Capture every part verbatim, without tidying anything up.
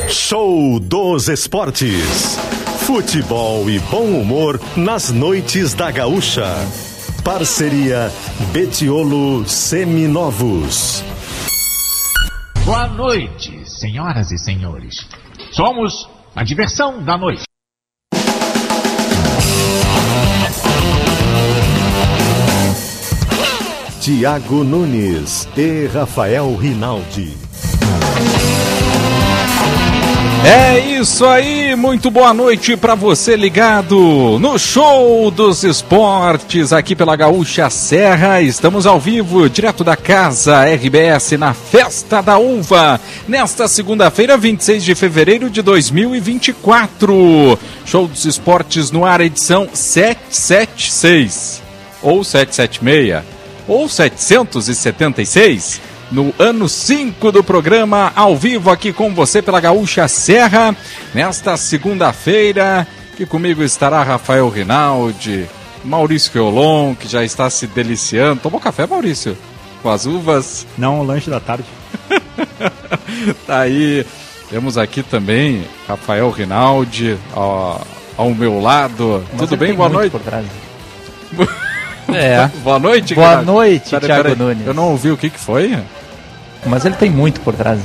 Show dos Esportes. Futebol e bom humor nas noites da Gaúcha. Parceria Betiolo Seminovos. Boa noite, senhoras e senhores. Somos a diversão da noite. Tiago Nunes e Rafael Rinaldi. É isso aí, muito boa noite para você ligado no Show dos Esportes aqui pela Gaúcha Serra. Estamos ao vivo, direto da casa R B S na Festa da Uva, nesta segunda-feira, vinte e seis de fevereiro de dois mil e vinte e quatro. Show dos Esportes no ar, edição setecentos e setenta e seis, ou setecentos e setenta e seis, ou setecentos e setenta e seis. No ano cinco do programa, ao vivo aqui com você pela Gaúcha Serra, nesta segunda-feira, que comigo estará Rafael Rinaldi, Maurício Feolon, que já está se deliciando. Tomou café, Maurício? Com as uvas? Não, o lanche da tarde. Tá aí, temos aqui também Rafael Rinaldi, ó, ao meu lado. Mas tudo bem? Boa noite. Por trás. É. Boa noite, Boa cara. noite, pera, Thiago pera Nunes. Eu não ouvi o que que foi. Mas ele tem muito por trás.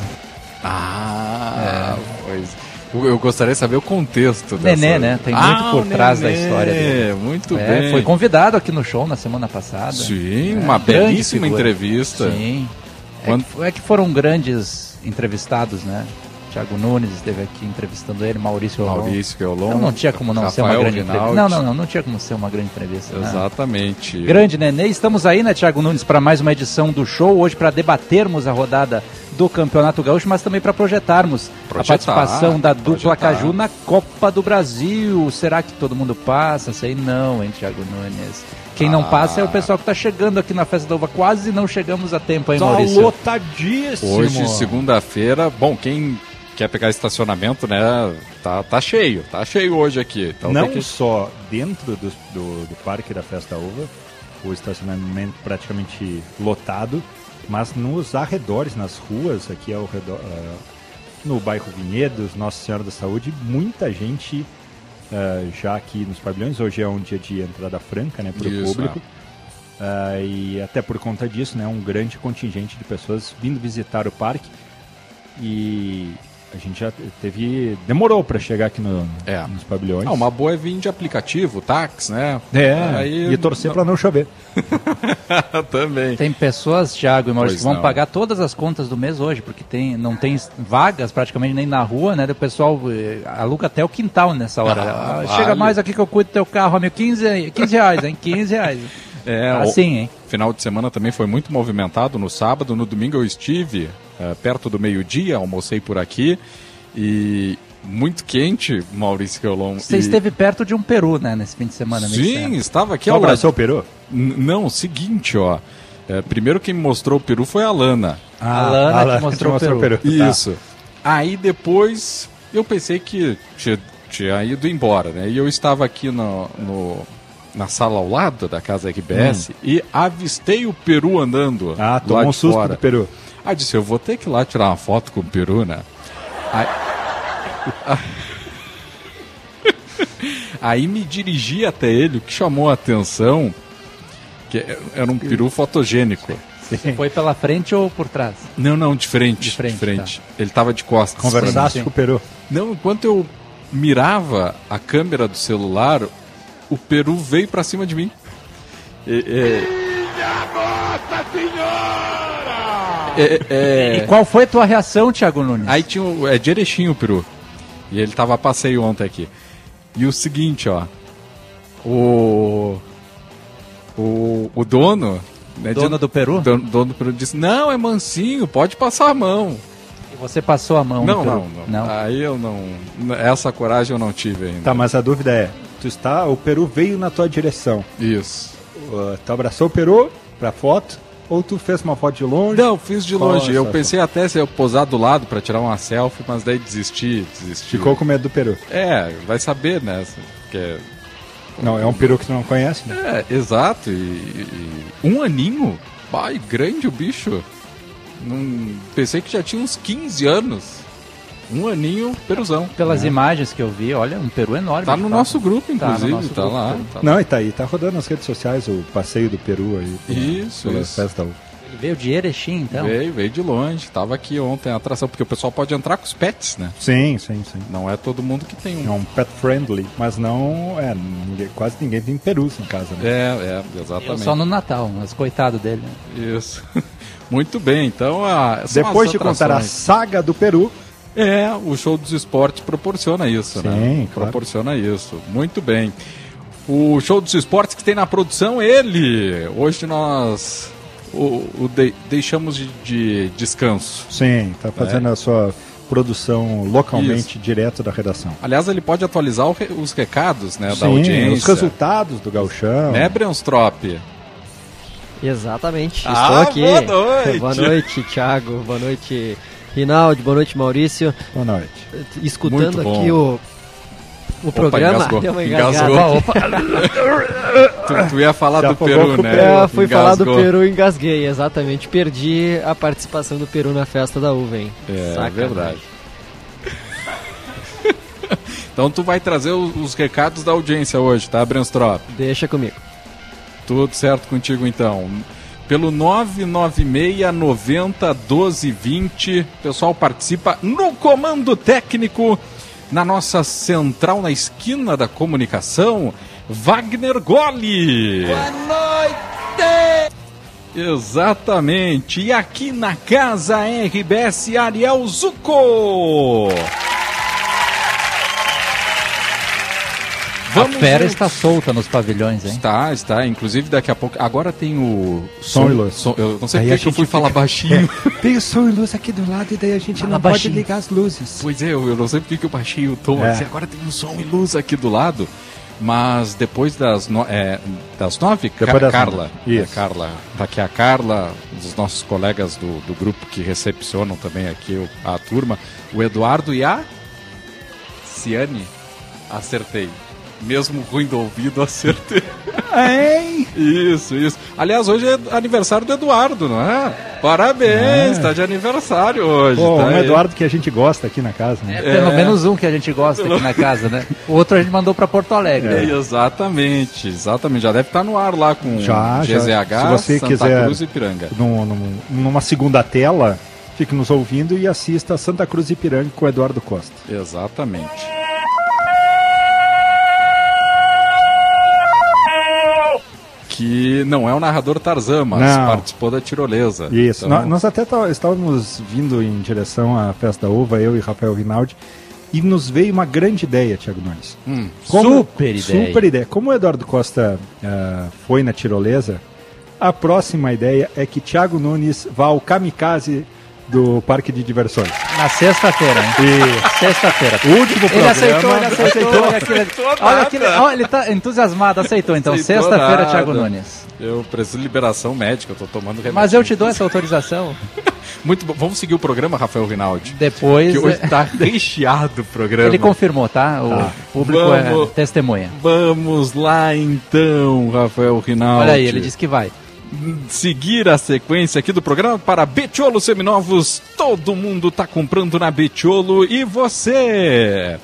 Ah, é. Pois. Eu gostaria de saber o contexto dessa... Nenê, né? Tem ah, muito por trás Nenê. da história dele. Muito é, bem. Foi convidado aqui no show na semana passada. Sim, é, uma belíssima figura. entrevista. Sim. Quando... É, que, é que foram grandes entrevistados, né? Thiago Nunes esteve aqui entrevistando ele, Maurício Feolon. Maurício Feolon. Então não tinha como não Rafael ser uma grande Rinaldi. entrevista. Não, não, não, não tinha como ser uma grande entrevista. Exatamente. Né? Grande Nenê, estamos aí, né, Thiago Nunes, para mais uma edição do show, hoje para debatermos a rodada do Campeonato Gaúcho, mas também para projetarmos Projetar, a participação da dupla projetar. Caju na Copa do Brasil. Será que todo mundo passa? Sei não, hein, Thiago Nunes. Quem não ah. passa é o pessoal que está chegando aqui na Festa da Uva. Quase não chegamos a tempo, hein, Tá Maurício? lotadíssimo. Hoje, segunda-feira, bom, quem quer pegar estacionamento, né, tá, tá cheio, tá cheio hoje aqui. Então Não tem que... só dentro do, do, do Parque da Festa da Uva, o estacionamento praticamente lotado, mas nos arredores, nas ruas, aqui ao redor, uh, no bairro Vinhedos, Nossa Senhora da Saúde, muita gente uh, já aqui nos pavilhões. Hoje é um dia de entrada franca, né, para o público. Uh, e até por conta disso, né, um grande contingente de pessoas vindo visitar o parque. E a gente já teve... Demorou para chegar aqui no, é. nos pavilhões. Ah, uma boa é vir de aplicativo, táxi, né? É, aí... e torcer não... para não chover. Também. Tem pessoas, Thiago e Maurício, Pois que vão não. pagar todas as contas do mês hoje, porque tem, não tem vagas praticamente nem na rua, né? O pessoal eh, aluga até o quintal nessa hora. Ah, Ah, vale. Chega mais aqui que eu cuido do teu carro, amigo. quinze, quinze reais, hein? quinze reais. É, assim, hein? Final de semana também foi muito movimentado no sábado. No domingo eu estive uh, perto do meio-dia, almocei por aqui e muito quente, Maurício Feolon. Você e... esteve perto de um peru, né, nesse fim de semana. Sim, estava aqui Só ao lado. abraçou o peru? N- Não, seguinte, ó. É, primeiro quem me mostrou o peru foi a Lana. A Lana Ah, que mostrou o peru. peru. Isso. Aí depois eu pensei que tinha, tinha ido embora, né? E eu estava aqui no, no, na sala ao lado da casa R B S hum. e avistei o peru andando. Ah, lá tomou de um susto fora. do peru. Ah, disse, eu vou ter que ir lá tirar uma foto com o peru, né? Aí, Aí me dirigi até ele, o que chamou a atenção, que era um peru fotogênico. Você foi pela frente ou por trás? Não, não, de frente. De frente, de frente. tá. Ele estava de costas. Conversasse com o peru. Não, enquanto eu mirava a câmera do celular, o peru veio pra cima de mim. E, e... Minha Nossa Senhora! É, é... E qual foi a tua reação, Thiago Nunes? Aí tinha o... É de Erechim o peru. E ele tava a passeio ontem aqui. E o seguinte, ó. O... O, o dono... Né, dono de... do peru? Dono, dono do peru disse, não, é mansinho, pode passar a mão. E você passou a mão Não, no peru? não, não, não. Aí eu não... Essa coragem eu não tive ainda. Tá, mas a dúvida é, tu está, o peru veio na tua direção. Isso. Uh, tu abraçou o peru pra foto, ou tu fez uma foto de longe? Não, fiz de longe. Nossa, eu pensei até se eu posar do lado pra tirar uma selfie, mas daí desisti, desisti. Ficou com medo do peru. É, vai saber, né? Que Não, é um peru que tu não conhece, né? É, exato. E, e um aninho, pai, grande o bicho. Não, pensei que já tinha uns quinze anos. Um aninho, peruzão. Pelas é. imagens que eu vi, olha, um peru enorme. Tá no nosso grupo, inclusive, tá, no nosso tá grupo, lá. tá. Tá Não, lá. e tá aí, tá rodando nas redes sociais o passeio do Peru aí. Pela, Isso, pela isso. Festa da Uva. Ele veio de Erechim, então. Veio, veio de longe. Tava aqui ontem a atração, porque o pessoal pode entrar com os pets, né? Sim, sim, sim. Não é todo mundo que tem É um. um pet friendly, mas não, é, ninguém, quase ninguém tem perus em casa, né? É, é, Eu exatamente. só no Natal, mas coitado dele. Isso. Muito bem, então a, são Depois as de contar a atrações. saga do Peru, É, o show dos esportes proporciona isso, Sim, né? claro. Proporciona isso. Muito bem. O show dos esportes que tem na produção, ele. Hoje nós o, o de- deixamos de, de descanso. sim, tá fazendo a sua produção localmente, direto da redação. Aliás, ele pode atualizar o re- os recados, né, da Sim, audiência. os resultados do Gauchão. Né, Bremstrop? Exatamente, estou Ah, aqui. boa noite. Boa noite, Thiago. Boa noite, Rinaldi. Boa noite, Maurício. Boa noite. Escutando Muito bom. aqui o, o programa. engasgou, Deu uma engasgou. engasgada. Opa, Tu, tu ia falar Já do afogou Peru, com o né? Peru. é, fui falar do Engasgou. Peru e engasguei, exatamente. Perdi a participação do Peru na festa da uva, hein? É, Sacanagem. verdade. Então tu vai trazer os, os recados da audiência hoje, tá, Bremstrop? Deixa comigo. Tudo certo contigo, então. Pelo nove nove seis, noventa, doze, vinte, o pessoal participa no comando técnico, na nossa central, na esquina da comunicação, Wagner Goli. Boa noite! Exatamente. E aqui na casa R B S, Ariel Zucco. A fera está solta nos pavilhões, hein? Está, está. Inclusive, daqui a pouco... Agora tem o... Som e luz. som- eu não sei Aí porque a que eu gente fui falar baixinho. Tem o som e luz aqui do lado e daí a gente Fala não baixinho. pode ligar as luzes. Pois é, eu, eu não sei porque que eu baixei o tom. É. Assim, agora tem um som e luz aqui do lado. Mas depois das, no, é, das nove, Ca- Depois das Carla. nove. É, Isso. Carla. Daqui a Carla, um dos nossos colegas do, do grupo que recepcionam também aqui o- a turma. O Eduardo e a Ciane. Acertei. Mesmo ruim do ouvido, acertei. Hein? Isso, isso. Aliás, hoje é aniversário do Eduardo, não é? Parabéns, É. tá de aniversário hoje. Pô, tá um aí. Eduardo que a gente gosta aqui na casa, né? É, pelo menos um que a gente gosta aqui na casa, né? O outro a gente mandou pra Porto Alegre. É, exatamente, exatamente. Já deve estar no ar lá com Já, G Z já. H, Se você Santa quiser- Cruz e Ipiranga. Num- num- numa segunda tela, fique nos ouvindo e assista Santa Cruz e Ipiranga com o Eduardo Costa. Exatamente. Que não é o narrador Tarzan, mas Não. participou da tirolesa. Isso. Então, Nó- Nós até tá- estávamos vindo em direção à Festa da Uva, eu e Rafael Rinaldi, e nos veio uma grande ideia, Thiago Nunes. hum, Super ideia. Super ideia. Como o Eduardo Costa ah, foi na tirolesa, a próxima ideia é que Thiago Nunes vá ao kamikaze do parque de diversões. Na sexta-feira, hein? E Sexta-feira. o último Ele programa... aceitou, ele aceitou. Olha, aquele, aceitou olha, nada. aquele, olha, ele tá entusiasmado, aceitou. Então, Aceitou sexta-feira, nada. Thiago Nunes. Eu preciso de liberação médica, eu tô tomando remédio. Mas eu te dou essa autorização. Muito bom. Vamos seguir o programa, Rafael Rinaldi. Depois, Que hoje é, tá recheado o programa. ele confirmou, tá? O Tá. público Vamos. é testemunha. Vamos lá então, Rafael Rinaldi. Olha aí, ele disse que vai. Seguir a sequência aqui do programa para Betiolo Seminovos. Todo mundo tá comprando na Betiolo e você?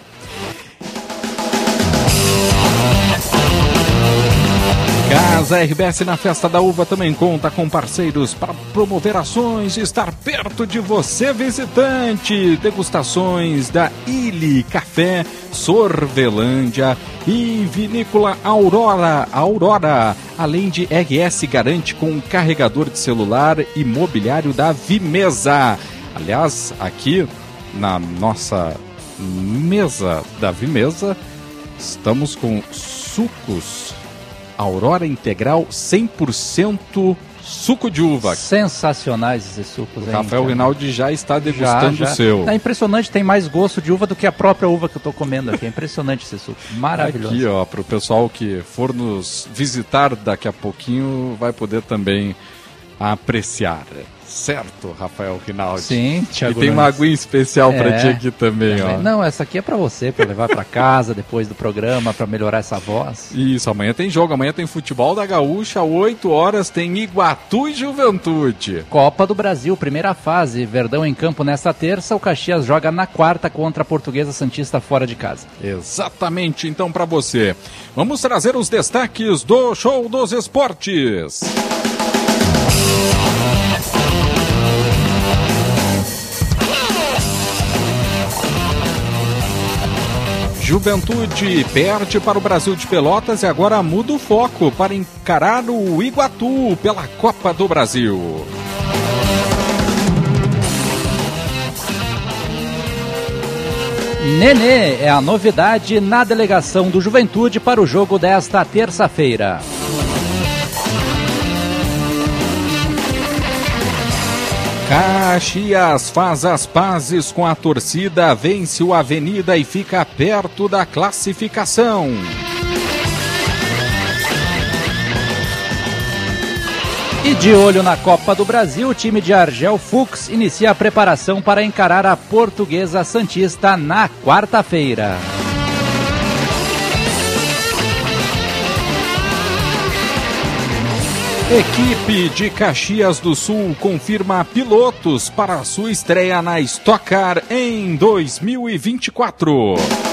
Casa R B S na Festa da Uva também conta com parceiros para promover ações e estar perto de você, visitante. Degustações da Ili Café, Sorvelândia e Vinícola Aurora, Aurora, além de R S Garante com carregador de celular e mobiliário da Vimesa. Aliás, aqui na nossa mesa da Vimesa, estamos com sucos Aurora Integral cem por cento suco de uva. Sensacionais esses sucos, O hein, Rafael Thiago? Rinaldi já está Já, degustando já. o seu. É impressionante, tem mais gosto de uva do que a própria uva que eu tô comendo aqui. É impressionante esse suco. Maravilhoso. Aqui, ó, para o pessoal que for nos visitar daqui a pouquinho, vai poder também apreciar. Certo, Rafael Rinaldi. Sim, Thiago E tem Nunes. uma aguinha especial pra É. ti aqui também, ó. Não, essa aqui é pra você, pra levar pra casa depois do programa, pra melhorar essa voz. Isso, amanhã tem jogo, amanhã tem futebol da Gaúcha, oito horas tem Iguatu e Juventude. Copa do Brasil, primeira fase, Verdão em campo nesta terça, o Caxias joga na quarta contra a Portuguesa Santista fora de casa. Exatamente, então pra você. Vamos trazer os destaques do Show dos Esportes. Juventude perde para o Brasil de Pelotas e agora muda o foco para encarar o Iguatu pela Copa do Brasil. Nenê é a novidade na delegação do Juventude para o jogo desta terça-feira. Caxias faz as pazes com a torcida, vence o Avenida e fica perto da classificação. E de olho na Copa do Brasil, o time de Argel Fux inicia a preparação para encarar a Portuguesa Santista na quarta-feira. Equipe de Caxias do Sul confirma pilotos para sua estreia na Stock Car em dois mil e vinte e quatro.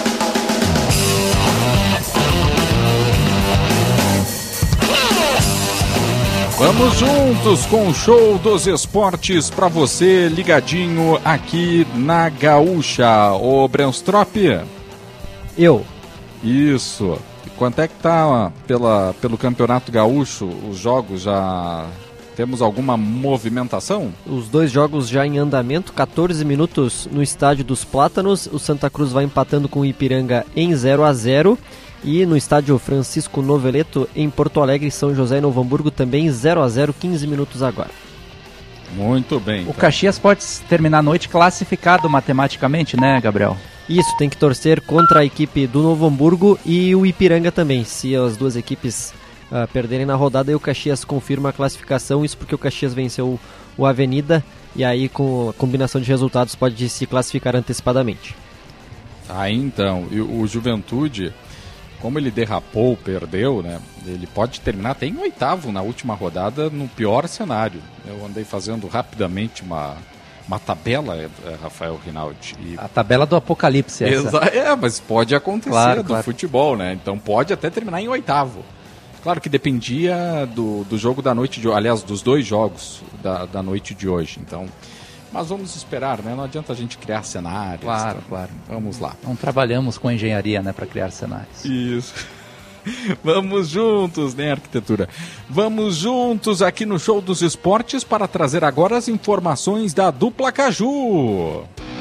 Vamos juntos com o Show dos Esportes para você ligadinho aqui na Gaúcha. Ô Brenstrop. Eu. Isso. Quanto é que tá pela, pelo Campeonato Gaúcho? Os jogos já... Temos alguma movimentação? Os dois jogos já em andamento, catorze minutos no Estádio dos Plátanos. O Santa Cruz vai empatando com o Ipiranga em zero a zero. E no Estádio Francisco Noveleto, em Porto Alegre, São José e Novo Hamburgo, também zero a zero, quinze minutos agora. Muito bem. O Então. Caxias pode terminar a noite classificado matematicamente, né, Gabriel? Isso, tem que torcer contra a equipe do Novo Hamburgo e o Ipiranga também. Se as duas equipes uh, perderem na rodada, aí o Caxias confirma a classificação. Isso porque o Caxias venceu o Avenida e aí com a combinação de resultados pode se classificar antecipadamente. Ah, então. E o Juventude, como ele derrapou, perdeu, né? Ele pode terminar até em oitavo na última rodada, no pior cenário. Eu andei fazendo rapidamente uma... Uma tabela, Rafael Rinaldi. E... A tabela do apocalipse essa. Exa- é, mas pode acontecer Claro, do claro. futebol, né? Então pode até terminar em oitavo. Claro que dependia do, do jogo da noite de hoje, aliás, dos dois jogos da, da noite de hoje. Então, mas vamos esperar, né? Não adianta a gente criar cenários. Claro, então, claro. Vamos lá. Não trabalhamos com engenharia, né, para criar cenários. Isso. Vamos juntos, né, arquitetura? Vamos juntos aqui no Show dos Esportes para trazer agora as informações da dupla Caju.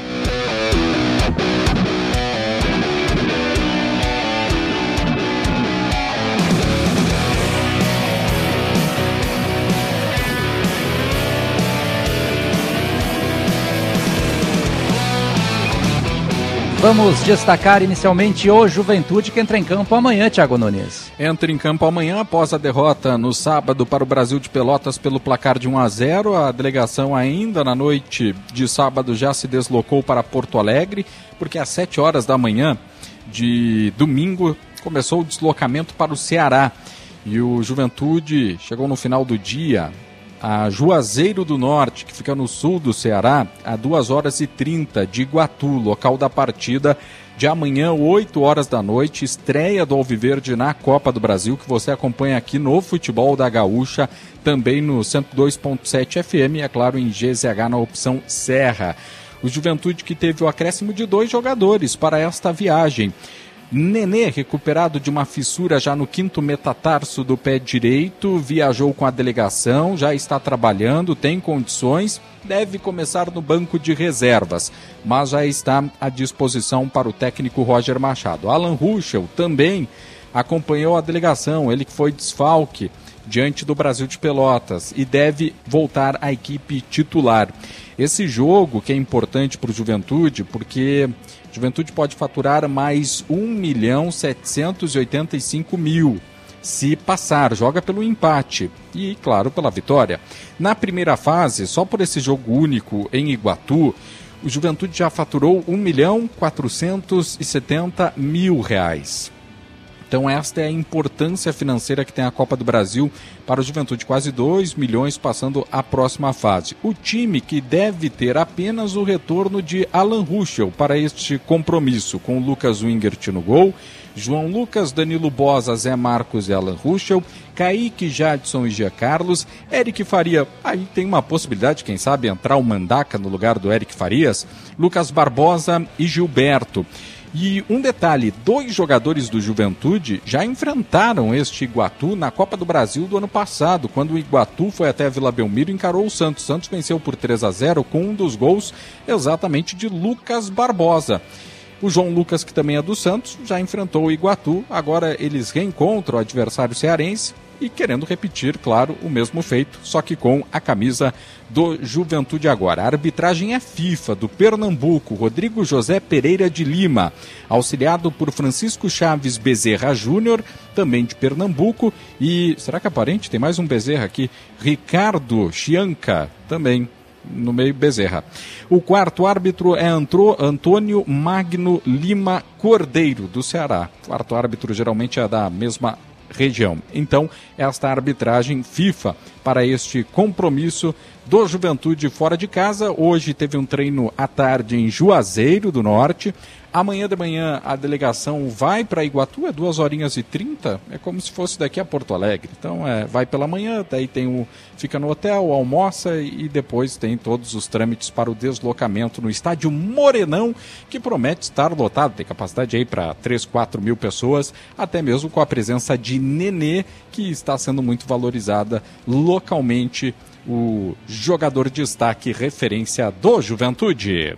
Vamos destacar inicialmente o Juventude, que entra em campo amanhã, Thiago Nunes. Entra em campo amanhã após a derrota no sábado para o Brasil de Pelotas pelo placar de um a zero. A delegação ainda na noite de sábado já se deslocou para Porto Alegre, porque às sete horas da manhã de domingo começou o deslocamento para o Ceará. E o Juventude chegou no final do dia a Juazeiro do Norte, que fica no sul do Ceará, a duas horas e trinta de Iguatu, local da partida de amanhã, oito horas da noite, estreia do Alviverde na Copa do Brasil, que você acompanha aqui no Futebol da Gaúcha, também no cento e dois ponto sete F M e, é claro, em G Z H na opção Serra. O Juventude que teve o acréscimo de dois jogadores para esta viagem. Nenê, recuperado de uma fissura já no quinto metatarso do pé direito, viajou com a delegação, já está trabalhando, tem condições, deve começar no banco de reservas, mas já está à disposição para o técnico Roger Machado. Alan Ruschel também acompanhou a delegação, ele que foi desfalque diante do Brasil de Pelotas e deve voltar à equipe titular. Esse jogo que é importante para o Juventude, porque Juventude pode faturar mais um milhão setecentos e oitenta e cinco mil se passar, joga pelo empate e, claro, pela vitória. Na primeira fase, só por esse jogo único em Iguatu, o Juventude já faturou um milhão quatrocentos e setenta mil reais. Então esta é a importância financeira que tem a Copa do Brasil para o Juventude, quase dois milhões passando a próxima fase. O time que deve ter apenas o retorno de Alan Ruschel para este compromisso, com Lucas Wingert no gol, João Lucas, Danilo Bosa, Zé Marcos e Alan Ruschel, Kaique, Jadson e Gia Carlos, Eric Faria, aí tem uma possibilidade, quem sabe, entrar o Mandaca no lugar do Eric Farias, Lucas Barbosa e Gilberto. E um detalhe, dois jogadores do Juventude já enfrentaram este Iguatu na Copa do Brasil do ano passado, quando o Iguatu foi até a Vila Belmiro e encarou o Santos. O Santos venceu por três a zero com um dos gols exatamente de Lucas Barbosa. O João Lucas, que também é do Santos, já enfrentou o Iguatu, agora eles reencontram o adversário cearense e querendo repetir, claro, o mesmo feito, só que com a camisa do Juventude agora. A arbitragem é FIFA, do Pernambuco, Rodrigo José Pereira de Lima, auxiliado por Francisco Chaves Bezerra Júnior, também de Pernambuco, e, será que é parente? Tem mais um Bezerra aqui, Ricardo Chianca, também no meio Bezerra. O quarto árbitro é Antônio Magno Lima Cordeiro, do Ceará. O quarto árbitro geralmente é da mesma região. Então, esta arbitragem FIFA para este compromisso do Juventude fora de casa. Hoje teve um treino à tarde em Juazeiro do Norte. Amanhã de manhã a delegação vai para Iguatu, é duas horinhas e trinta, é como se fosse daqui a Porto Alegre. Então é, vai pela manhã, daí tem o, fica no hotel, almoça e depois tem todos os trâmites para o deslocamento no estádio Morenão, que promete estar lotado, tem capacidade aí para três, quatro mil pessoas, até mesmo com a presença de Nenê, que está sendo muito valorizada localmente, o jogador de destaque, referência do Juventude.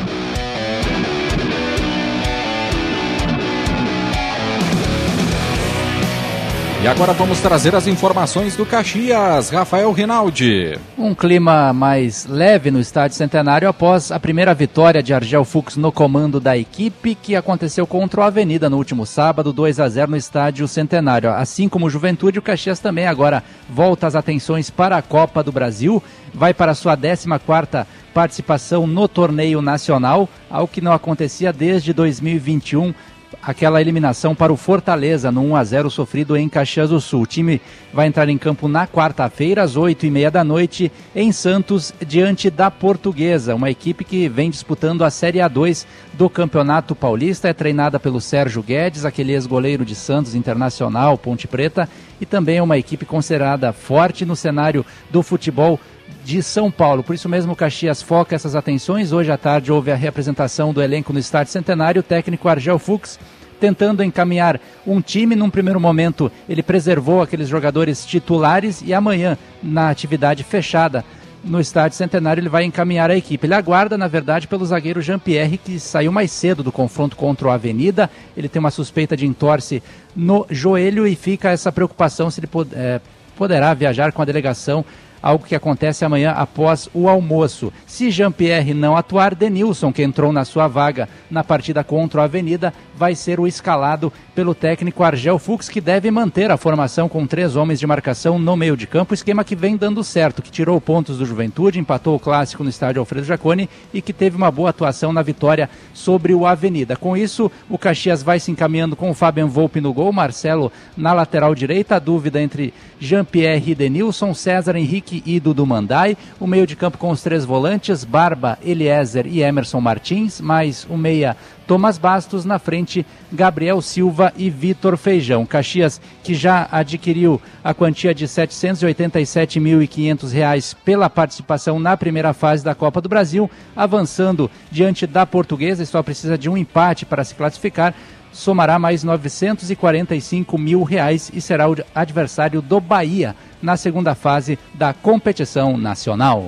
E agora vamos trazer as informações do Caxias, Rafael Rinaldi. Um clima mais leve no Estádio Centenário após a primeira vitória de Argel Fux no comando da equipe, que aconteceu contra o Avenida no último sábado, dois a zero no Estádio Centenário. Assim como o Juventude, o Caxias também agora volta as atenções para a Copa do Brasil, vai para a sua décima quarta participação no torneio nacional, algo que não acontecia desde dois mil e vinte e um, aquela eliminação para o Fortaleza no um a zero sofrido em Caxias do Sul. O time vai entrar em campo na quarta-feira, às oito e meia da noite, em Santos, diante da Portuguesa, uma equipe que vem disputando a Série A dois do Campeonato Paulista, é treinada pelo Sérgio Guedes, aquele ex-goleiro de Santos, Internacional, Ponte Preta, e também é uma equipe considerada forte no cenário do futebol de São Paulo. Por isso mesmo o Caxias foca essas atenções. Hoje à tarde houve a reapresentação do elenco no Estádio Centenário, o técnico Argel Fux tentando encaminhar um time. Num primeiro momento ele preservou aqueles jogadores titulares e amanhã, na atividade fechada no Estádio Centenário, ele vai encaminhar a equipe. Ele aguarda, na verdade, pelo zagueiro Jean-Pierre, que saiu mais cedo do confronto contra o Avenida. Ele tem uma suspeita de entorse no joelho e fica essa preocupação se ele pod- é, poderá viajar com a delegação, algo que acontece amanhã após o almoço. Se Jean-Pierre não atuar, Denilson, que entrou na sua vaga na partida contra a Avenida, vai ser o escalado pelo técnico Argel Fux, que deve manter a formação com três homens de marcação no meio de campo, esquema que vem dando certo, que tirou pontos do Juventude, empatou o clássico no estádio Alfredo Jaconi e que teve uma boa atuação na vitória sobre o Avenida. Com isso, o Caxias vai se encaminhando com o Fabian Volpe no gol, Marcelo na lateral direita, a dúvida entre Jean-Pierre e Denilson, César Henrique e Dudu Mandai, o meio de campo com os três volantes, Barba, Eliezer e Emerson Martins, mais o meia Thomas Bastos, na frente Gabriel Silva e Vitor Feijão. Caxias, que já adquiriu a quantia de setecentos e oitenta e sete mil e quinhentos reais pela participação na primeira fase da Copa do Brasil, avançando diante da Portuguesa, e só precisa de um empate para se classificar, somará mais novecentos e quarenta e cinco mil reais e será o adversário do Bahia na segunda fase da competição nacional.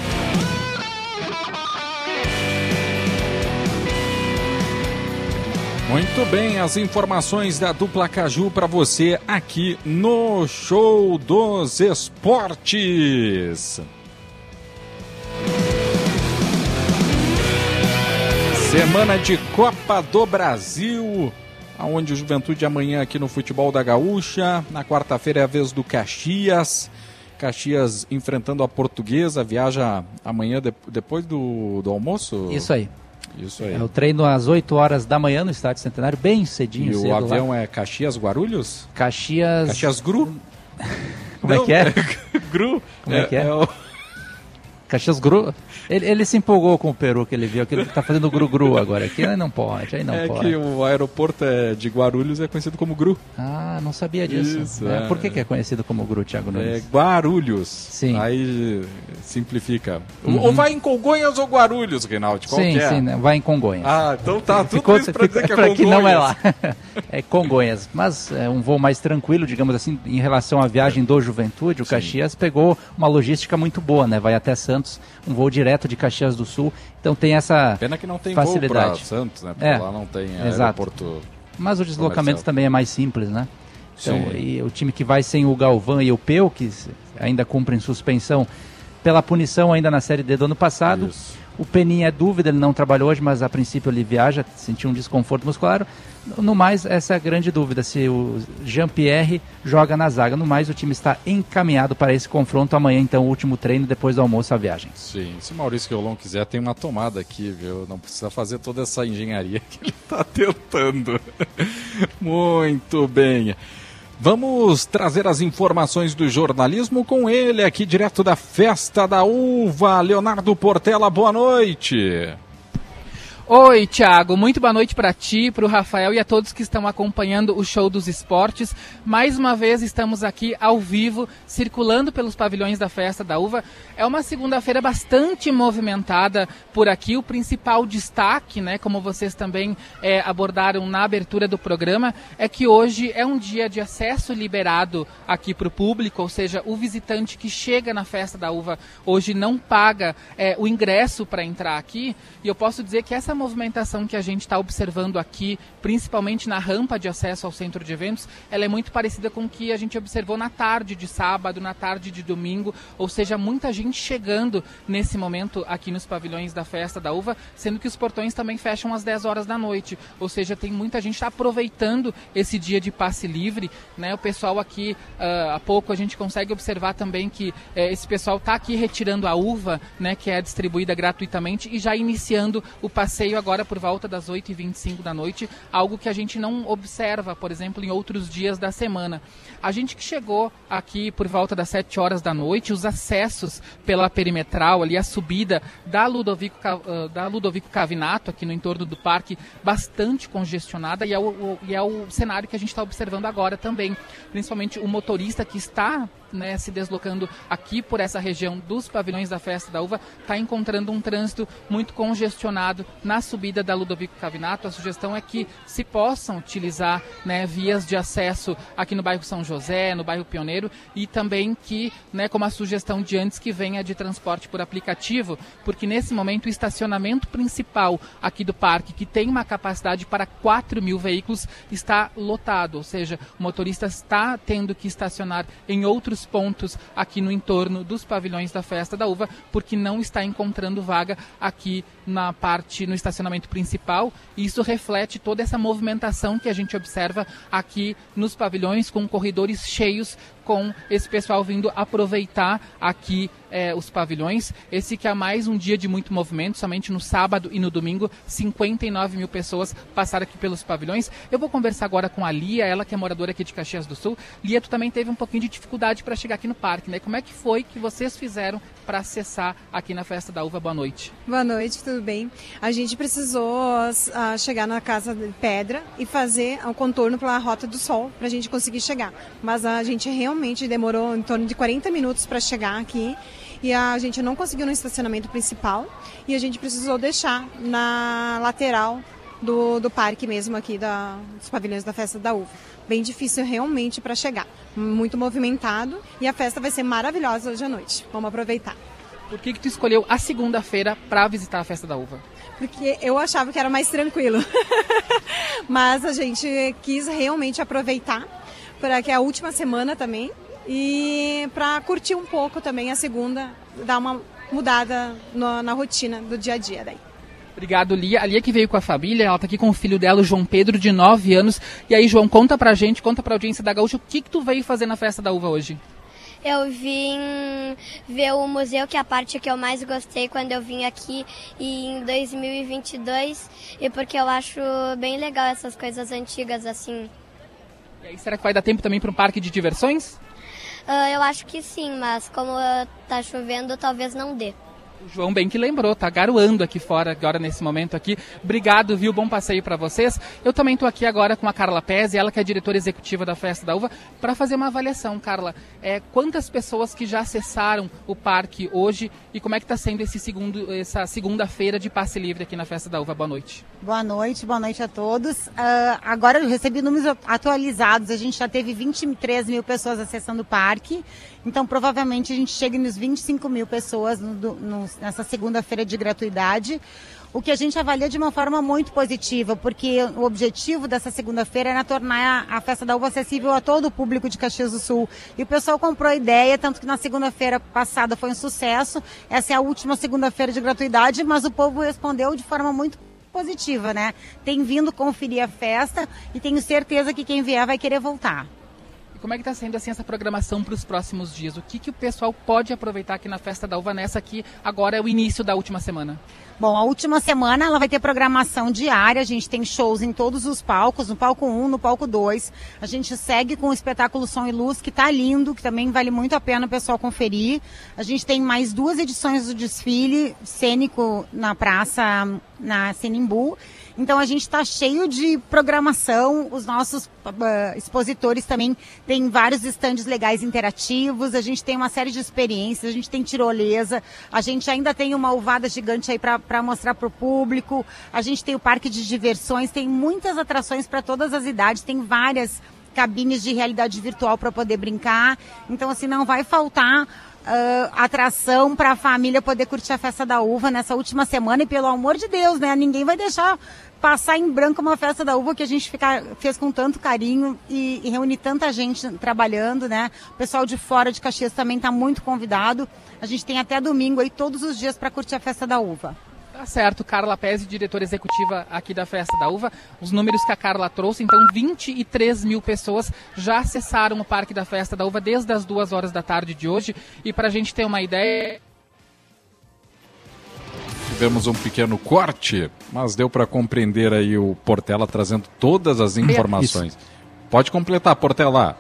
Muito bem, as informações da dupla Caju para você aqui no Show dos Esportes. Semana de Copa do Brasil aonde o Juventude amanhã aqui no Futebol da Gaúcha. Na quarta-feira é a vez do Caxias. Caxias enfrentando a Portuguesa, viaja amanhã de, depois do, do almoço? Isso aí. Isso aí. É o treino às oito horas da manhã no Estádio Centenário, bem cedinho. E cedo o avião lá. é Caxias-Guarulhos? Caxias... Caxias Gru? Como é que é? Gru? Como é, é que é? é o... Caxias Gru. Ele, ele se empolgou com o peru que ele viu, que ele está fazendo gru-gru agora. Aqui aí não pode, aí não é pode. É que o aeroporto é de Guarulhos é conhecido como Gru. Ah, não sabia disso. Isso, é. É. Por que, que é conhecido como Gru, Thiago Nunes? É Guarulhos. Sim. Aí simplifica. Uhum. Ou vai em Congonhas ou Guarulhos, Reinaldo? Qual sim, que é? sim, né? Vai em Congonhas. Ah, então tá. Tudo ficou, isso pra dizer que é pra Congonhas. que não é lá. É Congonhas. Mas é um voo mais tranquilo, digamos assim, em relação à viagem do Juventude. O Sim. Caxias pegou uma logística muito boa, né? Vai até Santos, um voo direto de Caxias do Sul. Então tem essa Pena que não tem facilidade. voo pra Santos, né? Porque É, lá não tem exato. aeroporto. Mas o deslocamento comercial. também é mais simples, né? Então, Sim. e o time que vai sem o Galvão e o Peu, que ainda cumprem suspensão pela punição ainda na Série D do ano passado. Isso. O Peninha é dúvida, ele não trabalhou hoje, mas a princípio ele viaja, sentiu um desconforto muscular. No mais, essa é a grande dúvida, se o Jean-Pierre joga na zaga. No mais, o time está encaminhado para esse confronto amanhã, então, o último treino, depois do almoço, a viagem. Sim, se o Maurício Riolon quiser, tem uma tomada aqui, viu? Não precisa fazer toda essa engenharia que ele está tentando. Muito bem. Vamos trazer as informações do jornalismo com ele aqui direto da Festa da Uva. Leonardo Portela, boa noite. Oi, Thiago, muito boa noite para ti, para o Rafael e a todos que estão acompanhando o Show dos Esportes. Mais uma vez estamos aqui ao vivo, circulando pelos pavilhões da Festa da Uva. É uma segunda-feira bastante movimentada por aqui. O principal destaque, né, como vocês também é, abordaram na abertura do programa, é que hoje é um dia de acesso liberado aqui para o público, ou seja, o visitante que chega na Festa da Uva hoje não paga é, o ingresso para entrar aqui. E eu posso dizer que essa movimentação que a gente está observando aqui, principalmente na rampa de acesso ao centro de eventos, ela é muito parecida com o que a gente observou na tarde de sábado, na tarde de domingo, ou seja, muita gente chegando nesse momento aqui nos pavilhões da Festa da Uva, sendo que os portões também fecham às dez horas da noite, ou seja, tem muita gente aproveitando esse dia de passe livre, né? O pessoal aqui, uh, há pouco a gente consegue observar também que uh, esse pessoal está aqui retirando a uva, né, que é distribuída gratuitamente e já iniciando o passeio agora por volta das oito e vinte e cinco da noite, algo que a gente não observa, por exemplo, em outros dias da semana. A gente que chegou aqui por volta das sete horas da noite, os acessos pela perimetral, ali a subida da Ludovico, da Ludovico Cavinato, aqui no entorno do parque, bastante congestionada, e é o, o, e é o cenário que a gente está observando agora também, principalmente o motorista que está, né, se deslocando aqui por essa região dos pavilhões da Festa da Uva, está encontrando um trânsito muito congestionado na subida da Ludovico Cavinato. A sugestão é que se possam utilizar, né, vias de acesso aqui no bairro São José, no bairro Pioneiro, e também que, né, como a sugestão de antes, que venha de transporte por aplicativo, porque nesse momento o estacionamento principal aqui do parque, que tem uma capacidade para quatro mil veículos, está lotado, ou seja, o motorista está tendo que estacionar em outros pontos aqui no entorno dos pavilhões da Festa da Uva, porque não está encontrando vaga aqui na parte, no estacionamento principal, e isso reflete toda essa movimentação que a gente observa aqui nos pavilhões, com corredores cheios, com esse pessoal vindo aproveitar aqui é, os pavilhões. Esse que é mais um dia de muito movimento, somente no sábado e no domingo, cinquenta e nove mil pessoas passaram aqui pelos pavilhões. Eu vou conversar agora com a Lia, ela que é moradora aqui de Caxias do Sul. Lia, tu também teve um pouquinho de dificuldade para chegar aqui no parque, né? Como é que foi que vocês fizeram para acessar aqui na Festa da Uva? Boa noite. Boa noite, tudo bem? A gente precisou uh, chegar na Casa de Pedra e fazer o um contorno pela Rota do Sol para a gente conseguir chegar. Mas a gente realmente demorou em torno de quarenta minutos para chegar aqui e a gente não conseguiu no estacionamento principal e a gente precisou deixar na lateral do, do parque mesmo aqui da, dos pavilhões da Festa da Uva. Bem difícil realmente para chegar, muito movimentado, e a festa vai ser maravilhosa hoje à noite. Vamos aproveitar. Por que que tu escolheu a segunda-feira para visitar a Festa da Uva? Porque eu achava que era mais tranquilo, mas a gente quis realmente aproveitar, para que é a última semana também, e para curtir um pouco também a segunda, dar uma mudada no, na rotina do dia a dia daí. Obrigado, Lia. A Lia que veio com a família, ela tá aqui com o filho dela, o João Pedro, de nove anos. E aí, João, conta pra gente, conta pra audiência da Gaúcha, o que que tu veio fazer na Festa da Uva hoje? Eu vim ver o museu, que é a parte que eu mais gostei quando eu vim aqui em dois mil e vinte e dois, e porque eu acho bem legal essas coisas antigas assim. E aí, será que vai dar tempo também para um parque de diversões? Uh, eu acho que sim, mas como uh, tá chovendo, talvez não dê. O João bem que lembrou, tá garoando aqui fora, agora nesse momento aqui. Obrigado, viu? Bom passeio para vocês. Eu também tô aqui agora com a Carla Pezzi, ela que é diretora executiva da Festa da Uva, para fazer uma avaliação. Carla, é, quantas pessoas que já acessaram o parque hoje e como é que está sendo esse segundo, essa segunda-feira de passe livre aqui na Festa da Uva? Boa noite. Boa noite, boa noite a todos. Uh, agora eu recebi números atualizados, a gente já teve vinte e três mil pessoas acessando o parque, então provavelmente a gente chega nos vinte e cinco mil pessoas no, no, nessa segunda-feira de gratuidade, o que a gente avalia de uma forma muito positiva, porque o objetivo dessa segunda-feira era tornar a Festa da Uva acessível a todo o público de Caxias do Sul. E o pessoal comprou a ideia, tanto que na segunda-feira passada foi um sucesso, essa é a última segunda-feira de gratuidade, mas o povo respondeu de forma muito positiva, né? Tem vindo conferir a festa e tenho certeza que quem vier vai querer voltar. E como é que está sendo assim essa programação para os próximos dias? O que, que o pessoal pode aproveitar aqui na Festa da Uva, nessa que agora é o início da última semana? Bom, a última semana ela vai ter programação diária, a gente tem shows em todos os palcos, no palco um, no palco dois. A gente segue com o espetáculo Som e Luz, que tá lindo, que também vale muito a pena o pessoal conferir. A gente tem mais duas edições do desfile cênico na praça, na Sinimbu. Então a gente está cheio de programação, os nossos uh, expositores também têm vários estandes legais interativos, a gente tem uma série de experiências, a gente tem tirolesa, a gente ainda tem uma ovada gigante aí para mostrar para o público, a gente tem o parque de diversões, tem muitas atrações para todas as idades, tem várias cabines de realidade virtual para poder brincar, então assim não vai faltar Uh, atração para a família poder curtir a Festa da Uva nessa última semana e pelo amor de Deus, né? Ninguém vai deixar passar em branco uma Festa da Uva que a gente fica, fez com tanto carinho e, e reúne tanta gente trabalhando, né? O pessoal de fora de Caxias também está muito convidado. A gente tem até domingo aí todos os dias para curtir a Festa da Uva. Tá certo, Carla Pezzi, diretora executiva aqui da Festa da Uva. Os números que a Carla trouxe, então vinte e três mil pessoas já acessaram o Parque da Festa da Uva desde as duas horas da tarde de hoje. E para a gente ter uma ideia... Tivemos um pequeno corte, mas deu para compreender aí o Portela trazendo todas as informações. Isso. Pode completar, Portela.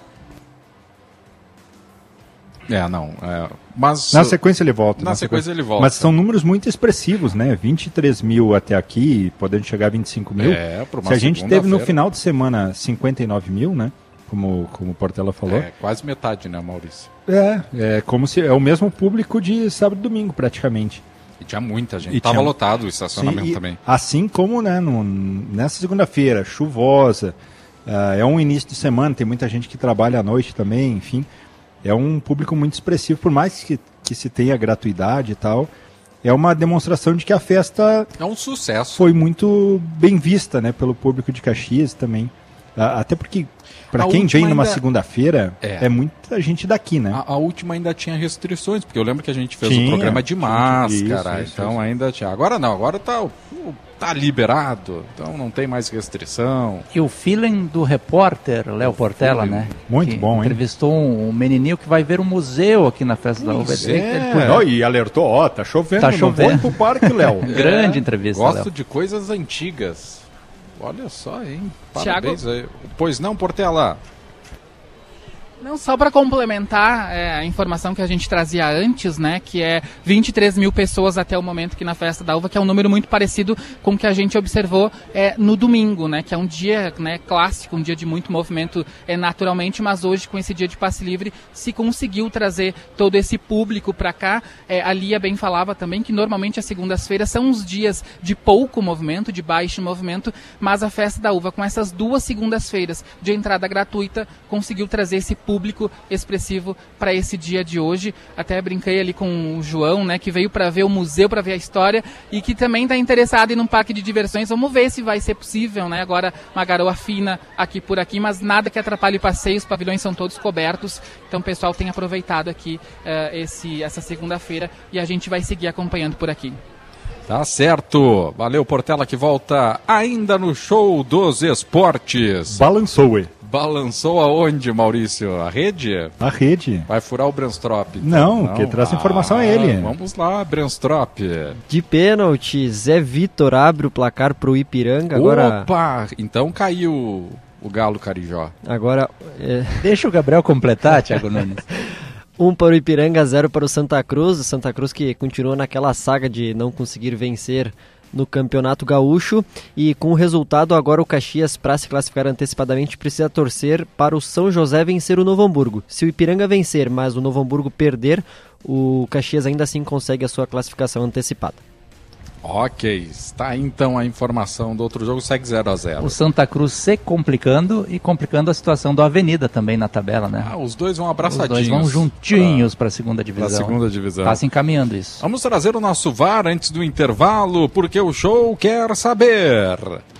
É, não. É, mas na sequência ele volta. Na, na sequência, sequência ele volta. Mas são números muito expressivos, né? vinte e três mil até aqui, podendo chegar a vinte e cinco mil. É, por uma Se a gente teve no final de semana cinquenta e nove mil, né? Como, como o Portela falou. É, quase metade, né, Maurício? É, é como se é o mesmo público de sábado e domingo, praticamente. E tinha muita gente. Estava tinha... lotado o estacionamento. Sim, também. Assim como, né, no, nessa segunda-feira, chuvosa, uh, é um início de semana, tem muita gente que trabalha à noite também, enfim. É um público muito expressivo, por mais que, que se tenha gratuidade e tal, é uma demonstração de que a festa é um sucesso. Foi muito bem vista, né, pelo público de Caxias também. Até porque, para quem vem numa ainda... segunda-feira, é. é muita gente daqui, né? A, a última ainda tinha restrições, porque eu lembro que a gente fez o um programa de máscara, isso, então isso. ainda tinha. Agora não, agora tá, tá liberado, então não tem mais restrição. E o feeling do repórter, Léo Portela, né? Muito bom, hein? Entrevistou um, um menininho que vai ver um museu aqui na Festa da Uva. É. Oh, e alertou, ó, oh, tá chovendo, tá chovendo. Não vou pro parque, Léo. Grande é, entrevista, Gosto Léo. de coisas antigas. Olha só, hein? Parabéns aí. Pois não, Portela? Não, só para complementar é, a informação que a gente trazia antes, né, que é vinte e três mil pessoas até o momento aqui na Festa da Uva, que é um número muito parecido com o que a gente observou é, no domingo, né, que é um dia, né, clássico, um dia de muito movimento é, naturalmente, mas hoje com esse dia de passe livre se conseguiu trazer todo esse público para cá. É, a Lia bem falava também que normalmente as segundas-feiras são uns dias de pouco movimento, de baixo movimento, mas a Festa da Uva com essas duas segundas-feiras de entrada gratuita conseguiu trazer esse público expressivo para esse dia de hoje. Até brinquei ali com o João, né, que veio para ver o museu, para ver a história e que também está interessado em ir num parque de diversões. Vamos ver se vai ser possível, né? Agora uma garoa fina aqui por aqui, mas nada que atrapalhe o passeio. Os pavilhões são todos cobertos, então o pessoal tem aproveitado aqui uh, esse, essa segunda-feira e a gente vai seguir acompanhando por aqui. Tá certo. Valeu, Portela, que volta ainda no Show dos Esportes. Balançou, e. Balançou aonde, Maurício? A rede? A rede. Vai furar o Brenstrop. Então. Não, Não, quem traz ah, informação é ele. Vamos lá, Brenstrop. De pênalti, Zé Vitor abre o placar pro Ipiranga. Agora... Opa, então caiu o Galo Carijó. Agora... É... Deixa o Gabriel completar, Thiago Nunes. Um para o Ipiranga, zero para o Santa Cruz. O Santa Cruz que continua naquela saga de não conseguir vencer no Campeonato Gaúcho. E com o resultado, agora o Caxias, para se classificar antecipadamente, precisa torcer para o São José vencer o Novo Hamburgo. Se o Ipiranga vencer, mas o Novo Hamburgo perder, o Caxias ainda assim consegue a sua classificação antecipada. Ok, está aí então a informação do outro jogo, segue zero a zero. O Santa Cruz se complicando e complicando a situação do Avenida também na tabela, né? Ah, os dois vão abraçadinhos. Os dois vão juntinhos para a segunda divisão. Para a segunda divisão. Está se encaminhando isso. Vamos trazer o nosso V A R antes do intervalo, porque o show quer saber.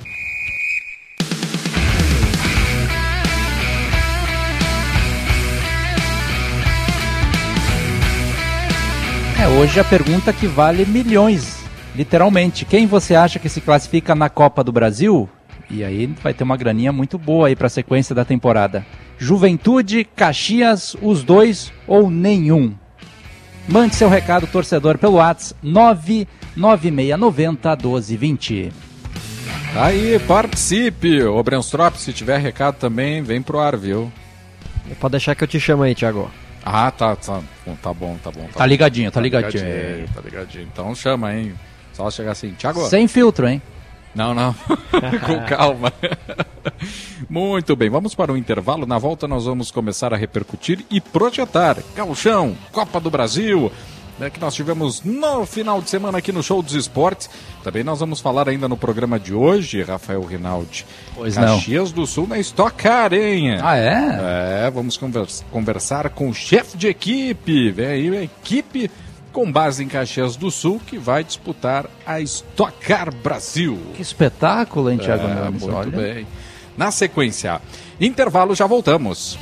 É, hoje a pergunta que vale milhões. Literalmente, quem você acha que se classifica na Copa do Brasil? E aí vai ter uma graninha muito boa aí para a sequência da temporada. Juventude, Caxias, os dois ou nenhum? Mande seu recado, torcedor, pelo WhatsApp nove nove seis nove zero um dois dois zero. Aí, participe. Ô Brenstrop, se tiver recado também, vem pro ar, viu? Pode deixar que eu te chamo aí, Thiago. Ah, tá, tá, tá bom, tá bom. Tá, tá ligadinho, tá ligadinho. Tá ligadinho, tá ligadinho. Então chama, hein? Só chegar assim, Thiago. Sem filtro, hein? Não, não. Com calma. Muito bem, vamos para o intervalo. Na volta nós vamos começar a repercutir e projetar Gauchão, Copa do Brasil, né, que nós tivemos no final de semana aqui no Show dos Esportes. Também nós vamos falar ainda no programa de hoje, Rafael Rinaldi. Pois não. Caxias do Sul na Stock Car, hein? Ah, é? É, vamos conversa, conversar com o chefe de equipe. Vem aí a equipe com base em Caxias do Sul, que vai disputar a Stock Car Brasil. Que espetáculo, hein, Thiago é, Nunes? Muito Olha. bem. Na sequência, intervalo, já voltamos.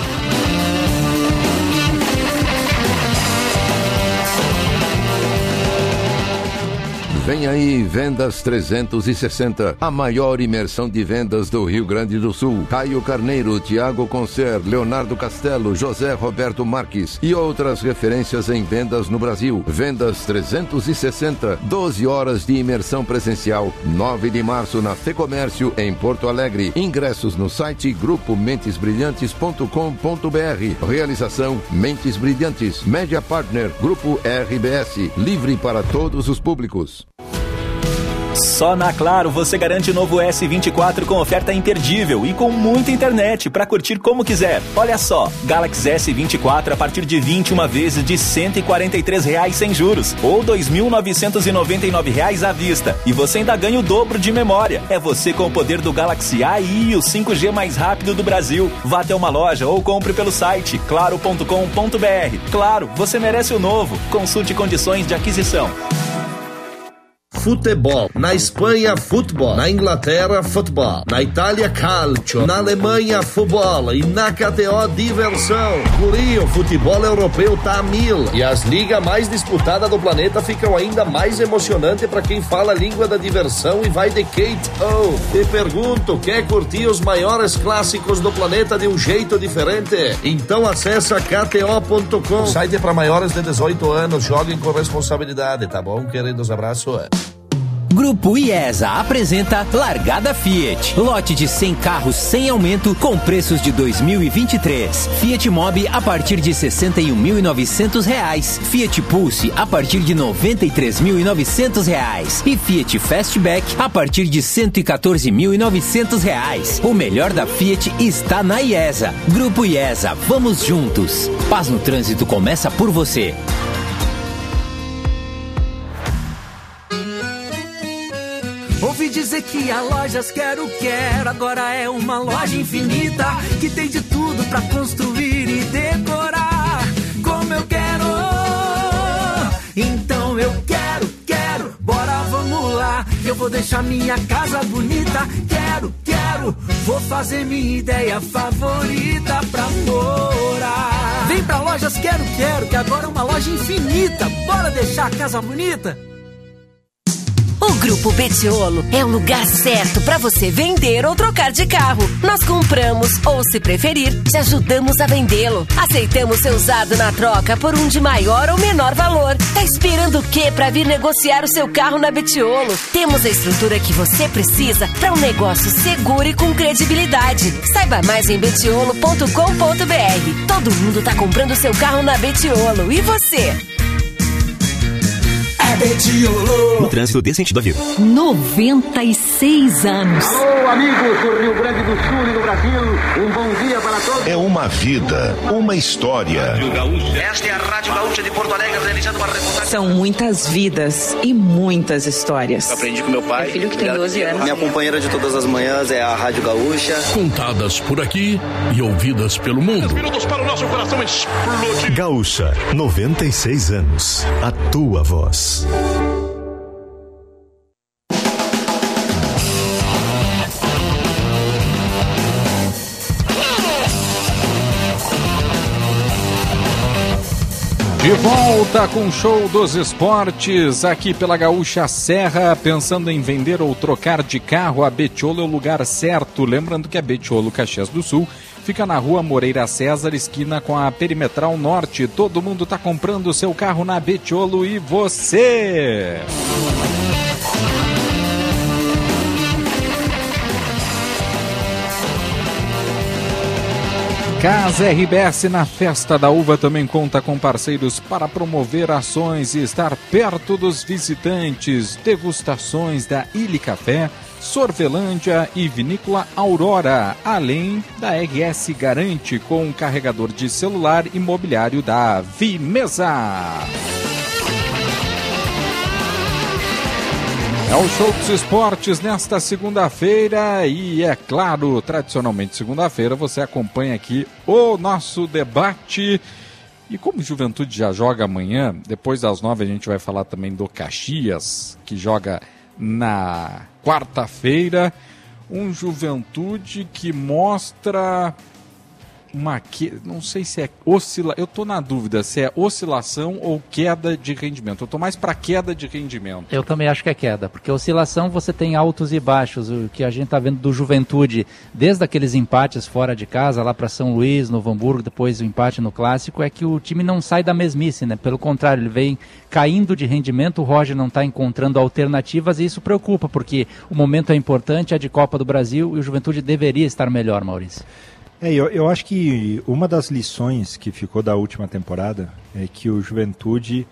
Vem aí Vendas trezentos e sessenta, a maior imersão de vendas do Rio Grande do Sul. Caio Carneiro, Tiago Concer, Leonardo Castelo, José Roberto Marques e outras referências em vendas no Brasil. Vendas trezentos e sessenta, doze horas de imersão presencial, nove de março na Fecomércio, em Porto Alegre. Ingressos no site grupo mentes brilhantes ponto com ponto b r. Realização Mentes Brilhantes, Média Partner, Grupo R B S, livre para todos os públicos. Só na Claro você garante o novo S vinte e quatro com oferta imperdível e com muita internet para curtir como quiser. Olha só, Galaxy S vinte e quatro a partir de vinte e uma vezes de cento e quarenta e três reais sem juros ou dois mil novecentos e noventa e nove reais à vista. E você ainda ganha o dobro de memória. É você com o poder do Galaxy A I e o cinco G mais rápido do Brasil. Vá até uma loja ou compre pelo site claro ponto com ponto b r. Claro, você merece o novo. Consulte condições de aquisição. Futebol. Na Espanha, futebol. Na Inglaterra, futebol. Na Itália, calcio. Na Alemanha, futebol. E na K T O, diversão. Guri, o futebol europeu tá a mil. E as ligas mais disputadas do planeta ficam ainda mais emocionantes para quem fala a língua da diversão e vai de Kate O. Te pergunto, quer curtir os maiores clássicos do planeta de um jeito diferente? Então acessa K T O ponto com. O site é para maiores de dezoito anos. Joguem com responsabilidade, tá bom, queridos? Abraço. Grupo IESA apresenta Largada Fiat. Lote de cem carros sem aumento com preços de dois mil e vinte e três. Fiat Mobi a partir de sessenta e um mil e novecentos reais. Fiat Pulse a partir de noventa e três mil e novecentos reais. E Fiat Fastback a partir de cento e quatorze mil e novecentos reais. O melhor da Fiat está na IESA. Grupo IESA, vamos juntos. Paz no trânsito começa por você. Ouvi dizer que a Lojas Quero Quero agora é uma loja infinita que tem de tudo pra construir e decorar como eu quero. Então eu quero, quero, bora vamos lá. Eu vou deixar minha casa bonita. Quero, quero, vou fazer minha ideia favorita pra morar. Vem pra Lojas Quero Quero, que agora é uma loja infinita. Bora deixar a casa bonita? O Grupo Betiolo é o lugar certo para você vender ou trocar de carro. Nós compramos ou, se preferir, te ajudamos a vendê-lo. Aceitamos seu usado na troca por um de maior ou menor valor. Tá esperando o quê para vir negociar o seu carro na Betiolo? Temos a estrutura que você precisa para um negócio seguro e com credibilidade. Saiba mais em betiolo ponto com ponto br. Todo mundo tá comprando seu carro na Betiolo. E você? É Betiolo. No trânsito dê sentido à vida. noventa e seis anos. Alô, amigos do Rio Grande do Sul e do Brasil. Um bom dia para todos. É uma vida, uma história. Esta é a Rádio Gaúcha de Porto Alegre, realizando uma reportagem. São muitas vidas e muitas histórias. Eu aprendi com meu pai. Meu filho que tem doze anos. Minha companheira de todas as manhãs é a Rádio Gaúcha. Contadas por aqui e ouvidas pelo mundo. Minutos para o nosso coração explodir. Gaúcha, noventa e seis anos. A tua voz. De volta com o Show dos Esportes, aqui pela Gaúcha Serra. Pensando em vender ou trocar de carro, a Betiolo é o lugar certo. Lembrando que a Betiolo Caxias do Sul fica na rua Moreira César, esquina com a Perimetral Norte. Todo mundo está comprando seu carro na Betiolo, e você? Casa R B S na Festa da Uva também conta com parceiros para promover ações e estar perto dos visitantes. Degustações da Ilha Café, Sorvelândia e Vinícola Aurora, além da R S Garante com um carregador de celular imobiliário da Vimesa. É o Show dos Esportes nesta segunda-feira e, é claro, tradicionalmente segunda-feira você acompanha aqui o nosso debate. E como o Juventude já joga amanhã, depois das nove a gente vai falar também do Caxias, que joga na quarta-feira. Um Juventude que mostra uma que... não sei se é oscila... eu tô na dúvida se é oscilação ou queda de rendimento. Eu tô mais para queda de rendimento. Eu também acho que é queda, porque oscilação você tem altos e baixos. O que a gente tá vendo do Juventude, desde aqueles empates fora de casa, lá para São Luís, Novo Hamburgo, depois o empate no Clássico, é que o time não sai da mesmice, né? Pelo contrário, ele vem caindo de rendimento, o Roger não está encontrando alternativas e isso preocupa, porque o momento é importante, é de Copa do Brasil e o Juventude deveria estar melhor, Maurício. É, eu, eu acho que uma das lições que ficou da última temporada é que o Juventude,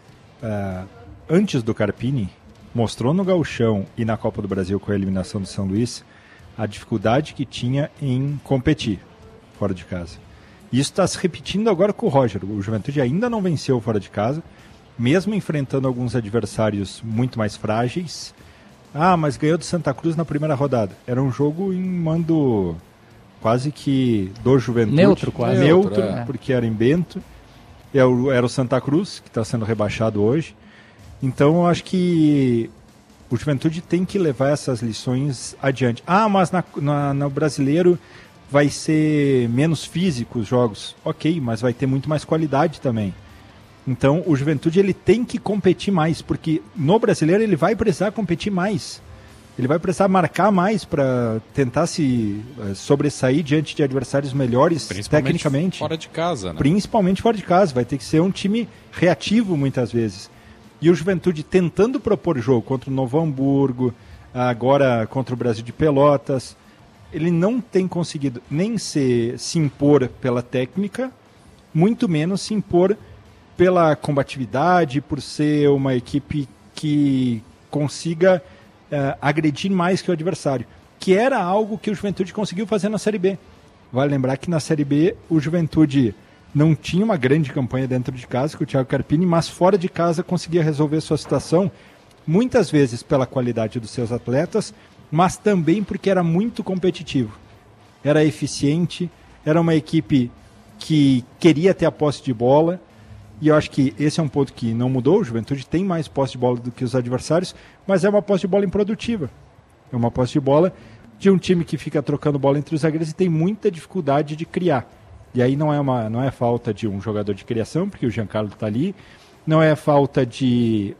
uh, antes do Carpini, mostrou no Gauchão e na Copa do Brasil com a eliminação do São Luís a dificuldade que tinha em competir fora de casa. Isso está se repetindo agora com o Roger. O Juventude ainda não venceu fora de casa, mesmo enfrentando alguns adversários muito mais frágeis. Ah, mas ganhou do Santa Cruz na primeira rodada. Era um jogo em mando... quase que do Juventude. Neutro, quase. Neutro, é. Porque era em Bento. Era o, era o Santa Cruz, que está sendo rebaixado hoje. Então, eu acho que o Juventude tem que levar essas lições adiante. Ah, mas na, na, no Brasileiro vai ser menos físico os jogos. Ok, mas vai ter muito mais qualidade também. Então, o Juventude ele tem que competir mais, porque no Brasileiro ele vai precisar competir mais. Ele vai precisar marcar mais para tentar se uh, sobressair diante de adversários melhores tecnicamente. Fora de casa, né? Principalmente fora de casa. Vai ter que ser um time reativo muitas vezes. E o Juventude tentando propor jogo contra o Novo Hamburgo, agora contra o Brasil de Pelotas, ele não tem conseguido nem se, se impor pela técnica, muito menos se impor pela combatividade, por ser uma equipe que consiga... Uh, agredir mais que o adversário, que era algo que o Juventude conseguiu fazer na Série B. Vale lembrar que na Série B o Juventude não tinha uma grande campanha dentro de casa com o Thiago Carpini, mas fora de casa conseguia resolver sua situação, muitas vezes pela qualidade dos seus atletas, mas também porque era muito competitivo. Era eficiente, era uma equipe que queria ter a posse de bola, e eu acho que esse é um ponto que não mudou. O Juventude tem mais posse de bola do que os adversários, mas é uma posse de bola improdutiva. É uma posse de bola de um time que fica trocando bola entre os zagueiros e tem muita dificuldade de criar. E aí não é, uma, não é falta de um jogador de criação, porque o Giancarlo está ali, não é falta de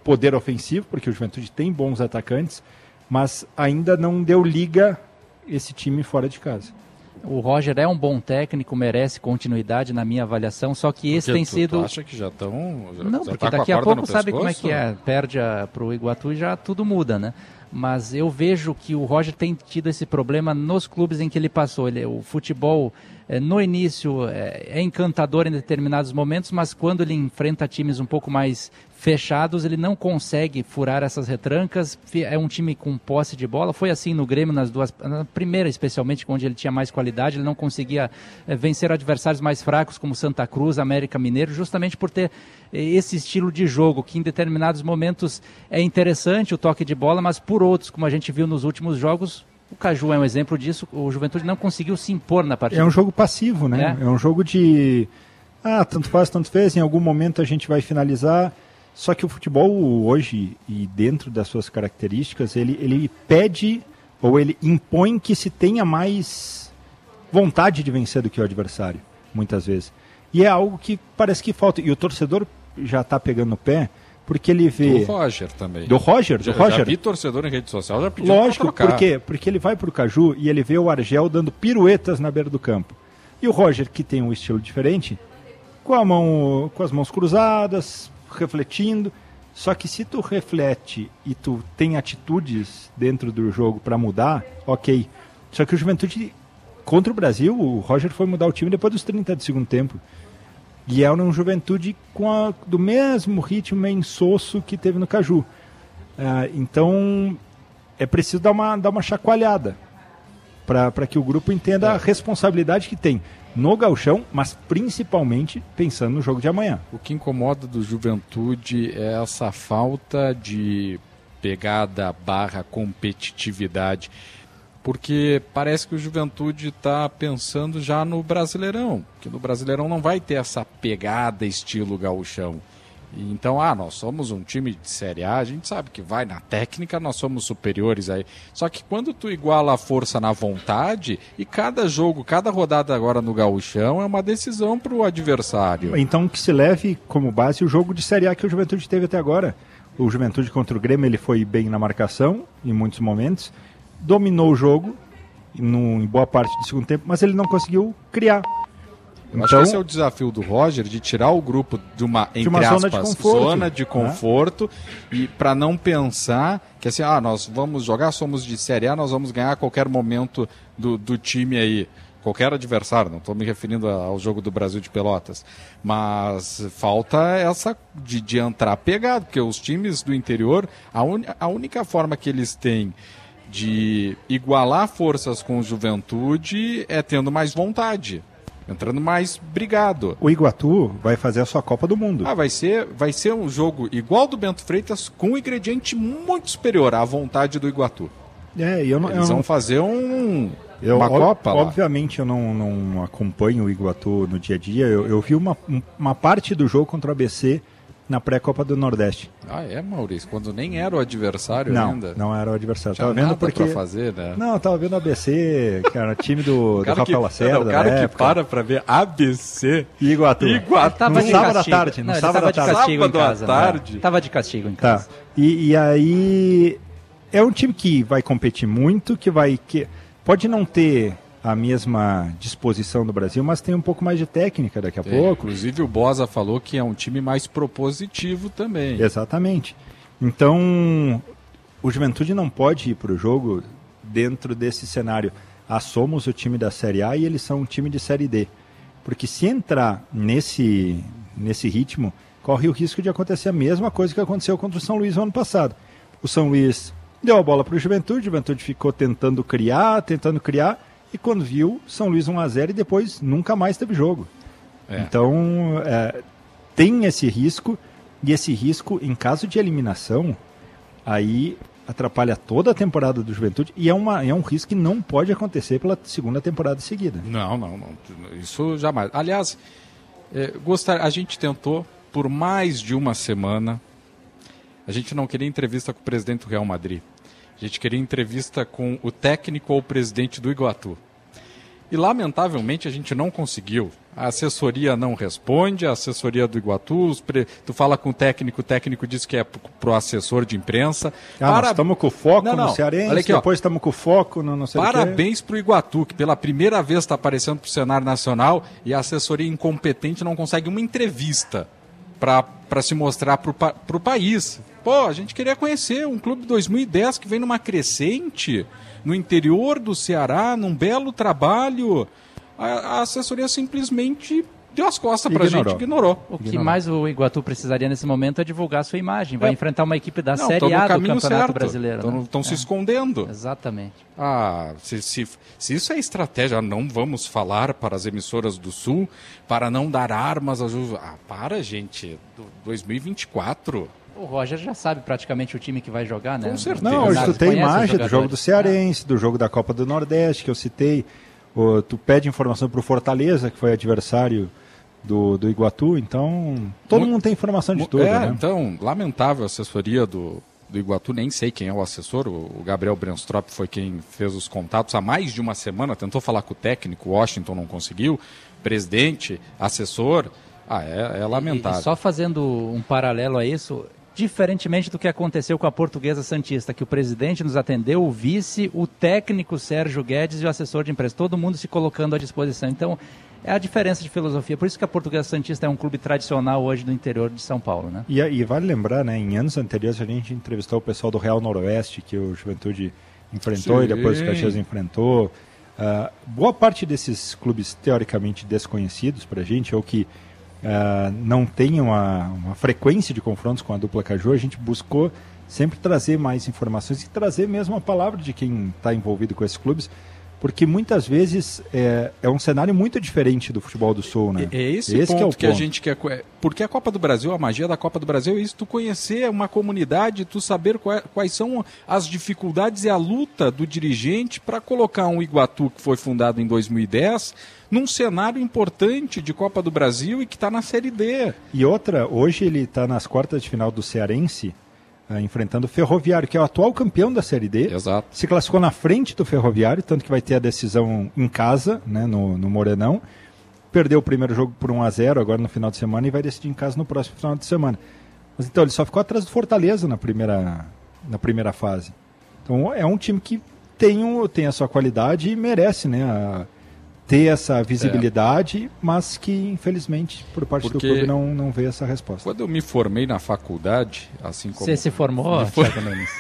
poder ofensivo, porque o Juventude tem bons atacantes, mas ainda não deu liga esse time fora de casa. O Roger é um bom técnico, merece continuidade na minha avaliação, só que esse Porque tem tu, sido... Tu acha que já estão... Não, já porque tá daqui a, a pouco sabe pescoço? como é que é, perde para o Iguatu e já tudo muda, né? Mas eu vejo que o Roger tem tido esse problema nos clubes em que ele passou. Ele, o futebol, é, no início, é, é encantador em determinados momentos, mas quando ele enfrenta times um pouco mais fechados, ele não consegue furar essas retrancas. É um time com posse de bola. Foi assim no Grêmio, nas duas, na primeira especialmente, onde ele tinha mais qualidade. Ele não conseguia é, vencer adversários mais fracos, como Santa Cruz, América Mineiro, justamente por ter esse estilo de jogo, que em determinados momentos é interessante o toque de bola, mas por outros, como a gente viu nos últimos jogos, o Caju é um exemplo disso, o Juventude não conseguiu se impor na partida. É um jogo passivo, né? É, é um jogo de, ah, tanto faz, tanto fez, em algum momento a gente vai finalizar, só que o futebol hoje, e dentro das suas características, ele, ele pede, ou ele impõe que se tenha mais vontade de vencer do que o adversário, muitas vezes. E é algo que parece que falta. E o torcedor já está pegando no pé, porque ele vê... Do Roger também. Do Roger? Já, do Roger. já vi torcedor em rede social, já pediu Lógico, pra trocar. por quê? Porque ele vai para o Caju e ele vê o Argel dando piruetas na beira do campo. E o Roger, que tem um estilo diferente, com, a mão, com as mãos cruzadas, refletindo. Só que se tu reflete e tu tem atitudes dentro do jogo para mudar, ok. Só que o Juventude... Contra o Brasil, o Roger foi mudar o time depois dos trinta do segundo tempo. E é um Juventude com a, do mesmo ritmo meio insosso que teve no Caju. Uh, então, é preciso dar uma, dar uma chacoalhada para que o grupo entenda é. a responsabilidade que tem no gauchão, mas principalmente pensando no jogo de amanhã. O que incomoda do Juventude é essa falta de pegada barra competitividade. Porque parece que o Juventude está pensando já no Brasileirão, que no Brasileirão não vai ter essa pegada estilo gauchão. E então, ah, nós somos um time de Série A, a gente sabe que vai na técnica, nós somos superiores aí. Só que quando tu iguala a força na vontade, e cada jogo, cada rodada agora no gauchão é uma decisão para o adversário. Então que se leve como base o jogo de Série A que o Juventude teve até agora. O Juventude contra o Grêmio, ele foi bem na marcação, em muitos momentos, dominou o jogo no, em boa parte do segundo tempo, mas ele não conseguiu criar. Eu então, acho que esse é o desafio do Roger, de tirar o grupo de uma, entre de uma aspas, zona de conforto, zona de conforto né? E para não pensar que assim, ah, nós vamos jogar, somos de Série A, nós vamos ganhar a qualquer momento do, do time aí, qualquer adversário, não estou me referindo ao jogo do Brasil de Pelotas, mas falta essa de, de entrar pegado, porque os times do interior, a, un, a única forma que eles têm de igualar forças com o Juventude é tendo mais vontade, entrando mais brigado. O Iguatu vai fazer a sua Copa do Mundo. Ah, vai ser, vai ser um jogo igual do Bento Freitas, com um ingrediente muito superior à vontade do Iguatu. É, eu não, Eles eu vão não... fazer um, eu, uma ob, Copa lá. Obviamente eu não, não acompanho o Iguatu no dia a dia. Eu, eu vi uma, uma parte do jogo contra o A B C na pré-Copa do Nordeste. Ah, é, Maurício? Quando nem era o adversário não, ainda? Não, era o adversário. Tinha tava vendo nada porque... pra fazer, né? Não, eu tava vendo o A B C, cara, time do, do Rafael que, Lacerda. Não, o cara que época. para pra ver A B C e Iguatu. Iguatu. Tava no sábado à tarde. No não, sábado à tarde. Castigo sábado em casa, à tarde. Né? Tava de castigo em casa. Tá. E, e aí... É um time que vai competir muito, que vai... Que pode não ter a mesma disposição do Brasil, mas tem um pouco mais de técnica daqui a tem, pouco. Inclusive o Boza falou que é um time mais propositivo também. Exatamente. Então, o Juventude não pode ir para o jogo dentro desse cenário. Ah, somos o time da Série A e eles são um time de Série D. Porque se entrar nesse, nesse ritmo, corre o risco de acontecer a mesma coisa que aconteceu contra o São Luís no ano passado. O São Luís deu a bola para o Juventude, o Juventude ficou tentando criar, tentando criar, e quando viu, São Luís um a zero e depois nunca mais teve jogo. É. Então, é, tem esse risco, e esse risco, em caso de eliminação, aí atrapalha toda a temporada do Juventude, e é, uma, é um risco que não pode acontecer pela segunda temporada seguida. Não, não, não. Isso jamais. Aliás, é, gostar, a gente tentou, por mais de uma semana, a gente não queria entrevista com o presidente do Real Madrid. A gente queria entrevista com o técnico ou o presidente do Iguatu. E, lamentavelmente, a gente não conseguiu. A assessoria não responde, a assessoria do Iguatu, pre... tu fala com o técnico, o técnico diz que é pro assessor de imprensa. Ah, Para... nós estamos com foco não, não. no Cearense, Olha aqui, depois estamos com foco no não sei Parabéns para o Iguatu, que pela primeira vez está aparecendo para o cenário nacional e a assessoria incompetente não consegue uma entrevista para se mostrar para o país. Pô, a gente queria conhecer um clube de dois mil e dez que vem numa crescente, no interior do Ceará, num belo trabalho. A, a assessoria simplesmente deu as costas para a gente, ignorou. O que ignorou. mais o Iguatu precisaria nesse momento é divulgar sua imagem. Vai é. enfrentar uma equipe da Não, Série A do Campeonato certo. Brasileiro. Estão né? se é. escondendo. Exatamente. Ah, se, se, se isso é estratégia, não vamos falar para as emissoras do Sul, para não dar armas a Ju... Ah, para, gente. dois mil e vinte e quatro... O Roger já sabe praticamente o time que vai jogar, né? Com certeza. Não, eu citei imagem do jogo do Cearense, do jogo da Copa do Nordeste, que eu citei. O, tu pede informação para o Fortaleza, que foi adversário do, do Iguatu, então todo muito, mundo tem informação de tudo. É, né? Então, lamentável a assessoria do, do Iguatu, nem sei quem é o assessor, o, o Gabriel Brenstrop foi quem fez os contatos há mais de uma semana, tentou falar com o técnico, o Washington não conseguiu, presidente, assessor, ah, é, é lamentável. E, e só fazendo um paralelo a isso... Diferentemente do que aconteceu com a Portuguesa Santista, que o presidente nos atendeu, o vice, o técnico Sérgio Guedes e o assessor de imprensa, todo mundo se colocando à disposição. Então, é a diferença de filosofia. Por isso que a Portuguesa Santista é um clube tradicional hoje do interior de São Paulo, né? E, e vale lembrar, né, em anos anteriores a gente entrevistou o pessoal do Real Noroeste, que o Juventude enfrentou. Sim. E depois o Caxias enfrentou. Uh, boa parte desses clubes teoricamente desconhecidos para a gente, ou que Uh, não tem uma, uma frequência de confrontos com a dupla Caju, a gente buscou sempre trazer mais informações e trazer mesmo a palavra de quem está envolvido com esses clubes, porque muitas vezes é, é um cenário muito diferente do futebol do Sul, né? É esse, esse ponto que, é o ponto que a gente quer. Porque a Copa do Brasil, a magia da Copa do Brasil é isso, tu conhecer uma comunidade, tu saber quais, quais são as dificuldades e a luta do dirigente para colocar um Iguatu que foi fundado em dois mil e dez num cenário importante de Copa do Brasil e que está na Série D. E outra, hoje ele está nas quartas de final do Cearense, uh, enfrentando o Ferroviário, que é o atual campeão da Série D. Exato. Se classificou na frente do Ferroviário, tanto que vai ter a decisão em casa, né, no, no Morenão. Perdeu o primeiro jogo por um a zero agora no final de semana e vai decidir em casa no próximo final de semana. Mas então ele só ficou atrás do Fortaleza na primeira, na primeira fase. Então é um time que tem, um, tem a sua qualidade e merece, né, a, ter essa visibilidade, é. mas que, infelizmente, por parte Porque do clube não, não veio essa resposta. Quando eu me formei na faculdade, assim como... Você se formou, for...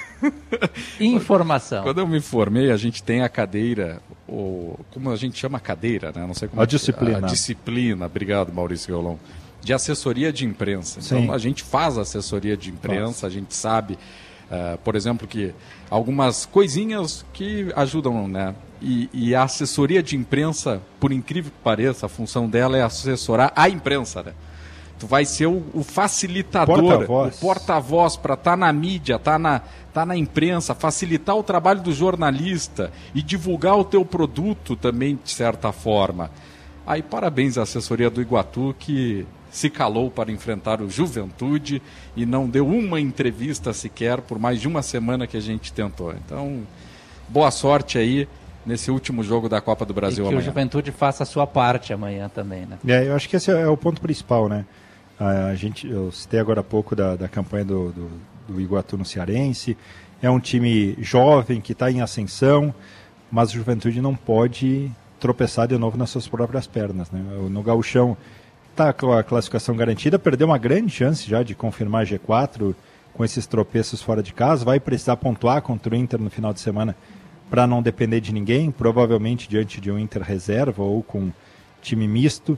Informação. Quando eu me formei, a gente tem a cadeira, ou, como a gente chama a cadeira, né? Não sei como a é, disciplina. A disciplina, obrigado, Maurício Violão, de assessoria de imprensa. Sim. Então, a gente faz assessoria de imprensa, Nossa. a gente sabe... Uh, por exemplo, que algumas coisinhas que ajudam, né? E, e a assessoria de imprensa, por incrível que pareça, a função dela é assessorar a imprensa, né? Tu vai ser o, o facilitador, porta-voz. o porta-voz para estar tá na mídia, estar tá na, tá na imprensa, facilitar o trabalho do jornalista e divulgar o teu produto também, de certa forma. Aí, parabéns à assessoria do Iguatu, que se calou para enfrentar o Juventude e não deu uma entrevista sequer por mais de uma semana que a gente tentou. Então, boa sorte aí nesse último jogo da Copa do Brasil amanhã. E que amanhã. o Juventude faça a sua parte amanhã também, né? É, eu acho que esse é o ponto principal, né? A gente, eu citei agora há pouco da, da campanha do, do, do Iguatu no Cearense. É um time jovem que está em ascensão, mas o Juventude não pode tropeçar de novo nas suas próprias pernas, né? No Gauchão está com a classificação garantida, perdeu uma grande chance já de confirmar G quatro com esses tropeços fora de casa, vai precisar pontuar contra o Inter no final de semana para não depender de ninguém, provavelmente diante de um Inter reserva ou com time misto,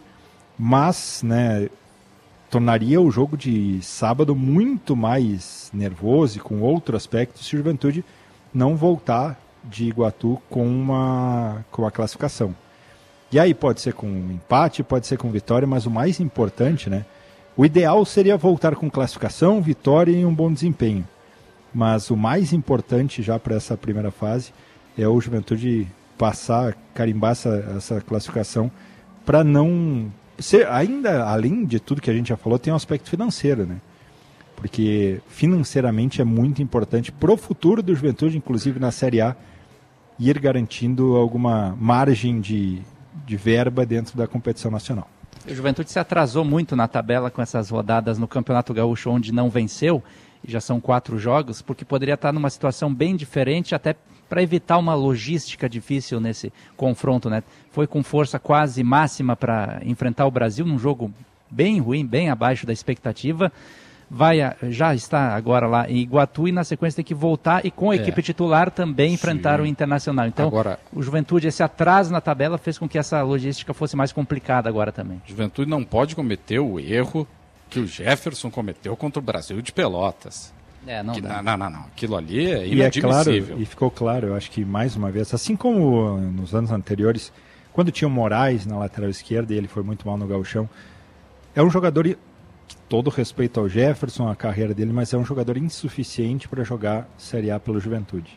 mas, né, tornaria o jogo de sábado muito mais nervoso e com outro aspecto se o Juventude não voltar de Iguatu com uma, com a classificação. E aí pode ser com um empate, pode ser com vitória, mas o mais importante, né? O ideal seria voltar com classificação, vitória e um bom desempenho. Mas o mais importante já para essa primeira fase é o Juventude passar, carimbar essa, essa classificação para não... Ser, ainda, além de tudo que a gente já falou, tem um aspecto financeiro, né? Porque financeiramente é muito importante para o futuro do Juventude, inclusive na Série A, ir garantindo alguma margem de de verba dentro da competição nacional. O Juventude se atrasou muito na tabela com essas rodadas no Campeonato Gaúcho, onde não venceu, e já são quatro jogos, porque poderia estar numa situação bem diferente, até para evitar uma logística difícil nesse confronto, né? Foi com força quase máxima para enfrentar o Brasil, num jogo bem ruim, bem abaixo da expectativa. Vai a, já está agora lá em Iguatu e na sequência tem que voltar e com a é. equipe titular também enfrentar Sim. o Internacional. Então, agora, o Juventude, esse atraso na tabela fez com que essa logística fosse mais complicada agora também. O Juventude não pode cometer o erro que o Jefferson cometeu contra o Brasil de Pelotas. É, não, que, não, não, não, não. Aquilo ali é inadmissível. E, é claro, e ficou claro, eu acho que mais uma vez, assim como nos anos anteriores, quando tinha o Moraes na lateral esquerda e ele foi muito mal no gauchão, é um jogador, que todo respeito ao Jefferson, a carreira dele, mas é um jogador insuficiente para jogar Série A pelo Juventude.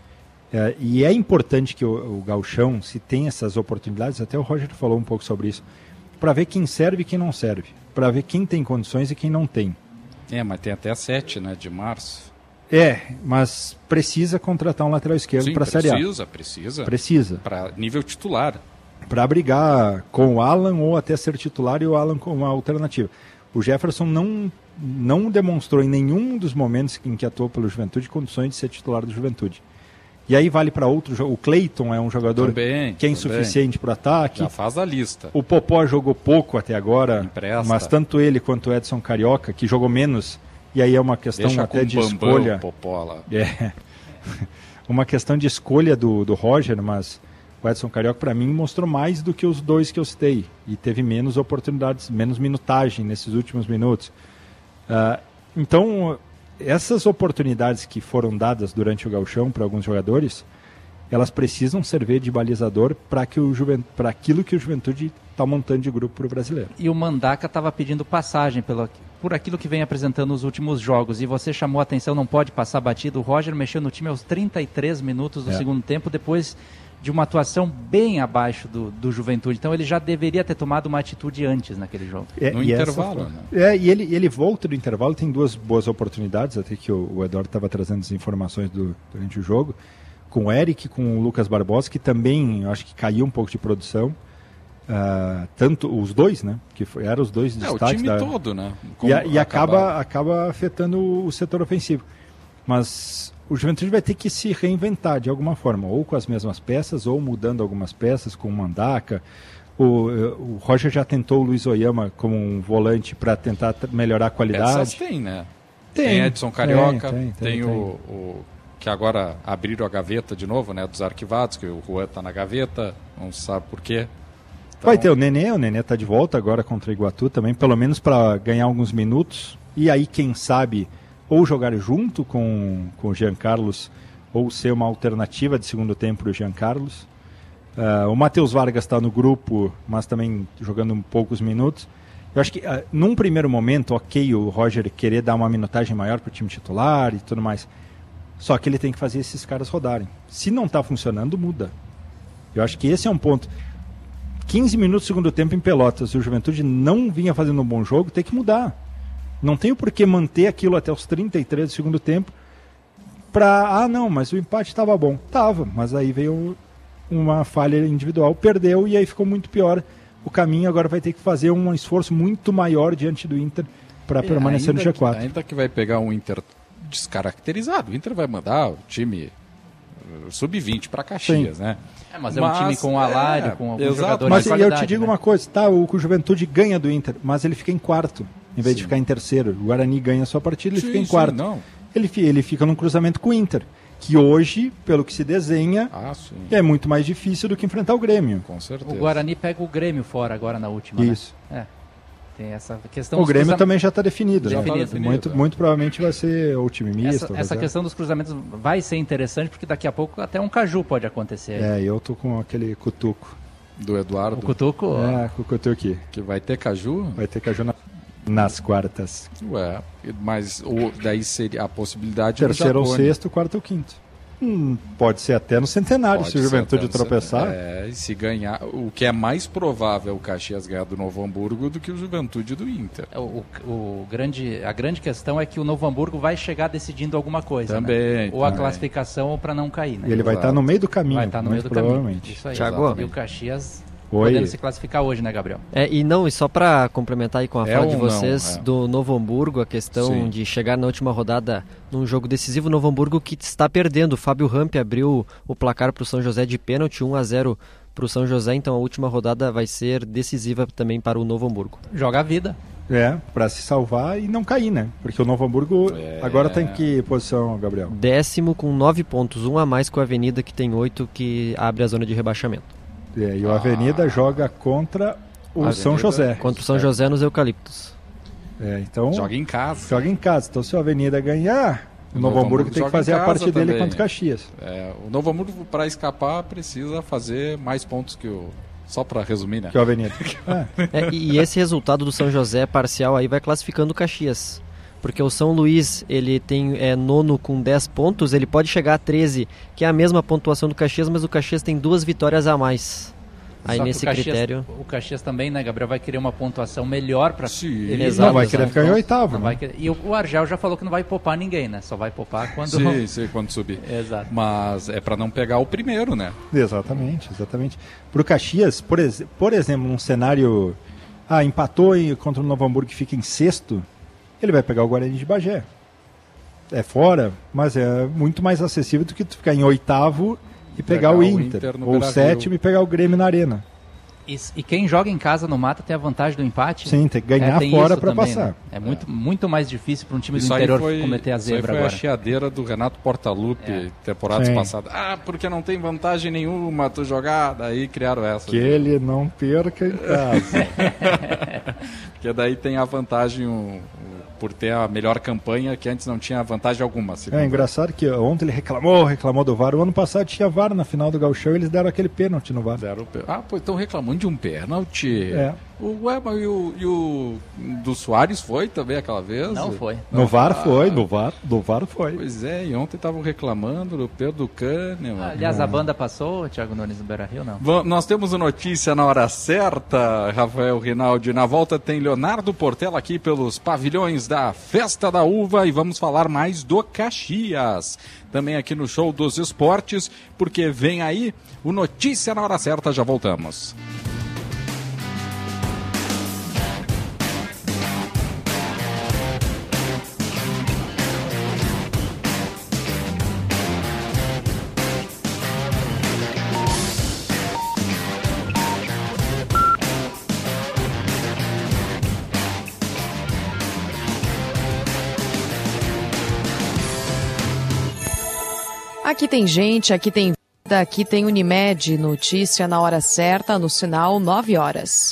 É, e é importante que o, o gauchão, se tem essas oportunidades, até o Roger falou um pouco sobre isso, para ver quem serve e quem não serve, para ver quem tem condições e quem não tem. É, mas tem até sete, né, de março. É, mas precisa contratar um lateral esquerdo para a Série A. Precisa, precisa. Precisa. Para nível titular. Para brigar com o Alan ou até ser titular e o Alan com uma alternativa. O Jefferson não, não demonstrou em nenhum dos momentos em que atuou pelo Juventude condições de ser titular do Juventude. E aí vale para outro jogo. O Cleiton é um jogador também, que é insuficiente para o ataque. Já faz a lista. O Popó jogou pouco até agora, Empresta. Mas tanto ele quanto o Edson Carioca, que jogou menos, e aí é uma questão Deixa até com de Bambam, escolha. O Popó lá. É. Uma questão de escolha do, do Roger, mas o Edson Carioca, para mim, mostrou mais do que os dois que eu citei. E teve menos oportunidades, menos minutagem nesses últimos minutos. Uh, então, essas oportunidades que foram dadas durante o gauchão para alguns jogadores, elas precisam servir de balizador para aquilo que o Juventude está montando de grupo para o brasileiro. E o Mandaca estava pedindo passagem pelo, por aquilo que vem apresentando nos últimos jogos. E você chamou a atenção, não pode passar batido. O Roger mexeu no time aos trinta e três minutos do é. segundo tempo, depois de uma atuação bem abaixo do, do Juventude. Então ele já deveria ter tomado uma atitude antes naquele jogo. É, no intervalo. Essa, né? É, e ele, ele volta do intervalo, tem duas boas oportunidades, até que o, o Eduardo estava trazendo as informações do, durante o jogo, com o Eric, com o Lucas Barbosa, que também, eu acho que caiu um pouco de produção. Uh, tanto os dois, né? Que foi, eram os dois destaques. É, o time da... todo, né? Como e, e acaba, acaba afetando o setor ofensivo. Mas o Juventude vai ter que se reinventar de alguma forma, ou com as mesmas peças, ou mudando algumas peças, com o Mandaca. O, o Roger já tentou o Luiz Oyama como um volante para tentar melhorar a qualidade. Essas tem, né? Tem. Tem Edson Carioca, tem, tem, tem, tem, tem. O, o... que agora abriram a gaveta de novo, né? Dos arquivados, que o Juan tá na gaveta, não se sabe por quê. Então... Vai ter o Nenê, o Nenê tá de volta agora contra o Iguatu também, pelo menos para ganhar alguns minutos. E aí, quem sabe, ou jogar junto com, com o Jean Carlos, ou ser uma alternativa de segundo tempo para o Jean Carlos. Uh, o Matheus Vargas está no grupo, mas também jogando poucos minutos. Eu acho que, uh, num primeiro momento, ok, o Roger querer dar uma minutagem maior para o time titular e tudo mais. Só que ele tem que fazer esses caras rodarem. Se não está funcionando, muda. Eu acho que esse é um ponto. quinze minutos do segundo tempo em Pelotas, e o Juventude não vinha fazendo um bom jogo, tem que mudar. Não tem o porquê manter aquilo até os trinta e três do segundo tempo para, ah não, mas o empate estava bom. Tava, mas aí veio uma falha individual, perdeu e aí ficou muito pior. O caminho agora vai ter que fazer um esforço muito maior diante do Inter para permanecer no G quatro. Que, ainda que vai pegar um Inter descaracterizado, o Inter vai mandar o time sub vinte para Caxias, Sim. né? É, mas é um time com o Alário, é, com alguns exato, jogadores mas de qualidade. Mas eu te digo né? uma coisa, tá, o, o Juventude ganha do Inter, mas ele fica em quarto, em vez sim. de ficar em terceiro. O Guarani ganha a sua partida, ele sim, fica em sim, quarto. Não. Ele, ele fica num cruzamento com o Inter, que hoje, pelo que se desenha, ah, é muito mais difícil do que enfrentar o Grêmio. Com certeza. O Guarani pega o Grêmio fora agora na última, Isso. né? É. Tem essa questão o Grêmio cruzam... também já está definido, definido, né? definido. Muito, muito provavelmente vai ser o time misto. Essa, essa questão dos cruzamentos vai ser interessante, porque daqui a pouco até um caju pode acontecer. É, eu tô com aquele cutuco. Do Eduardo. O cutuco? É, com o cutuco. Que vai ter caju? Vai ter caju na... nas quartas. Ué, mas o, daí seria a possibilidade terceiro ou sexto, quarto ou quinto. Hum, pode ser até no centenário, pode se o Juventude tropeçar. É, e se ganhar, o que é mais provável o Caxias ganhar do Novo Hamburgo do que o Juventude do Inter. O, o, o grande, a grande questão é que o Novo Hamburgo vai chegar decidindo alguma coisa. Também. Né? Ou também. a classificação ou para não cair. Né? E ele vai estar tá no meio do caminho. Vai estar tá no meio do provavelmente. caminho. Isso aí. Thiago, e o Caxias Oi. podendo se classificar hoje, né, Gabriel? É, e não, e só para complementar aí com a É fala de ou vocês não, é. do Novo Hamburgo, a questão Sim. de chegar na última rodada num jogo decisivo, Novo Hamburgo que está perdendo. O Fábio Ramp abriu o placar para o São José de pênalti, um a zero para o São José, então a última rodada vai ser decisiva também para o Novo Hamburgo. Joga a vida. É, para se salvar e não cair, né? Porque o Novo Hamburgo É. agora tá em que posição, Gabriel? Décimo com nove pontos, um a mais que o Avenida, que tem oito, que abre a zona de rebaixamento. É, e o Avenida joga contra o Avenida São José. Contra o São José nos Eucaliptos. É, então... Joga em casa. Joga em casa. Então se o Avenida ganhar, o, O Novo, Novo Hamburgo Hamburgo tem que joga fazer em a parte casa dele também. contra o Caxias. É, o Novo Hamburgo, para escapar, precisa fazer mais pontos que o... Só para resumir, né? Que é o Avenida. É. É, e esse resultado do São José parcial aí vai classificando o Caxias. Porque o São Luís, ele tem é, nono com dez pontos, ele pode chegar a treze, que é a mesma pontuação do Caxias, mas o Caxias tem duas vitórias a mais. Aí Só que nesse o Caxias, critério... O Caxias também, né, Gabriel, vai querer uma pontuação melhor para Sim. eles. Não vai querer ficar em oitavo. Não né? vai querer... E o, o Argel já falou que não vai poupar ninguém, né? Só vai poupar quando... Sim, sim, quando subir. Exato. Mas é para não pegar o primeiro, né? Exatamente, exatamente. Pro Caxias, por, ex por exemplo, num cenário... Ah, empatou e contra o Novo Hamburgo que fica em sexto, ele vai pegar o Guarani de Bagé. É fora, mas é muito mais acessível do que tu ficar em oitavo e pegar, Pegar o o Inter. Inter no ou Beira-Rio. sétimo e pegar o Grêmio na Arena. E, e quem joga em casa no Mata tem a vantagem do empate? Sim, tem que ganhar É, tem fora isso para também, passar. né? É muito, muito mais difícil para um time Isso do aí interior foi, cometer a isso aí zebra foi agora. a chiadeira do Renato Portaluppi, É. temporadas Sim. passadas. Ah, porque não tem vantagem nenhuma tu jogar, daí criaram essa. Que ele não perca em casa. Porque daí tem a vantagem o, o, por ter a melhor campanha, que antes não tinha vantagem alguma. É engraçado que ontem ele reclamou, reclamou do V A R. O ano passado tinha V A R na final do Gauchão e eles deram aquele pênalti no V A R. Deram o pê- Ah, pô, estão reclamando de um pênalti. É. O, ué, mas e o, e o do Soares foi também aquela vez? Não foi. No V A R Ah, foi, no V A R, no V A R foi. Pois é, e ontem estavam reclamando do Pedro do Kahneman. Aliás, a banda passou, Thiago Nunes no Beira-Rio, não? Va- Nós temos a notícia na hora certa, Rafael Rinaldi. Na volta tem Leonardo Portela aqui pelos pavilhões da Festa da Uva e vamos falar mais do Caxias. Também aqui no Show dos Esportes, porque vem aí o Notícia na Hora Certa, já voltamos. Aqui tem gente, aqui tem vida, aqui tem Unimed. Notícia na hora certa, no sinal nove horas.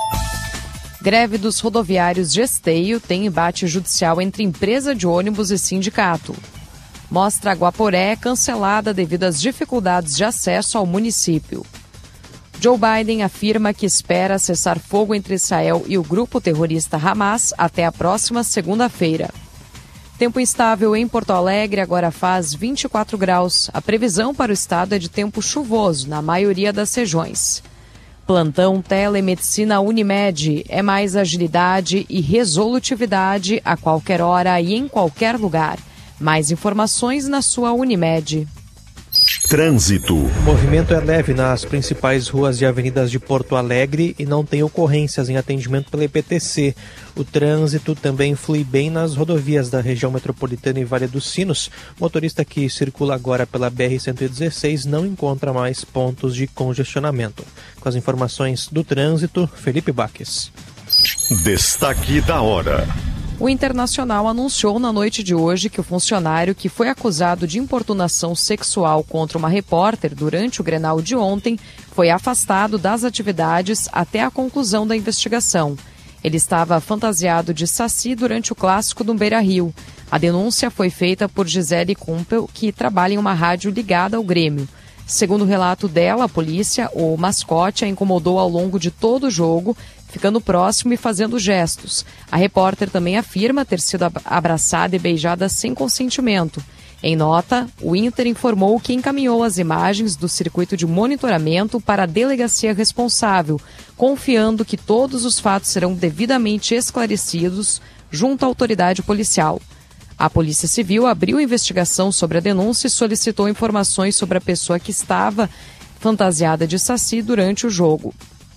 Greve dos rodoviários de Esteio tem embate judicial entre empresa de ônibus e sindicato. Mostra Guaporé cancelada devido às dificuldades de acesso ao município. Joe Biden afirma que espera cessar fogo entre Israel e o grupo terrorista Hamas até a próxima segunda-feira. Tempo instável em Porto Alegre, agora faz vinte e quatro graus. A previsão para o estado é de tempo chuvoso na maioria das regiões. Plantão Telemedicina Unimed é mais agilidade e resolutividade a qualquer hora e em qualquer lugar. Mais informações na sua Unimed. Trânsito. O movimento é leve nas principais ruas e avenidas de Porto Alegre e não tem ocorrências em atendimento pela E P T C. O trânsito também flui bem nas rodovias da região metropolitana e Vale dos Sinos. O motorista que circula agora pela B R cento e dezesseis não encontra mais pontos de congestionamento. Com as informações do trânsito, Felipe Baques. Destaque da hora. O Internacional anunciou na noite de hoje que o funcionário que foi acusado de importunação sexual contra uma repórter durante o Grenal de ontem foi afastado das atividades até a conclusão da investigação. Ele estava fantasiado de saci durante o clássico do Beira-Rio. A denúncia foi feita por Gisele Kumpel, que trabalha em uma rádio ligada ao Grêmio. Segundo o relato dela, a polícia, o mascote a incomodou ao longo de todo o jogo, ficando próximo e fazendo gestos. A repórter também afirma ter sido abraçada e beijada sem consentimento. Em nota, o Inter informou que encaminhou as imagens do circuito de monitoramento para a delegacia responsável, confiando que todos os fatos serão devidamente esclarecidos junto à autoridade policial. A Polícia Civil abriu investigação sobre a denúncia e solicitou informações sobre a pessoa que estava fantasiada de saci durante o jogo.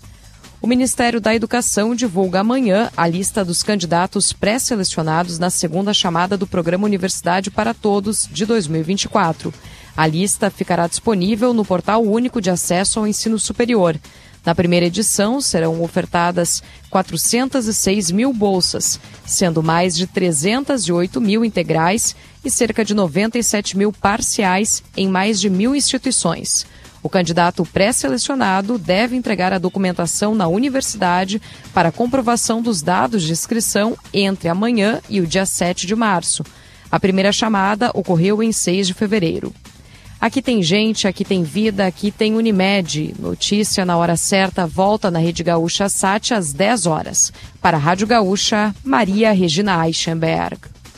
O Ministério da Educação divulga amanhã a lista dos candidatos pré-selecionados na segunda chamada do Programa Universidade para Todos de dois mil e vinte e quatro. A lista ficará disponível no Portal Único de Acesso ao Ensino Superior. Na primeira edição, serão ofertadas quatrocentas e seis mil bolsas, sendo mais de trezentas e oito mil integrais e cerca de noventa e sete mil parciais em mais de mil instituições. O candidato pré-selecionado deve entregar a documentação na universidade para comprovação dos dados de inscrição entre amanhã e o dia sete de março. A primeira chamada ocorreu em seis de fevereiro. Aqui tem gente, aqui tem vida, aqui tem Unimed. Notícia na hora certa volta na Rede Gaúcha Sat às dez horas. Para a Rádio Gaúcha, Maria Regina Eichenberg.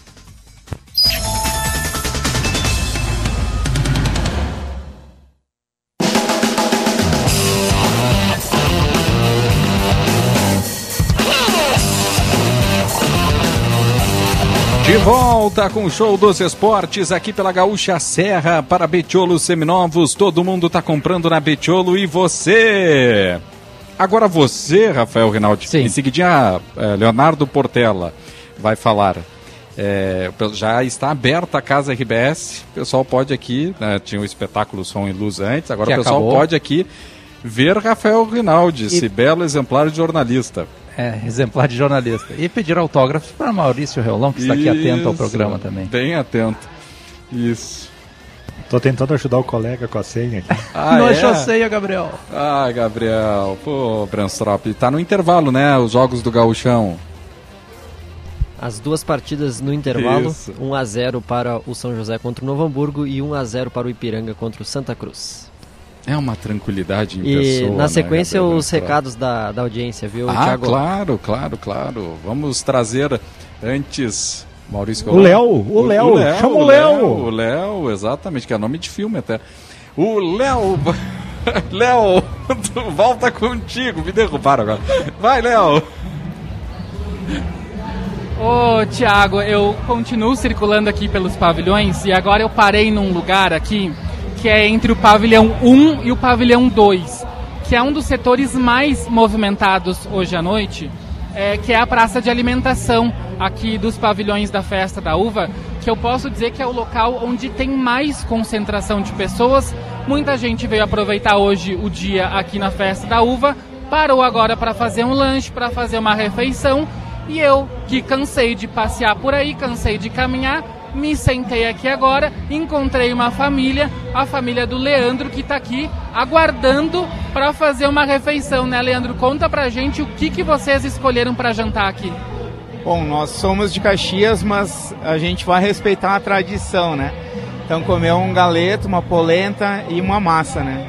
De volta com o Show dos Esportes aqui pela Gaúcha Serra para Betiolos Seminovos. Todo mundo está comprando na Betiolo e você? Agora você, Rafael Rinaldi. Sim. Em seguidinha, Leonardo Portela vai falar. É, já está aberta a Casa R B S. O pessoal pode aqui, né, tinha o espetáculo Som e Luz antes, agora que o pessoal acabou. Pode aqui ver Rafael Rinaldi, e... esse belo exemplar de jornalista. É, exemplar de jornalista. E pedir autógrafos para Maurício Reolão, que está aqui Isso, atento ao programa também. Bem atento. Isso. Tô tentando ajudar o colega com a senha aqui. Ah, não é? achou a senha, Gabriel. Ah, Gabriel. Pô, Branstrop. Tá no intervalo, né? Os jogos do Gauchão. As duas partidas no intervalo. Isso. um a zero para o São José contra o Novo Hamburgo e um a zero para o Ipiranga contra o Santa Cruz. É uma tranquilidade em e pessoa. E na sequência, né, os recados da, da audiência, viu, ah, Thiago? claro, claro, claro. Vamos trazer antes... Maurício O Léo, o Léo, chama o Léo. O Léo, exatamente, que é nome de filme até. O Léo... Léo, volta contigo. Me derrubaram agora. Vai, Léo. Ô, Thiago, eu continuo circulando aqui pelos pavilhões e agora eu parei num lugar aqui que é entre o pavilhão um e o pavilhão dois, que é um dos setores mais movimentados hoje à noite, é, que é a praça de alimentação aqui dos pavilhões da Festa da Uva, que eu posso dizer que é o local onde tem mais concentração de pessoas. Muita gente veio aproveitar hoje o dia aqui na Festa da Uva, parou agora para fazer um lanche, para fazer uma refeição, e eu, que cansei de passear por aí, cansei de caminhar, me sentei aqui agora, encontrei uma família, a família do Leandro, que está aqui aguardando para fazer uma refeição, né, Leandro? Conta pra gente o que, que vocês escolheram para jantar aqui. Bom, nós somos de Caxias, mas a gente vai respeitar a tradição, né? Então comeu um galeto, uma polenta e uma massa, né?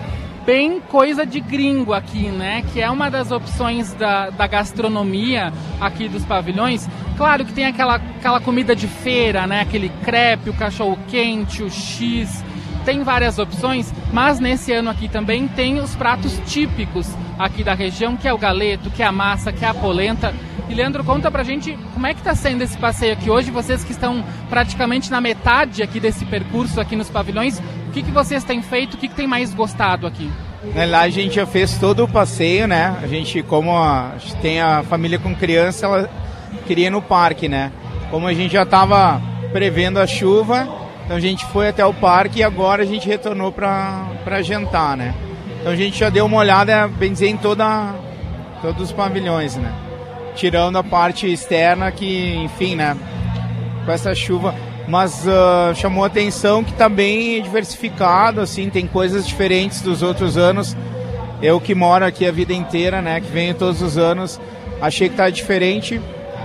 Bem coisa de gringo aqui, né? Que é uma das opções da, da gastronomia aqui dos pavilhões. Claro que tem aquela, aquela comida de feira, né? Aquele crepe, o cachorro-quente, o X. Tem várias opções, mas nesse ano aqui também tem os pratos típicos aqui da região, que é o galeto, que é a massa, que é a polenta. E Leandro, conta pra gente como é que tá sendo esse passeio aqui hoje, vocês que estão praticamente na metade aqui desse percurso aqui nos pavilhões, o que, que vocês têm feito, o que, que tem mais gostado aqui? Lá a gente já fez todo o passeio, né? A gente, como a, tem a família com criança, ela queria ir no parque, né? Como a gente já estava prevendo a chuva, então a gente foi até o parque e agora a gente retornou para jantar, né? Então a gente já deu uma olhada, bem dizer, em toda, todos os pavilhões, né? Tirando a parte externa que, enfim, né? Com essa chuva... Mas uh, chamou a atenção que está bem diversificado, assim, tem coisas diferentes dos outros anos. Eu que moro aqui a vida inteira, né, que venho todos os anos, achei que está diferente,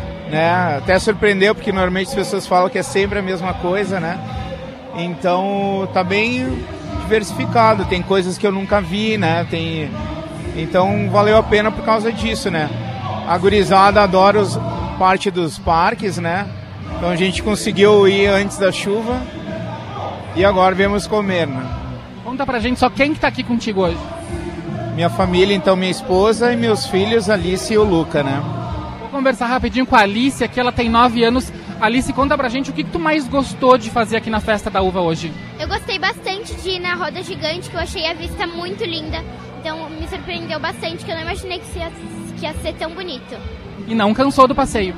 né, até surpreendeu, porque normalmente as pessoas falam que é sempre a mesma coisa, né, então está bem diversificado, tem coisas que eu nunca vi, né, tem... então valeu a pena por causa disso, né. A gurizada adora os... parte dos parques, né. Então a gente conseguiu ir antes da chuva e agora viemos comer, né? Conta pra gente só quem que tá aqui contigo hoje. Minha família, então minha esposa e meus filhos, Alice e o Luca, né? Vou conversar rapidinho com a Alice, aqui ela tem nove anos. Alice, conta pra gente o que, que tu mais gostou de fazer aqui na Festa da Uva hoje. Eu gostei bastante de ir na roda gigante, que eu achei a vista muito linda. Então me me surpreendeu bastante, que eu não imaginei que ia, que ia ser tão bonito. E não cansou do passeio?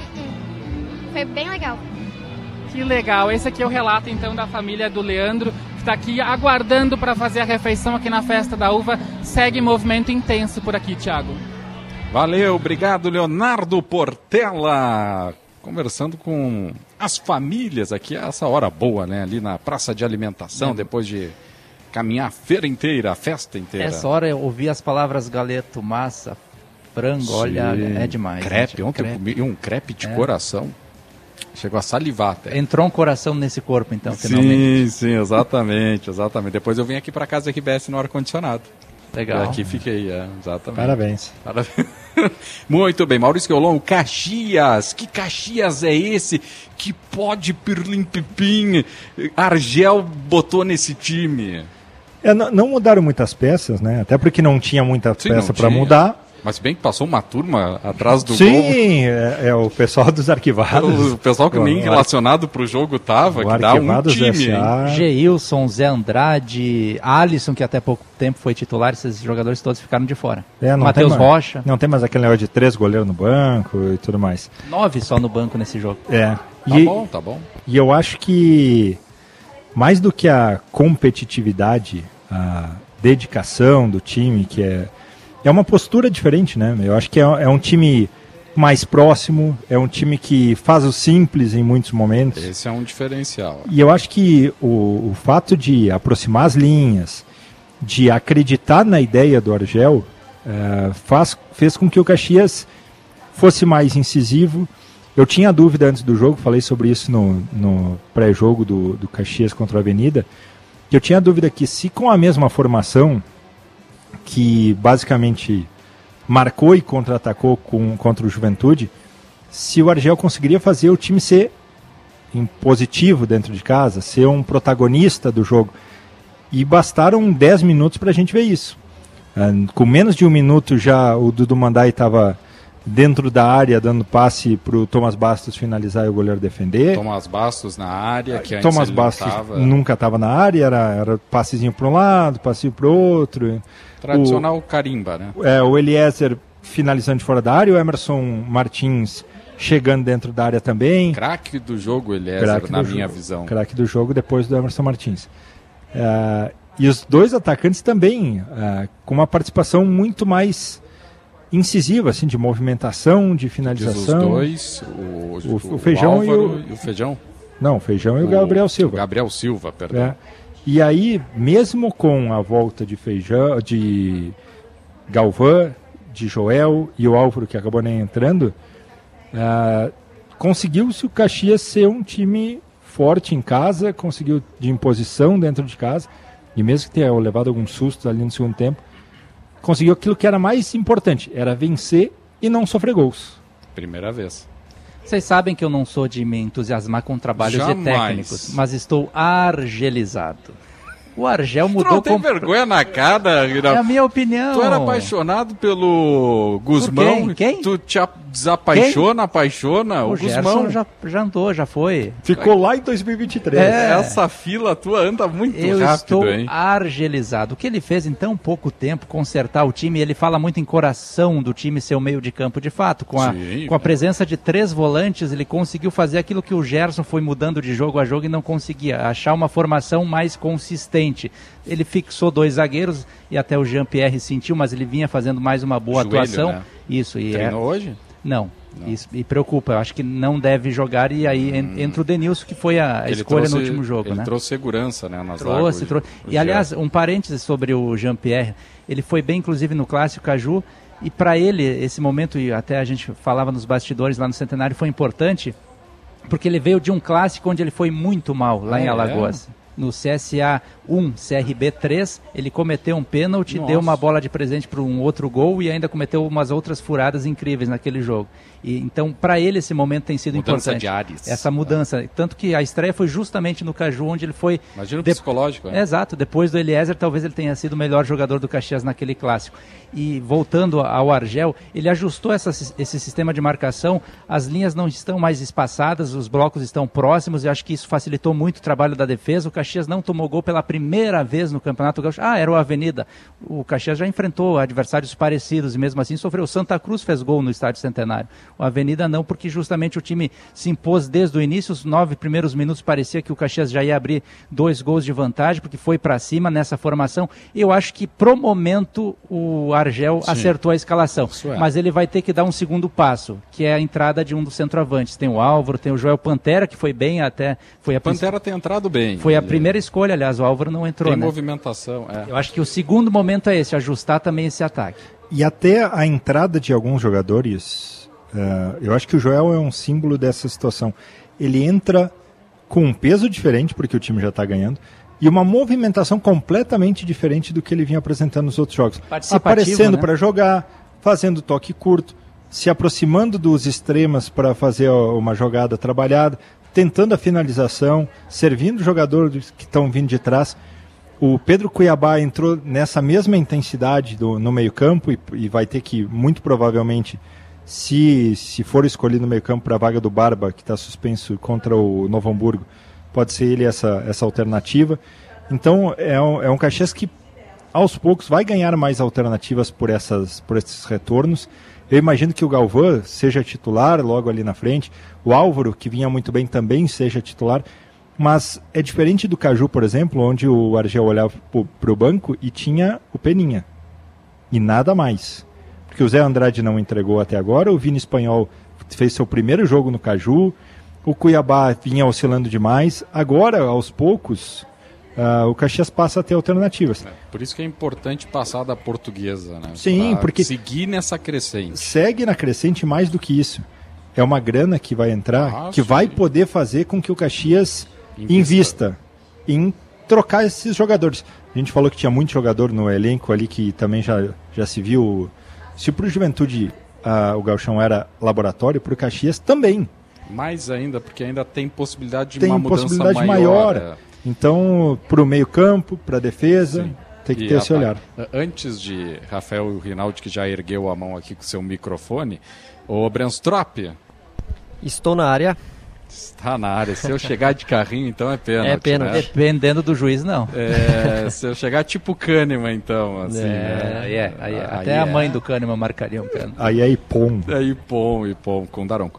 Uh-uh. Foi bem legal. Que legal, esse aqui é o relato então da família do Leandro, que está aqui aguardando para fazer a refeição aqui na Festa da Uva. Segue movimento intenso por aqui, Thiago. Valeu, obrigado, Leonardo Portela. Conversando com as famílias aqui, essa hora boa, né? Ali na praça de alimentação, é. Depois de caminhar a feira inteira, a festa inteira. Essa hora eu ouvi as palavras galeto, massa, frango, sim. Olha, é demais. Crepe, gente, ontem crepe. eu comi um crepe de é. coração. Chegou a salivar até. Entrou um coração nesse corpo, então, sim, finalmente. Sim, sim, exatamente, exatamente. Depois eu vim aqui para casa da R B S no ar-condicionado. Legal. E aqui fiquei, é, exatamente. Parabéns. Parabéns. Muito bem, Maurício Gueulon, Caxias. Que Caxias é esse que pode pirlim pipim Argel botou nesse time? É, não, não mudaram muitas peças, né? Até porque não tinha muita sim, peça para mudar. Mas bem que passou uma turma atrás do sim, gol. Sim, é, é o pessoal dos arquivados. O pessoal que nem relacionado pro jogo tava, que dá um time. Geilson, Zé Andrade, Alisson, que até pouco tempo foi titular, esses jogadores todos ficaram de fora. É, Matheus Rocha. Não tem mais aquele negócio de três goleiros no banco e tudo mais. Nove só no banco nesse jogo. É. Tá e, bom, tá bom. E eu acho que mais do que a competitividade, a dedicação do time, que é... É uma postura diferente, né? Eu acho que é, é um time mais próximo, é um time que faz o simples em muitos momentos. Esse é um diferencial. E eu acho que o, o fato de aproximar as linhas, de acreditar na ideia do Argel, é, faz, fez com que o Caxias fosse mais incisivo. Eu tinha dúvida antes do jogo, falei sobre isso no, no pré-jogo do, do Caxias contra a Avenida, que eu tinha dúvida que se com a mesma formação, que basicamente marcou e contra-atacou com, contra o Juventude, se o Argel conseguiria fazer o time ser em positivo dentro de casa, ser um protagonista do jogo. E bastaram dez minutos para a gente ver isso. Uh, com menos de um minuto já o Dudu Mandai estava dentro da área dando passe para o Thomas Bastos finalizar e o goleiro defender. Thomas Bastos na área, que antes Thomas ele Bastos tava... nunca estava na área, era, era passezinho para um lado, passeio para o outro. Tradicional o, carimba, né? É, o Eliezer finalizando de fora da área, o Emerson Martins chegando dentro da área também. Craque do jogo, Eliezer, na minha jogo, visão. Craque do jogo depois do Emerson Martins. Uh, e os dois atacantes também, uh, com uma participação muito mais incisiva, assim, de movimentação, de finalização. Diz os dois, o, o, o Feijão o e o... e o Feijão? Não, o Feijão e o, o Gabriel Silva. Gabriel Silva, perdão. É. E aí, mesmo com a volta de Feijão, de Galvão, de Joel e o Álvaro, que acabou nem entrando, uh, conseguiu-se o Caxias ser um time forte em casa, conseguiu de imposição dentro de casa, e mesmo que tenha levado alguns sustos ali no segundo tempo, conseguiu aquilo que era mais importante, era vencer e não sofrer gols. Primeira vez. Vocês sabem que eu não sou de me entusiasmar com trabalhos Jamais. de técnicos, mas estou argelizado. O Argel mudou... Tu não tem comp... vergonha na cara? É a minha opinião. Tu era apaixonado pelo Guzmão? Por quem? Quem? Tu te desapaixona, apaixona? O, o Guzmão já, já andou, já foi. Ficou lá em dois mil e vinte e três. É. Essa fila tua anda muito eu rápido, estou hein? argelizado. O que ele fez em tão pouco tempo, consertar o time, ele fala muito em coração do time ser o meio de campo de fato. Com a, Sim, com a presença de três volantes, ele conseguiu fazer aquilo que o Gerson foi mudando de jogo a jogo e não conseguia, achar uma formação mais consistente. Ele fixou dois zagueiros e até o Jean-Pierre sentiu, mas ele vinha fazendo mais uma boa Joelho, atuação. Né? Isso. E Treinou é... hoje? Não. Não. Isso me preocupa. Eu acho que não deve jogar e aí hum. entra o Denilson, que foi a, a escolha trouxe, no último jogo. Ele né? trouxe segurança, né? Nas trouxe, trouxe. E aliás, um parênteses sobre o Jean-Pierre. Ele foi bem, inclusive, no Clássico Caju. E para ele, esse momento, e até a gente falava nos bastidores lá no Centenário, foi importante, porque ele veio de um clássico onde ele foi muito mal, lá ah, em Alagoas. É? No C S A um, C R B três, ele cometeu um pênalti, deu uma bola de presente para um outro gol e ainda cometeu umas outras furadas incríveis naquele jogo. E, então, para ele, esse momento tem sido mudança importante. De ares. Essa mudança. É. Tanto que a estreia foi justamente no Caju, onde ele foi... Imagina o de... psicológico. É. Exato. Depois do Eliezer, talvez ele tenha sido o melhor jogador do Caxias naquele clássico. E voltando ao Argel, ele ajustou essa, esse sistema de marcação, as linhas não estão mais espaçadas, os blocos estão próximos, e acho que isso facilitou muito o trabalho da defesa. O Caxias não tomou gol pela primeira vez no Campeonato Gaúcho. Ah, era o Avenida. O Caxias já enfrentou adversários parecidos e mesmo assim sofreu. Santa Cruz fez gol no Estádio Centenário. O Avenida não, porque justamente o time se impôs desde o início. Os nove primeiros minutos parecia que o Caxias já ia abrir dois gols de vantagem, porque foi para cima nessa formação. Eu acho que pro momento o Argel Sim. acertou a escalação. É. Mas ele vai ter que dar um segundo passo, que é a entrada de um dos centroavantes. Tem o Álvaro, tem o Joel Pantera, que foi bem até... Foi a Pantera tem entrado bem. Foi a primeira escolha, aliás, o Álvaro não entrou, Tem né? movimentação, é. Eu acho que o segundo momento é esse, ajustar também esse ataque. E até a entrada de alguns jogadores, uh, eu acho que o Joel é um símbolo dessa situação. Ele entra com um peso diferente, porque o time já está ganhando, e uma movimentação completamente diferente do que ele vinha apresentando nos outros jogos. Aparecendo, né, para jogar, fazendo toque curto, se aproximando dos extremos para fazer uma jogada trabalhada, tentando a finalização, servindo os jogadores que estão vindo de trás. O Pedro Cuiabá entrou nessa mesma intensidade do, no meio-campo e, e vai ter que, muito provavelmente, se, se for escolhido no meio-campo para a vaga do Barba, que está suspenso contra o Novo Hamburgo, pode ser ele essa, essa alternativa. Então é um, é um Caxias que aos poucos vai ganhar mais alternativas por, essas, por esses retornos. Eu imagino que o Galvão seja titular logo ali na frente, o Álvaro, que vinha muito bem, também seja titular, mas é diferente do Caju, por exemplo, onde o Argel olhava para o banco e tinha o Peninha, e nada mais. Porque o Zé Andrade não entregou até agora, o Vini Espanhol fez seu primeiro jogo no Caju, o Cuiabá vinha oscilando demais, agora, aos poucos... Uh, o Caxias passa a ter alternativas. É, por isso que é importante passar da Portuguesa, né? Sim, pra porque seguir nessa crescente. Segue na crescente mais do que isso. É uma grana que vai entrar, ah, que sim. vai poder fazer com que o Caxias invista. invista em trocar esses jogadores. A gente falou que tinha muito jogador no elenco ali que também já, já se viu. Se para o Juventude uh, o Gauchão era laboratório, para o Caxias também. Mais ainda, porque ainda tem possibilidade de tem uma mudança possibilidade maior. maior. É. Então, para o meio campo, para a defesa, Sim. tem que e ter esse olhar. Antes de Rafael e o Rinaldi, que já ergueu a mão aqui com o seu microfone, o Brenstrop. Estou na área. Está na área. Se eu chegar de carrinho, então é pênalti. É pênalti. Né? Dependendo do juiz, não. É, se eu chegar tipo Kahneman, então. Assim, é, né? aí é, aí é. Até aí a mãe é. do Kahneman marcaria um pênalti. Aí é Ipom. É Ipom, Ipom, com Daronco.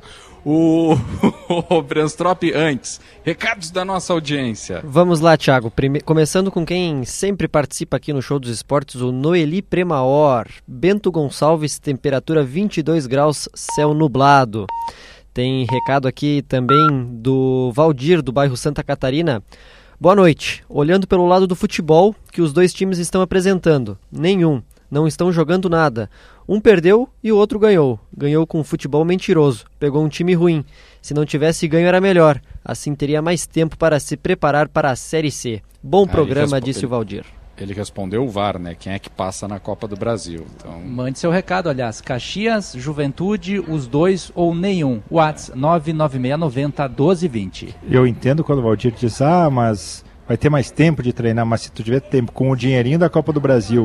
O, o Brenstrop antes. Recados da nossa audiência. Vamos lá, Thiago. Prime... Começando com quem sempre participa aqui no Show dos Esportes, o Noeli Premaor. Bento Gonçalves, temperatura vinte e dois graus, céu nublado. Tem recado aqui também do Valdir, do bairro Santa Catarina. Boa noite. Olhando pelo lado do futebol que os dois times estão apresentando, nenhum. Não estão jogando nada. Um perdeu e o outro ganhou. Ganhou com um futebol mentiroso. Pegou um time ruim. Se não tivesse ganho era melhor. Assim teria mais tempo para se preparar para a Série C. Bom ah, programa, disse ele, o Valdir. Ele respondeu o V A R, né? Quem é que passa na Copa do Brasil. Então... Mande seu recado, aliás. Caxias, Juventude, os dois ou nenhum. WhatsApp nove nove seis nove zero um dois dois zero. Eu entendo quando o Valdir diz, ah, mas vai ter mais tempo de treinar. Mas se tu tiver tempo com o dinheirinho da Copa do Brasil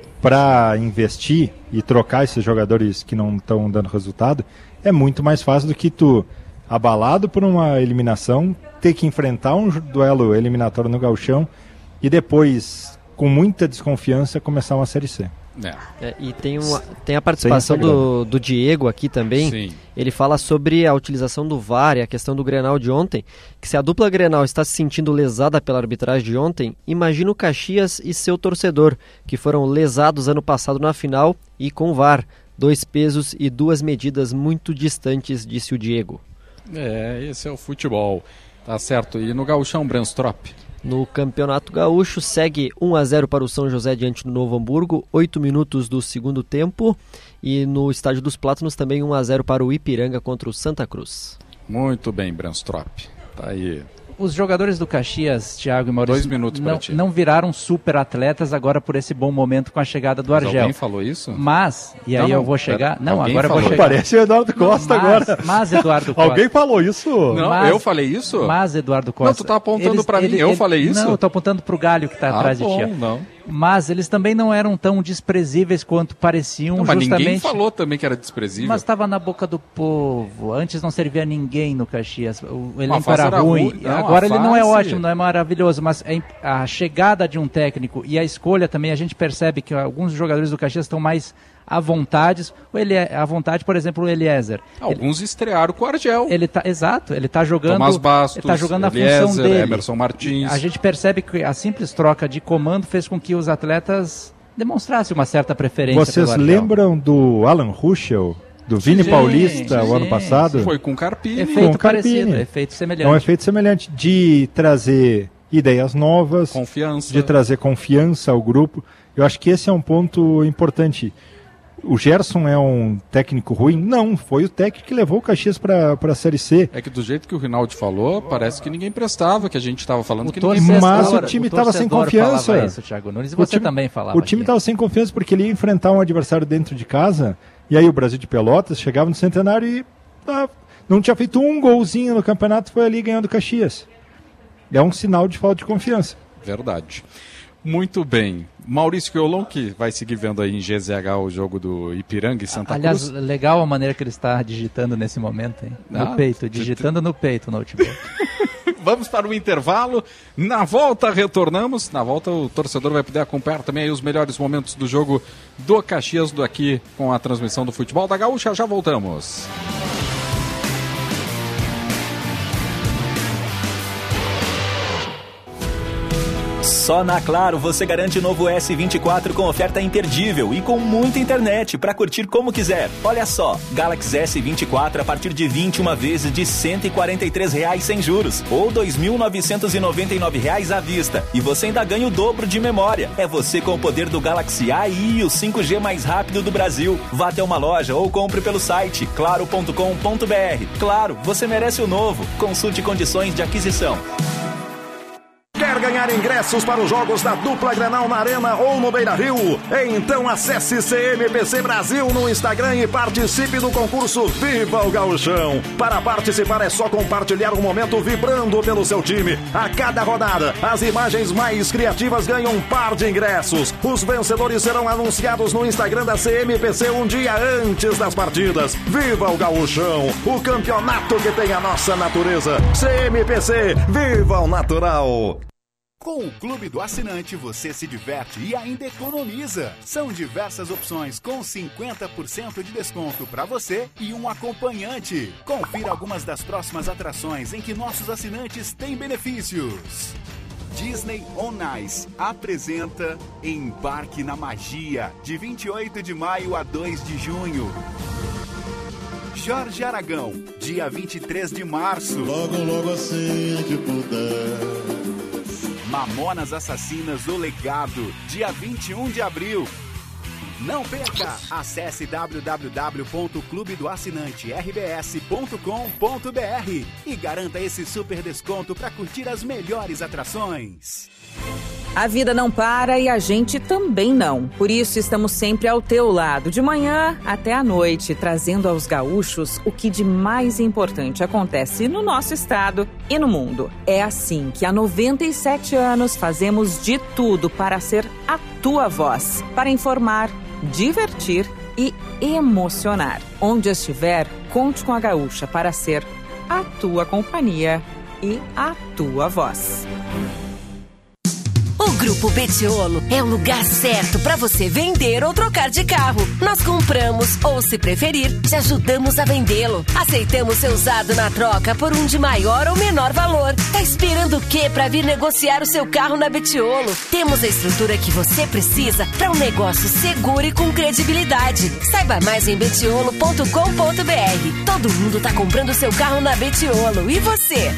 para investir e trocar esses jogadores que não estão dando resultado, é muito mais fácil do que tu, abalado por uma eliminação, ter que enfrentar um duelo eliminatório no Gauchão e depois, com muita desconfiança, começar uma Série C. É. É, e tem, uma, tem a participação do, do Diego aqui também. Sim. Ele fala sobre a utilização do V A R e a questão do Grenal de ontem, que se a dupla Grenal está se sentindo lesada pela arbitragem de ontem, imagina o Caxias e seu torcedor, que foram lesados ano passado na final e com V A R. Dois pesos e duas medidas muito distantes, disse o Diego. É, esse é o futebol. Tá certo. E no Gauchão, Brenstrop? No Campeonato Gaúcho, segue um a zero para o São José diante do Novo Hamburgo, oito minutos do segundo tempo. E no Estádio dos Plátanos também um a zero para o Ipiranga contra o Santa Cruz. Muito bem, Brenstrop. Tá aí. Os jogadores do Caxias, Thiago e Maurício, Dois minutos não, para ti. não viraram super atletas agora por esse bom momento com a chegada do Mas Argel. Alguém falou isso? Mas, e aí não, eu vou chegar... Pera, não, agora falou. eu vou chegar. Parece o Eduardo Costa não, mas, agora. Mas, Eduardo Costa... Alguém falou isso? Não, mas, eu falei isso? Mas, Eduardo Costa... Não, tu tá apontando eles, pra mim, ele, eu ele, falei isso? Não, eu tô apontando pro galho que tá ah, atrás bom, de ti. Não. Mas eles também não eram tão desprezíveis quanto pareciam, não, mas justamente... ninguém falou também que era desprezível. Mas estava na boca do povo. Antes não servia ninguém no Caxias. O elenco era, era ruim. ruim. Não, Agora ele fase... não é ótimo, não é maravilhoso, mas é a chegada de um técnico e a escolha também, a gente percebe que alguns jogadores do Caxias estão mais à vontade. O Elie... à vontade, por exemplo, o Eliezer. Alguns ele... estrearam com o Argel. Ele tá... Exato, ele está jogando... Tomás Bastos, ele tá jogando Eliezer, a função dele. Emerson Martins. A gente percebe que a simples troca de comando fez com que os atletas demonstrassem uma certa preferência. Vocês lembram do Alan Ruschel, do Vini sim, Paulista, sim, o ano passado? Foi com o Carpini. Efeito com parecido, Carpini. efeito semelhante. É um efeito semelhante de trazer ideias novas, confiança. de trazer confiança ao grupo. Eu acho que esse é um ponto importante. O Gerson é um técnico ruim? Não, foi o técnico que levou o Caxias para a Série C. É que do jeito que o Rinaldi falou, parece que ninguém prestava, que a gente estava falando o que ninguém prestava. Mas o time estava sem confiança. Isso, Thiago Nunes, e você time, também falava. O time estava sem confiança porque ele ia enfrentar um adversário dentro de casa, e aí o Brasil de Pelotas chegava no Centenário e ah, não tinha feito um golzinho no campeonato, foi ali ganhando o Caxias. É um sinal de falta de confiança. Verdade. Muito bem. Maurício Violão, que vai seguir vendo aí em G Z H o jogo do Ipiranga e Santa Aliás, Cruz. Aliás, legal a maneira que ele está digitando nesse momento, hein? No ah, peito, digitando no peito o notebook. Vamos para o intervalo. Na volta retornamos. Na volta o torcedor vai poder acompanhar também aí os melhores momentos do jogo do Caxias do aqui com a transmissão do futebol da Gaúcha. Já voltamos. Só na Claro você garante o novo S vinte e quatro com oferta imperdível e com muita internet para curtir como quiser. Olha só, Galaxy S vinte e quatro a partir de vinte e uma vezes de cento e quarenta e três reais sem juros ou dois mil novecentos e noventa e nove reais à vista. E você ainda ganha o dobro de memória. É você com o poder do Galaxy A I e o cinco G mais rápido do Brasil. Vá até uma loja ou compre pelo site claro ponto com ponto br. Claro, você merece o novo. Consulte condições de aquisição. Quer ganhar ingressos para os jogos da dupla Grenal na Arena ou no Beira-Rio? Então acesse C M P C Brasil no Instagram e participe do concurso Viva o Gauchão. Para participar é só compartilhar um momento vibrando pelo seu time. A cada rodada, as imagens mais criativas ganham um par de ingressos. Os vencedores serão anunciados no Instagram da C M P C um dia antes das partidas. Viva o Gauchão, o campeonato que tem a nossa natureza. C M P C, viva o natural! Com o Clube do Assinante, você se diverte e ainda economiza. São diversas opções com cinquenta por cento de desconto para você e um acompanhante. Confira algumas das próximas atrações em que nossos assinantes têm benefícios. Disney On Ice apresenta Embarque na Magia, de vinte e oito de maio a dois de junho. Jorge Aragão, dia vinte e três de março. Logo, logo assim que puder. Mamonas Assassinas, O Legado, dia vinte e um de abril. Não perca! Acesse w w w ponto clube do assinante r b s ponto com ponto b r e garanta esse super desconto para curtir as melhores atrações. A vida não para e a gente também não. Por isso estamos sempre ao teu lado, de manhã até à noite, trazendo aos gaúchos o que de mais importante acontece no nosso estado e no mundo. É assim que há noventa e sete anos fazemos de tudo para ser a tua voz, para informar, divertir e emocionar. Onde estiver, conte com a Gaúcha para ser a tua companhia e a tua voz. O Grupo Betiolo é o lugar certo para você vender ou trocar de carro. Nós compramos ou, se preferir, te ajudamos a vendê-lo. Aceitamos seu usado na troca por um de maior ou menor valor. Tá esperando o quê para vir negociar o seu carro na Betiolo? Temos a estrutura que você precisa para um negócio seguro e com credibilidade. Saiba mais em betiolo ponto com ponto b r. Todo mundo tá comprando seu carro na Betiolo. E você?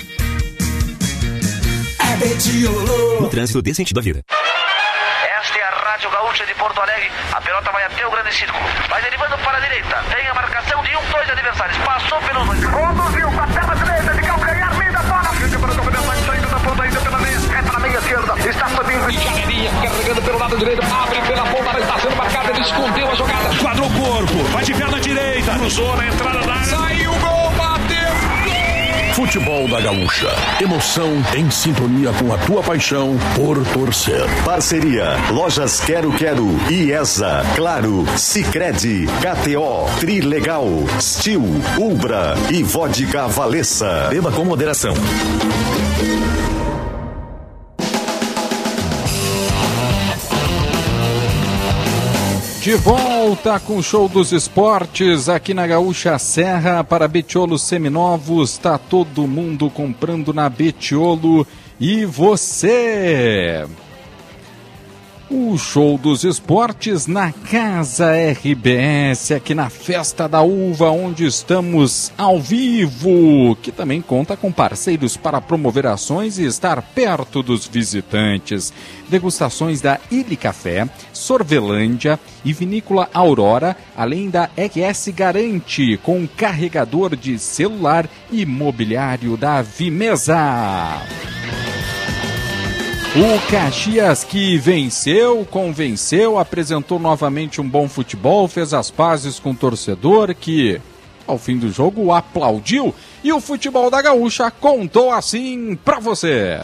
É Betiolo. No trânsito dê sentido à vida. Esta é a Rádio Gaúcha de Porto Alegre. A pelota vai até o grande círculo. Vai derivando para a direita. Tem a marcação de um, dois adversários. Passou pelos dois. Conduziu para a tela direita de calcanhar. Linda bola. Chute para o campeonato. Vai saindo da ponta ainda pela meia. É para a meia esquerda. Está subindo. Engenharia carregando pelo lado direito. Abre pela ponta. Ela está sendo marcada. Ele escondeu a jogada. Quadrou o corpo. Vai de perna direita. Cruzou na entrada da área. Saiu o gol. Bateu. Futebol da Gaúcha. Emoção em sintonia com a tua paixão por torcer. Parceria Lojas Quero Quero, IESA, Claro, Sicredi, K T O, Trilegal, Stil, Ubra e Vodka Valessa. Beba com moderação. De volta com o Show dos Esportes aqui na Gaúcha Serra para Betiolos Seminovos. Tá todo mundo comprando na Betiolo. E você? O Show dos Esportes na Casa R B S, aqui na Festa da Uva, onde estamos ao vivo, que também conta com parceiros para promover ações e estar perto dos visitantes. Degustações da Ilha Café, Sorvelândia e Vinícola Aurora, além da R S Garante, com carregador de celular e mobiliário da Vimesa. O Caxias, que venceu, convenceu, apresentou novamente um bom futebol, fez as pazes com o torcedor que, ao fim do jogo, aplaudiu. E o futebol da Gaúcha contou assim pra você.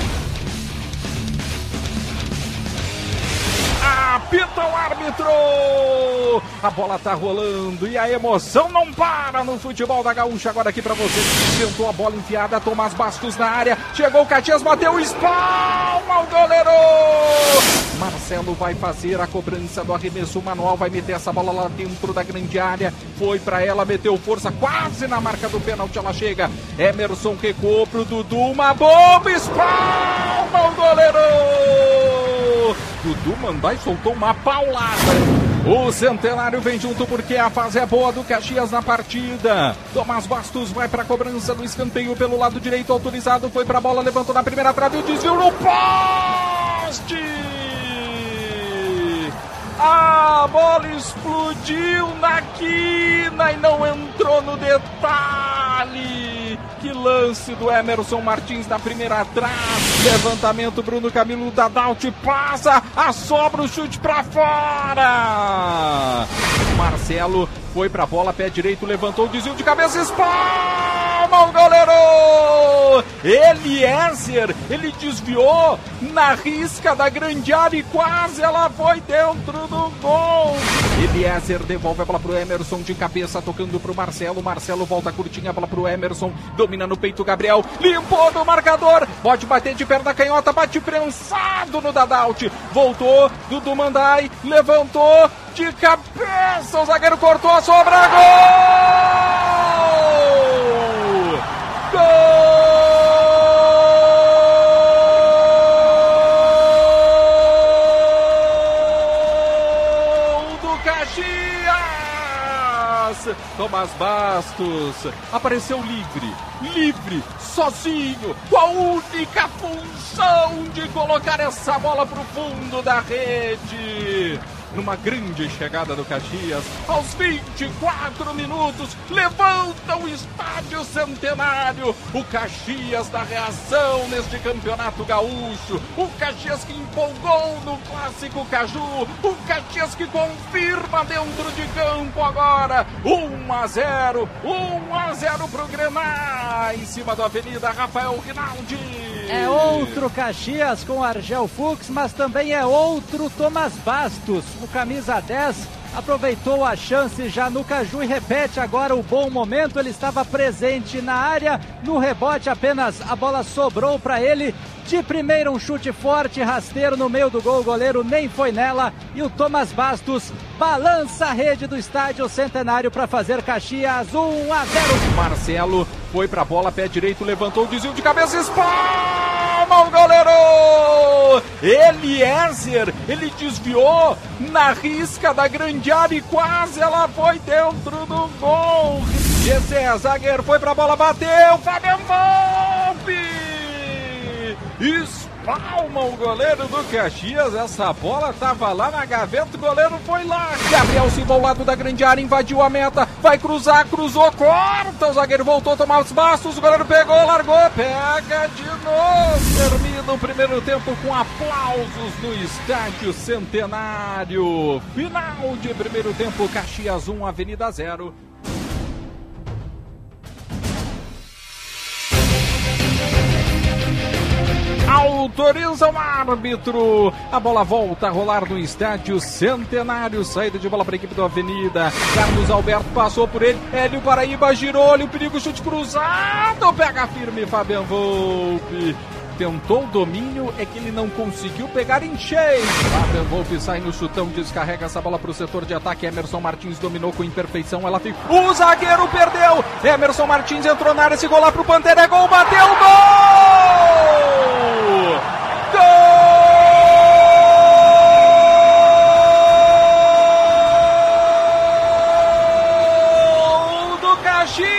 Apita o árbitro! A bola tá rolando e a emoção não para no futebol da Gaúcha. Agora aqui pra você, tentou a bola enfiada, Tomás Bastos na área, chegou o Caxias, bateu, espalma o goleiro! Marcelo vai fazer a cobrança do arremesso manual, vai meter essa bola lá dentro da grande área, foi pra ela, meteu força, quase na marca do pênalti, ela chega, Emerson recuou pro Dudu, uma bomba, espalma o goleiro! Dudu mandou e soltou uma paulada. O Centenário vem junto porque a fase é boa do Caxias na partida. Tomás Bastos vai para a cobrança do escanteio pelo lado direito, autorizado, foi para a bola, levantou na primeira trave, o desvio no poste. A bola explodiu na quina e não entrou no detalhe. Que lance do Emerson Martins na primeira trave. Levantamento, Bruno Camilo Dadalt passa, assobra o chute pra fora. Marcelo foi pra bola, pé direito, levantou o desvio de cabeça, espalma o goleiro. Eliezer, ele desviou na risca da grande área e quase ela foi dentro do gol. Eliezer devolve a bola pro Emerson de cabeça, tocando pro Marcelo. Marcelo volta curtinha, a bola pro Emerson, domina no peito Gabriel, limpou do marcador, pode bater de perna canhota, bate prensado no Dadalt, voltou, Dudu Mandai, levantou de cabeça, o zagueiro cortou a sobra, gol! Gol! Tomás Bastos apareceu livre, livre, sozinho, com a única função de colocar essa bola pro fundo da rede. Numa grande chegada do Caxias, aos vinte e quatro minutos, levanta o Estádio Centenário. O Caxias da reação neste campeonato gaúcho. O Caxias que empolgou no Clássico Caju. O Caxias que confirma dentro de campo agora. um a zero, um a zero pro Grená, em cima da Avenida Rafael Rinaldi. É outro Caxias com Argel Fux, mas também é outro Tomás Bastos. O camisa dez aproveitou a chance já no Caju e repete agora o bom momento. Ele estava presente na área, no rebote apenas a bola sobrou para ele. De primeiro um chute forte, rasteiro no meio do gol, o goleiro nem foi nela e o Tomás Bastos balança a rede do Estádio Centenário para fazer Caxias um a zero. Marcelo foi pra bola, pé direito, levantou o desvio de cabeça, espalma o goleiro! Eliezer, ele desviou na risca da grande área e quase ela foi dentro do gol. Gessé, zagueiro, foi pra bola, bateu, Fabian Volpe! Espalma o goleiro do Caxias, essa bola tava lá na gaveta, o goleiro foi lá. Gabriel Silva ao lado da grande área, invadiu a meta, vai cruzar, cruzou, corta, o zagueiro voltou, Tomás Bastos, o goleiro pegou, largou, pega de novo. Termina o primeiro tempo com aplausos no Estádio Centenário. Final de primeiro tempo, Caxias um, Avenida zero. Autoriza o árbitro. A bola volta a rolar no estádio Centenário. Saída de bola para a equipe do Avenida. Carlos Alberto passou por ele. Hélio Paraíba girou-lhe o perigo, chute cruzado. Pega firme Fabian Volpe. Tentou o domínio, é que ele não conseguiu pegar em cheio. Fabian Volpe sai no chutão, descarrega essa bola para o setor de ataque. Emerson Martins dominou com imperfeição, ela fica... O zagueiro perdeu! Emerson Martins entrou na área, esse gol lá pro Pantera, é gol, bateu, gol! Gol do Caxias!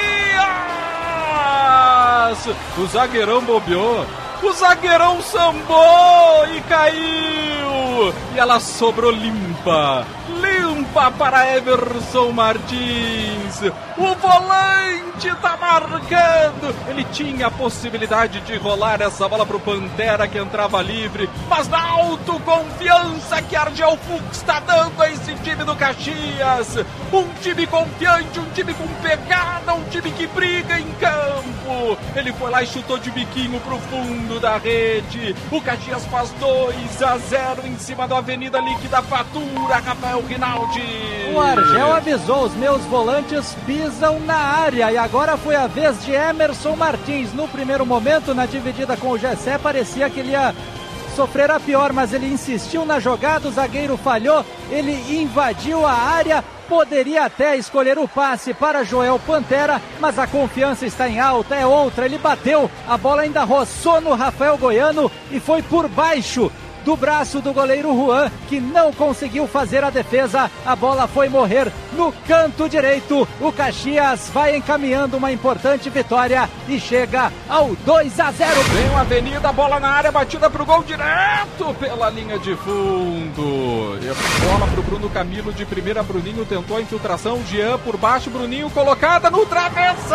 O zagueirão bobeou. O zagueirão sambou e caiu. E ela sobrou limpa. Limpa para Emerson Martins. O volante tá marcando. Ele tinha a possibilidade de rolar essa bola pro Pantera, que entrava livre. Mas na autoconfiança que Argel Fux está dando a esse time do Caxias. Um time confiante, um time com pegada, um time que briga em campo. Ele foi lá e chutou de biquinho pro fundo da rede. O Caxias faz dois a zero em cima da Avenida Líquida Fatura, Rafael Rinaldi. O Argel avisou, os meus volantes pisam na área, e agora foi a vez de Emerson Martins. No primeiro momento, na dividida com o Gessé, parecia que ele ia sofrer a pior, mas ele insistiu na jogada, o zagueiro falhou, ele invadiu a área, poderia até escolher o passe para Joel Pantera, mas a confiança está em alta, é outra, ele bateu, a bola ainda roçou no Rafael Goiano e foi por baixo do braço do goleiro Juan, que não conseguiu fazer a defesa. A bola foi morrer no canto direito. O Caxias vai encaminhando uma importante vitória e chega ao dois a zero. Vem a Avenida, bola na área, batida pro gol direto pela linha de fundo. E a bola pro Bruno Camilo de primeira. Bruninho tentou a infiltração. Jean por baixo, Bruninho colocada no travessão.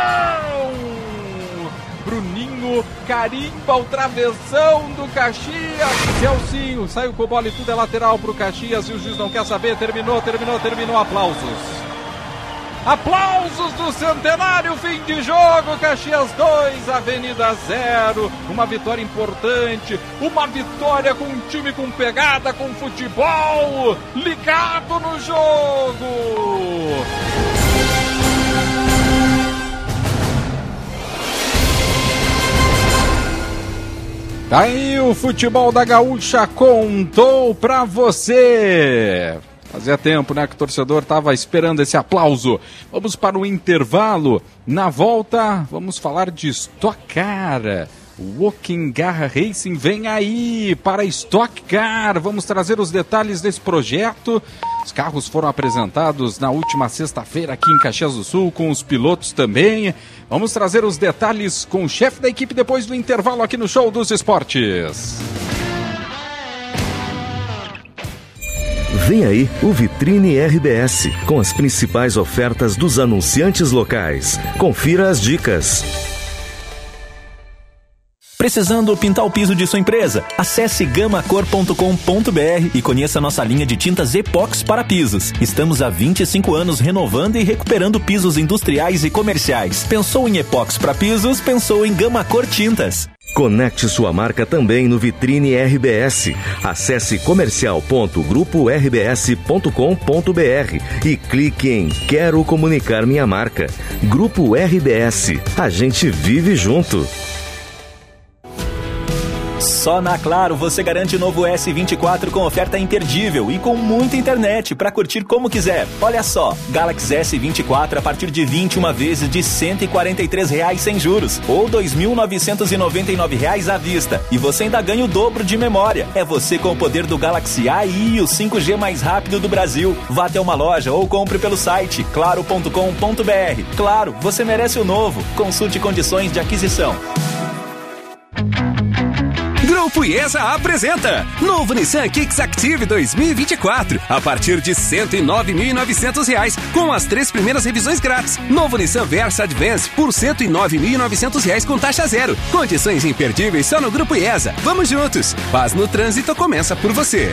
Bruninho carimba o travessão do Caxias. Celcinho saiu com a bola e tudo é lateral pro Caxias e o juiz não quer saber. Terminou, terminou, terminou. Aplausos. Aplausos do Centenário, fim de jogo. Caxias dois, Avenida zero. Uma vitória importante. Uma vitória com um time com pegada, com futebol ligado no jogo. Tá aí, o futebol da Gaúcha contou pra você. Fazia tempo, né, que o torcedor tava esperando esse aplauso. Vamos para o intervalo. Na volta, vamos falar de Stock Car. O Walking Garra Racing vem aí para Stock Car. Vamos trazer os detalhes desse projeto. Os carros foram apresentados na última sexta-feira aqui em Caxias do Sul, com os pilotos também. Vamos trazer os detalhes com o chefe da equipe depois do intervalo aqui no Show dos Esportes. Vem aí o Vitrine R B S, com as principais ofertas dos anunciantes locais. Confira as dicas. Precisando pintar o piso de sua empresa? Acesse gamacor ponto com ponto br e conheça nossa linha de tintas epóxi para pisos. Estamos há vinte e cinco anos renovando e recuperando pisos industriais e comerciais. Pensou em epóxi para pisos? Pensou em Gamacor Tintas. Conecte sua marca também no Vitrine R B S. Acesse comercial ponto grupo r b s ponto com ponto br e clique em Quero comunicar minha marca. Grupo R B S. A gente vive junto. Só na Claro você garante o novo S vinte e quatro com oferta imperdível e com muita internet para curtir como quiser. Olha só, Galaxy S vinte e quatro a partir de vinte e uma vezes de cento e quarenta e três reais sem juros ou dois mil novecentos e noventa e nove reais à vista. E você ainda ganha o dobro de memória. É você com o poder do Galaxy A I e o cinco G mais rápido do Brasil. Vá até uma loja ou compre pelo site claro ponto com ponto br. Claro, você merece o novo. Consulte condições de aquisição. Grupo IESA apresenta novo Nissan Kicks Active dois mil e vinte e quatro a partir de cento e nove mil e novecentos reais com as três primeiras revisões grátis. Novo Nissan Versa Advance por cento e nove mil e novecentos reais com taxa zero. Condições imperdíveis só no Grupo IESA. Vamos juntos. Paz no trânsito começa por você.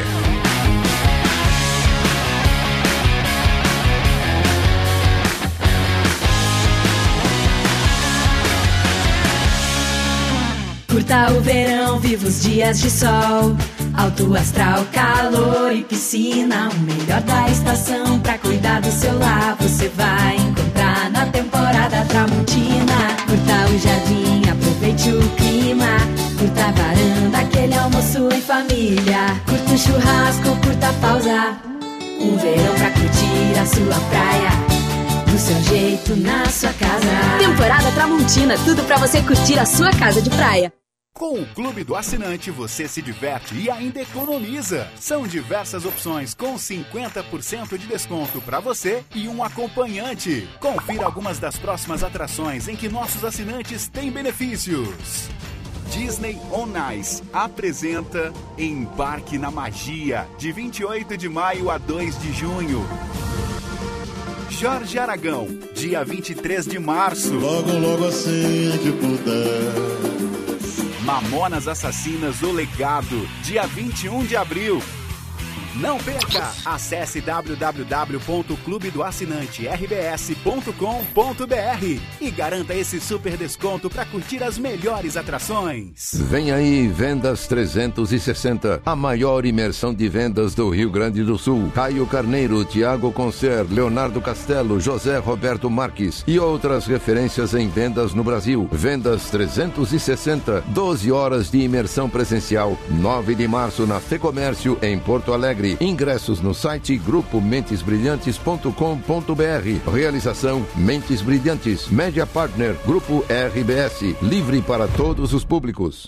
Curta o verão, viva os dias de sol. Alto astral, calor e piscina. O melhor da estação pra cuidar do seu lar você vai encontrar na temporada Tramontina. Curta o jardim, aproveite o clima. Curta a varanda, aquele almoço em família. Curta o churrasco, curta a pausa. Um verão pra curtir a sua praia. Do seu jeito, na sua casa. Temporada Tramontina, tudo pra você curtir a sua casa de praia. Com o Clube do Assinante, você se diverte e ainda economiza. São diversas opções com cinquenta por cento de desconto para você e um acompanhante. Confira algumas das próximas atrações em que nossos assinantes têm benefícios. Disney On Ice apresenta Embarque na Magia, de vinte e oito de maio a dois de junho. Jorge Aragão, dia vinte e três de março. Logo, logo assim que puder. Mamonas Assassinas, O Legado, dia vinte e um de abril. Não perca! Acesse w w w ponto clube do assinante r b s ponto com ponto b r e garanta esse super desconto para curtir as melhores atrações. Vem aí Vendas trezentos e sessenta, a maior imersão de vendas do Rio Grande do Sul. Caio Carneiro, Tiago Concer, Leonardo Castelo, José Roberto Marques e outras referências em vendas no Brasil. Vendas trezentos e sessenta, doze horas de imersão presencial, nove de março na FEComércio, em Porto Alegre. Ingressos no site grupo mentes brilhantes ponto com ponto b r. Realização Mentes Brilhantes, Média Partner, Grupo R B S, livre para todos os públicos.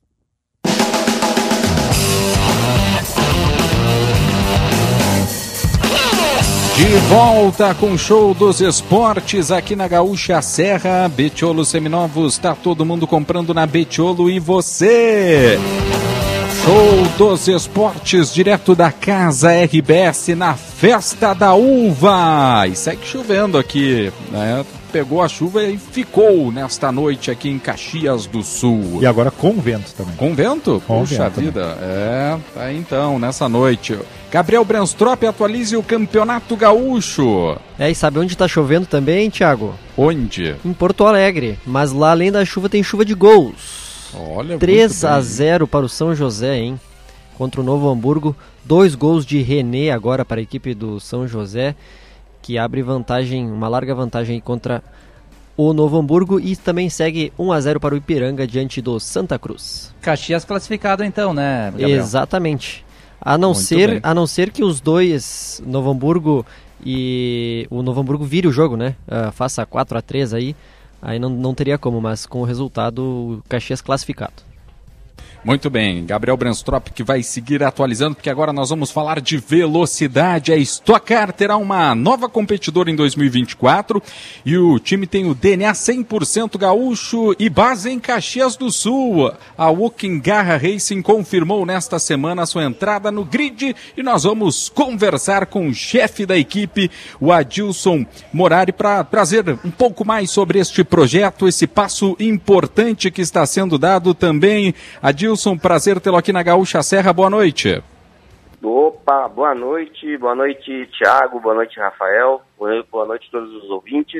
De volta com o show dos esportes aqui na Gaúcha Serra. Betiolo Seminovos, tá todo mundo comprando na Betiolo e você? Show dos esportes, direto da Casa R B S na Festa da Uva. E segue chovendo aqui, né? Pegou a chuva e ficou nesta noite aqui em Caxias do Sul. E agora com vento também. Com vento? Com Puxa vento vida. Também. É, tá então, nessa noite. Gabriel Branstrop, atualize o Campeonato Gaúcho. É, e sabe onde tá chovendo também, Thiago? Onde? Em Porto Alegre. Mas lá, além da chuva, tem chuva de gols. Olha, três a zero para o São José, hein? Contra o Novo Hamburgo. Dois gols de René agora para a equipe do São José, que abre vantagem, uma larga vantagem contra o Novo Hamburgo, e também segue um a zero para o Ipiranga diante do Santa Cruz. Caxias classificado então, né, Gabriel? Exatamente. A não, ser, a não ser que os dois, Novo Hamburgo e o Novo Hamburgo vire o jogo, né? Uh, faça quatro a três aí. Aí não, não teria como, mas com o resultado, o Caxias classificado. Muito bem, Gabriel Branstrop que vai seguir atualizando, porque agora nós vamos falar de velocidade. A Stock Car terá uma nova competidora em dois mil e vinte e quatro e o time tem o D N A cem por cento gaúcho e base em Caxias do Sul. A Walking Garra Racing confirmou nesta semana a sua entrada no grid e nós vamos conversar com o chefe da equipe, o Adilson Morari, para trazer um pouco mais sobre este projeto, esse passo importante que está sendo dado também. Adilson, prazer tê-lo aqui na Gaúcha Serra, boa noite. Opa, boa noite, boa noite Thiago, boa noite Rafael, boa noite a todos os ouvintes.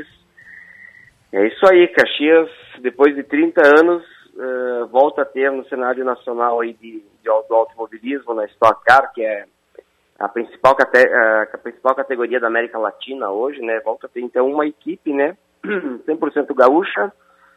É isso aí, Caxias, depois de trinta anos, uh, volta a ter no cenário nacional aí de, de, do automobilismo, na Stock Car, que é a principal, cate, a principal categoria da América Latina hoje, né? Volta a ter então uma equipe, né, cem por cento gaúcha,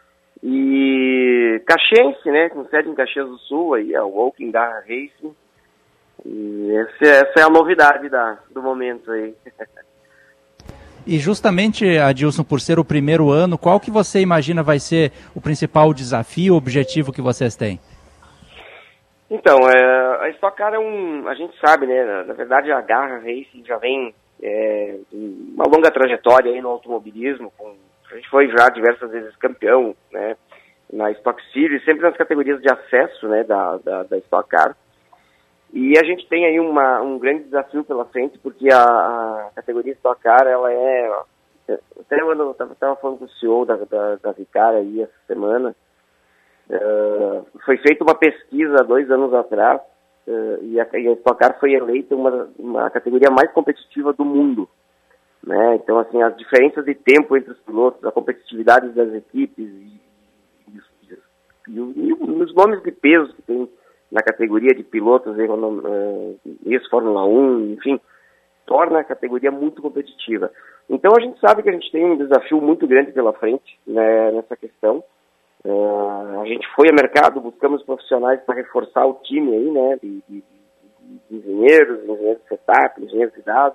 e caxiense, né, com sede em Caxias do Sul, aí é o Walking Garra Racing, e essa, essa é a novidade da, do momento aí. E justamente, Adilson, por ser o primeiro ano, qual que você imagina vai ser o principal desafio, o objetivo que vocês têm? Então, é, a Stock Car é um, a gente sabe, né, na, na verdade a Garra Racing já vem é, uma longa trajetória aí no automobilismo, com a gente foi já diversas vezes campeão, né, na Stock Series, sempre nas categorias de acesso, né, da, da, da Stock Car. E a gente tem aí uma, um grande desafio pela frente, porque a, a categoria Stock Car, ela é... Até eu estava falando com o C E O da, da, da Vicar aí essa semana. Uh, foi feita uma pesquisa há dois anos atrás, uh, e, a, e a Stock Car foi eleita uma, uma categoria mais competitiva do mundo. Né? Então, assim, as diferenças de tempo entre os pilotos, a competitividade das equipes e, e, e, e os nomes de peso que tem na categoria de pilotos, ex-Fórmula um, enfim, torna a categoria muito competitiva. Então a gente sabe que a gente tem um desafio muito grande pela frente, né, nessa questão. Uh, a gente foi ao mercado, buscamos profissionais para reforçar o time aí, né, de, de, de engenheiros, engenheiros de setup, engenheiros de dados,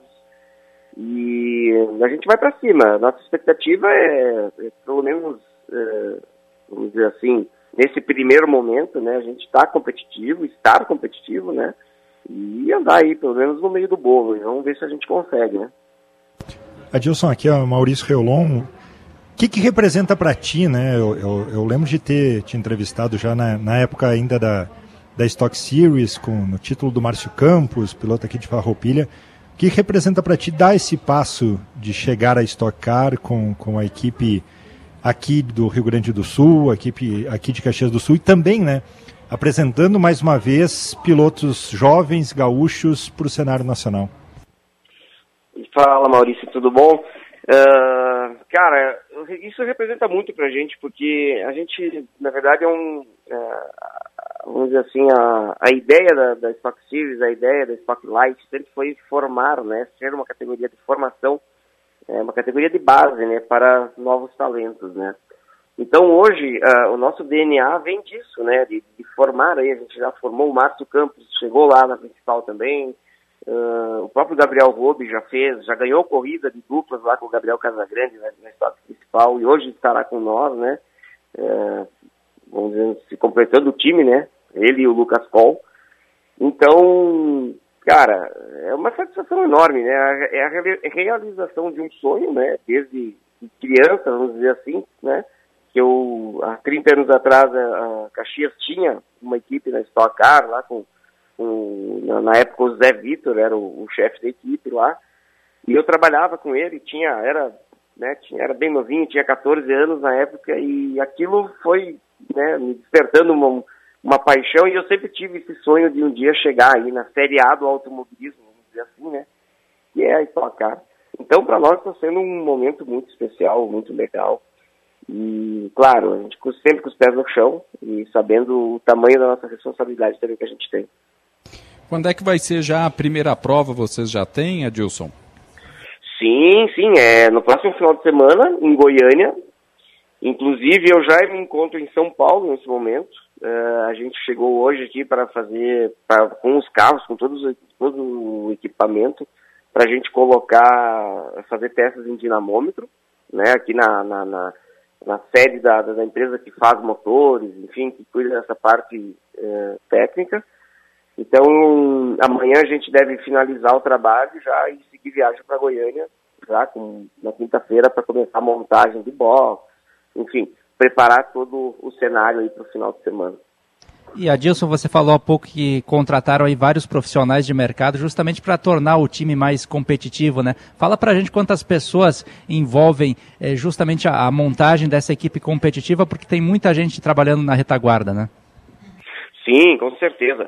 e a gente vai para cima. Nossa expectativa é, é pelo menos, é, vamos dizer assim, nesse primeiro momento, né, a gente está competitivo, estar competitivo, né, e andar aí pelo menos no meio do bolo, e vamos ver se a gente consegue, né. Adilson, aqui é o Maurício Reolon. O que, que representa para ti, né? Eu, eu, eu lembro de ter te entrevistado já na, na época ainda da, da Stock Series, com, no título do Márcio Campos, piloto aqui de Farroupilha. O que representa para ti dar esse passo de chegar a Stock Car com, com a equipe aqui do Rio Grande do Sul, a equipe aqui de Caxias do Sul, e também, né, apresentando mais uma vez pilotos jovens gaúchos para o cenário nacional? Fala, Maurício, tudo bom? Uh, cara, isso representa muito pra gente, porque a gente, na verdade, é um, uh, vamos dizer assim, a, a ideia da, da Stock Series, a ideia da Stock Light sempre foi formar, né, ser uma categoria de formação, é, uma categoria de base, né, para novos talentos, né. Então, hoje, uh, o nosso D N A vem disso, né, de, de formar aí. A gente já formou o Márcio Campos, chegou lá na principal também. Uh, o próprio Gabriel Roube já fez, já ganhou corrida de duplas lá com o Gabriel Casagrande, né, na Stock principal, e hoje estará com nós, né, uh, vamos dizer, se completando o time, né, ele e o Lucas Coll. Então, cara, é uma satisfação enorme, né, é a realização de um sonho, né, desde criança, vamos dizer assim, né, que eu, há trinta anos atrás, a Caxias tinha uma equipe na Stock Car, lá com Um, na época o Zé Vitor era o, o chefe da equipe lá, e eu trabalhava com ele, tinha, era, né, tinha, era bem novinho, tinha catorze anos na época, e aquilo foi, né, me despertando uma, uma paixão, e eu sempre tive esse sonho de um dia chegar aí na Série A do automobilismo, vamos dizer assim, né, que é a Stock Car. Então, para nós está sendo um momento muito especial, muito legal, e, claro, a gente sempre com os pés no chão, e sabendo o tamanho da nossa responsabilidade também que a gente tem. Quando é que vai ser já a primeira prova? Vocês já têm, Adilson? Sim, sim, é no próximo final de semana, em Goiânia. Inclusive, eu já me encontro em São Paulo nesse momento. Uh, a gente chegou hoje aqui para fazer, pra, com os carros, com todos, todo o equipamento, para a gente colocar, fazer testes em dinamômetro, né, aqui na, na, na, na sede da, da empresa que faz motores, enfim, que cuida dessa parte uh, técnica. Então, amanhã a gente deve finalizar o trabalho já e seguir viagem para Goiânia, já com, na quinta-feira, para começar a montagem de box, enfim, preparar todo o cenário aí para o final de semana. E Adilson, você falou há pouco que contrataram aí vários profissionais de mercado justamente para tornar o time mais competitivo, né? Fala pra gente quantas pessoas envolvem eh, justamente a, a montagem dessa equipe competitiva, porque tem muita gente trabalhando na retaguarda, né? Sim, com certeza.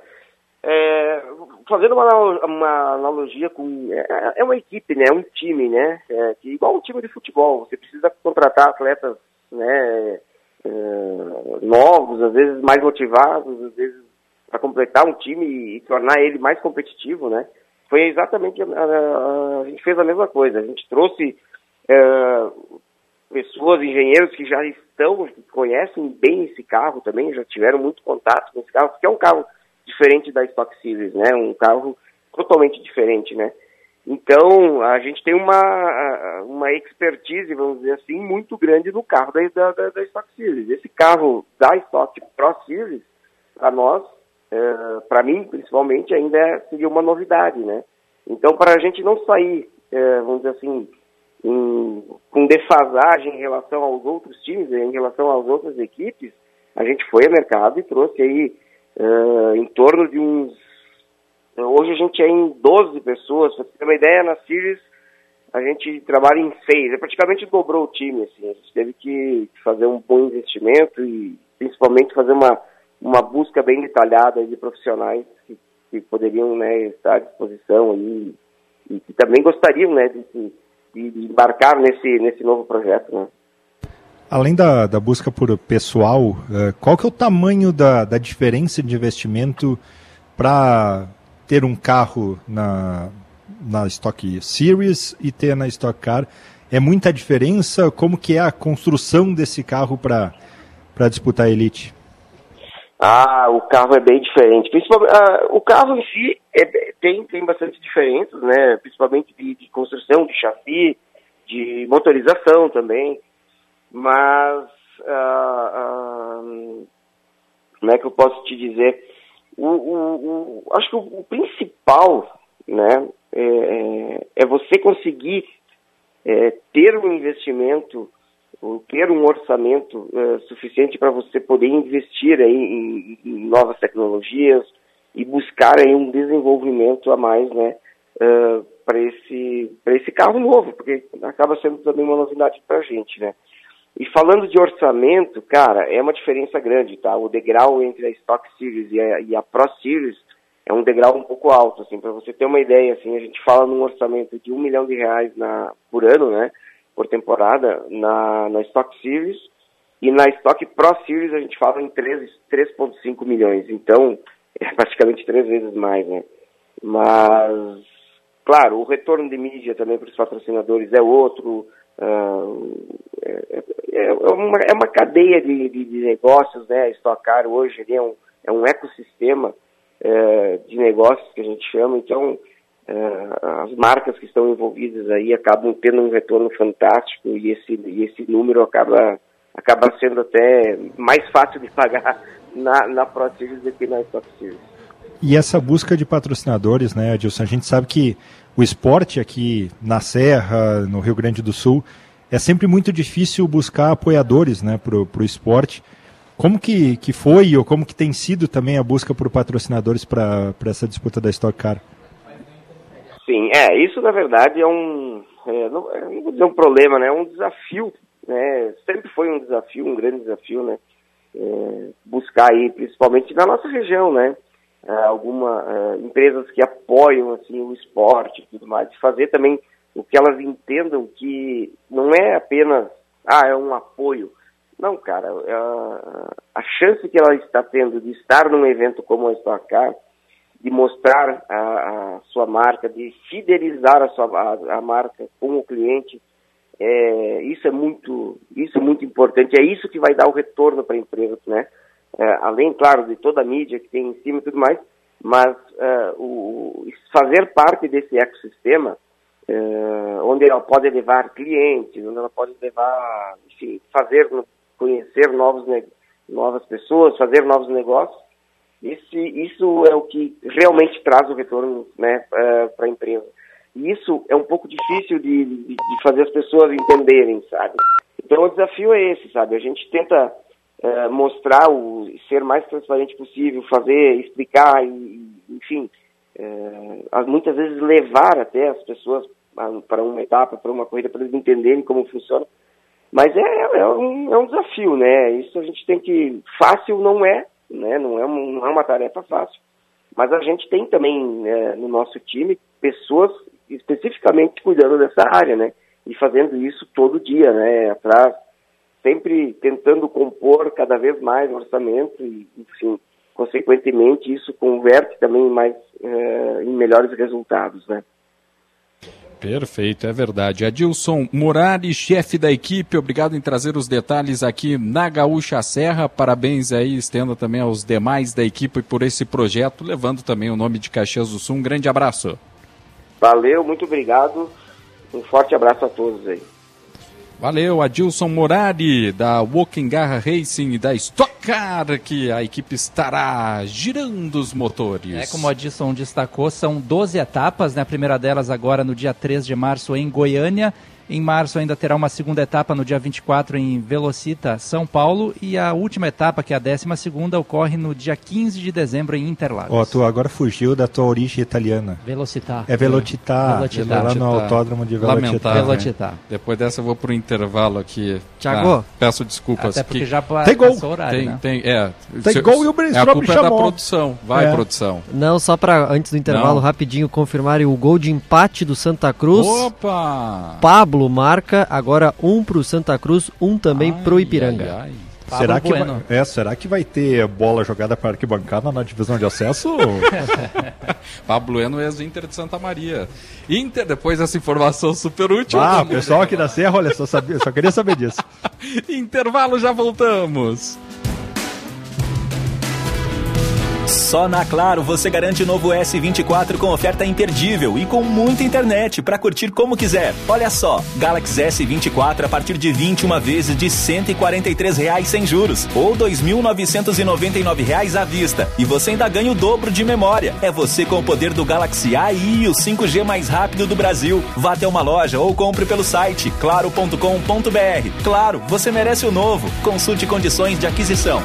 É, fazendo uma, uma analogia com... É, é uma equipe, né? É um time, né? É, que, igual um time de futebol, você precisa contratar atletas, né, é, novos, às vezes mais motivados, às vezes para completar um time e, e tornar ele mais competitivo, né? Foi exatamente... A, a, a gente fez a mesma coisa. A gente trouxe é, pessoas, engenheiros que já estão, que conhecem bem esse carro também, já tiveram muito contato com esse carro, porque é um carro diferente da Stock Series, né? Um carro totalmente diferente, né? Então, a gente tem uma, uma expertise, vamos dizer assim, muito grande no carro da, da, da Stock Series. Esse carro da Stock Pro Series, para nós, é, para mim, principalmente, ainda é, seria uma novidade, né? Então, para a gente não sair, é, vamos dizer assim, em, com defasagem em relação aos outros times, em relação às outras equipes, a gente foi ao mercado e trouxe aí Uh, em torno de uns... Hoje a gente é em doze pessoas, para você ter uma ideia, na Series a gente trabalha em seis, é praticamente dobrou o time, assim, a gente teve que fazer um bom investimento e principalmente fazer uma, uma busca bem detalhada de profissionais que, que poderiam, né, estar à disposição aí, e que também gostariam, né, de, de, de embarcar nesse, nesse novo projeto, né. Além da, da busca por pessoal, uh, qual que é o tamanho da, da diferença de investimento para ter um carro na, na Stock Series e ter na Stock Car? É muita diferença? Como que é a construção desse carro para para disputar a Elite? Ah, o carro é bem diferente. Principalmente, ah, o carro em si é, tem, tem bastante diferenças, né? Principalmente de, de construção, de chassi, de motorização também. Mas, ah, ah, como é que eu posso te dizer? O, o, o, acho que o, o principal, né, é, é você conseguir é, ter um investimento, ter um orçamento é, suficiente para você poder investir aí em, em novas tecnologias e buscar aí um desenvolvimento a mais, né, uh, para esse, para esse carro novo, porque acaba sendo também uma novidade para a gente, né. E falando de orçamento, cara, é uma diferença grande, tá? O degrau entre a Stock Series e a, e a Pro Series é um degrau um pouco alto, assim, para você ter uma ideia, assim, a gente fala num orçamento de um milhão de reais na, por ano, né, por temporada, na, na Stock Series, e na Stock Pro Series a gente fala em três vírgula cinco milhões, então é praticamente três vezes mais, né? Mas, claro, o retorno de mídia também para os patrocinadores é outro. Uh, é, é, uma, é uma cadeia de, de, de negócios, né? A Stock Car hoje é um, é um ecossistema é, de negócios que a gente chama, então é, as marcas que estão envolvidas aí acabam tendo um retorno fantástico e esse, e esse número acaba, acaba sendo até mais fácil de pagar na, na Pro Series do que na Stock Series. E essa busca de patrocinadores, né, Adilson, a gente sabe que o esporte aqui na Serra, no Rio Grande do Sul, é sempre muito difícil buscar apoiadores, né, para o esporte. Como que, que foi ou como que tem sido também a busca por patrocinadores para essa disputa da Stock Car? Sim, é, isso na verdade é um, é, não, não vou dizer um problema, né, é um desafio, né, sempre foi um desafio, um grande desafio, né, é, buscar aí, principalmente na nossa região, né, algumas uh, empresas que apoiam assim o esporte e tudo mais, de fazer também o que elas entendam que não é apenas, ah, é um apoio. Não, cara, uh, a chance que ela está tendo de estar num evento como a Stock Car, de mostrar a, a sua marca, de fidelizar a, sua, a, a marca com o cliente, é, isso é muito, isso é muito importante, é isso que vai dar o retorno para a empresa, né? É, além, claro, de toda a mídia que tem em cima e tudo mais, mas uh, o, fazer parte desse ecossistema, uh, onde ela pode levar clientes, onde ela pode levar, enfim, fazer, conhecer novos, novas pessoas, fazer novos negócios, esse, isso é o que realmente traz o retorno, né, uh, para a empresa. E isso é um pouco difícil de, de, de fazer as pessoas entenderem, sabe? Então o desafio é esse, sabe? A gente tenta Uh, mostrar, o, ser mais transparente possível, fazer, explicar, e, enfim, uh, muitas vezes levar até as pessoas para uma etapa, para uma corrida, para eles entenderem como funciona. Mas é, é, um, é um desafio, né? Isso a gente tem que... Fácil não é, né? Não é, um, não é uma tarefa fácil. Mas a gente tem também, né, no nosso time, pessoas especificamente cuidando dessa área, né? E fazendo isso todo dia, né? Atrás, sempre tentando compor cada vez mais o orçamento e, enfim, consequentemente, isso converte também mais eh, em melhores resultados, né? Perfeito, é verdade. Adilson Murari, chefe da equipe, obrigado em trazer os detalhes aqui na Gaúcha Serra. Parabéns aí, estenda também aos demais da equipe por esse projeto, levando também o nome de Caxias do Sul. Um grande abraço. Valeu, muito obrigado. Um forte abraço a todos aí. Valeu, Adilson Morari, da Walking Garra Racing e da Stock Car, que a equipe estará girando os motores. É, como o Adilson destacou, são doze etapas, né? A primeira delas agora no dia três de março em Goiânia. Em março ainda terá uma segunda etapa no dia vinte e quatro em Velocita, São Paulo. E a última etapa, que é a décima segunda, ocorre no dia quinze de dezembro em Interlagos. Ó, oh, tu agora fugiu da tua origem italiana. Velocitar. É Velocitar. Velocitar. Lá no autódromo de Velocitar. Velocitar. Depois dessa eu vou pro intervalo aqui. Thiago. Ah, peço desculpas. Até porque que... já pa- tem gol. passou o horário, tem, né? né? Tem, é. Tem se, gol e o Bristol é, a culpa chamou. é da produção. Vai, É. produção. Não, só para antes do intervalo, Não. rapidinho, confirmarem o gol de empate do Santa Cruz. Opa! Pablo marca, agora um pro Santa Cruz, um também Ai, pro Ipiranga. ai, ai. Será que, vai, Bueno. é, será que vai ter bola jogada para arquibancada na divisão de acesso? Pablo Bueno, ex-Inter de Santa Maria. Inter, depois dessa informação super útil. Ah, o vamos- pessoal aqui da Serra, olha, só, sabia, só queria saber disso. Intervalo, já voltamos. Só na Claro você garante o novo S vinte e quatro com oferta imperdível e com muita internet para curtir como quiser. Olha só, Galaxy S vinte e quatro a partir de vinte e uma vezes de cento e quarenta e três reais sem juros ou dois mil novecentos e noventa e nove reais à vista. E você ainda ganha o dobro de memória. É você com o poder do Galaxy A I e o cinco G mais rápido do Brasil. Vá até uma loja ou compre pelo site claro ponto com ponto br. Claro, você merece o novo. Consulte condições de aquisição.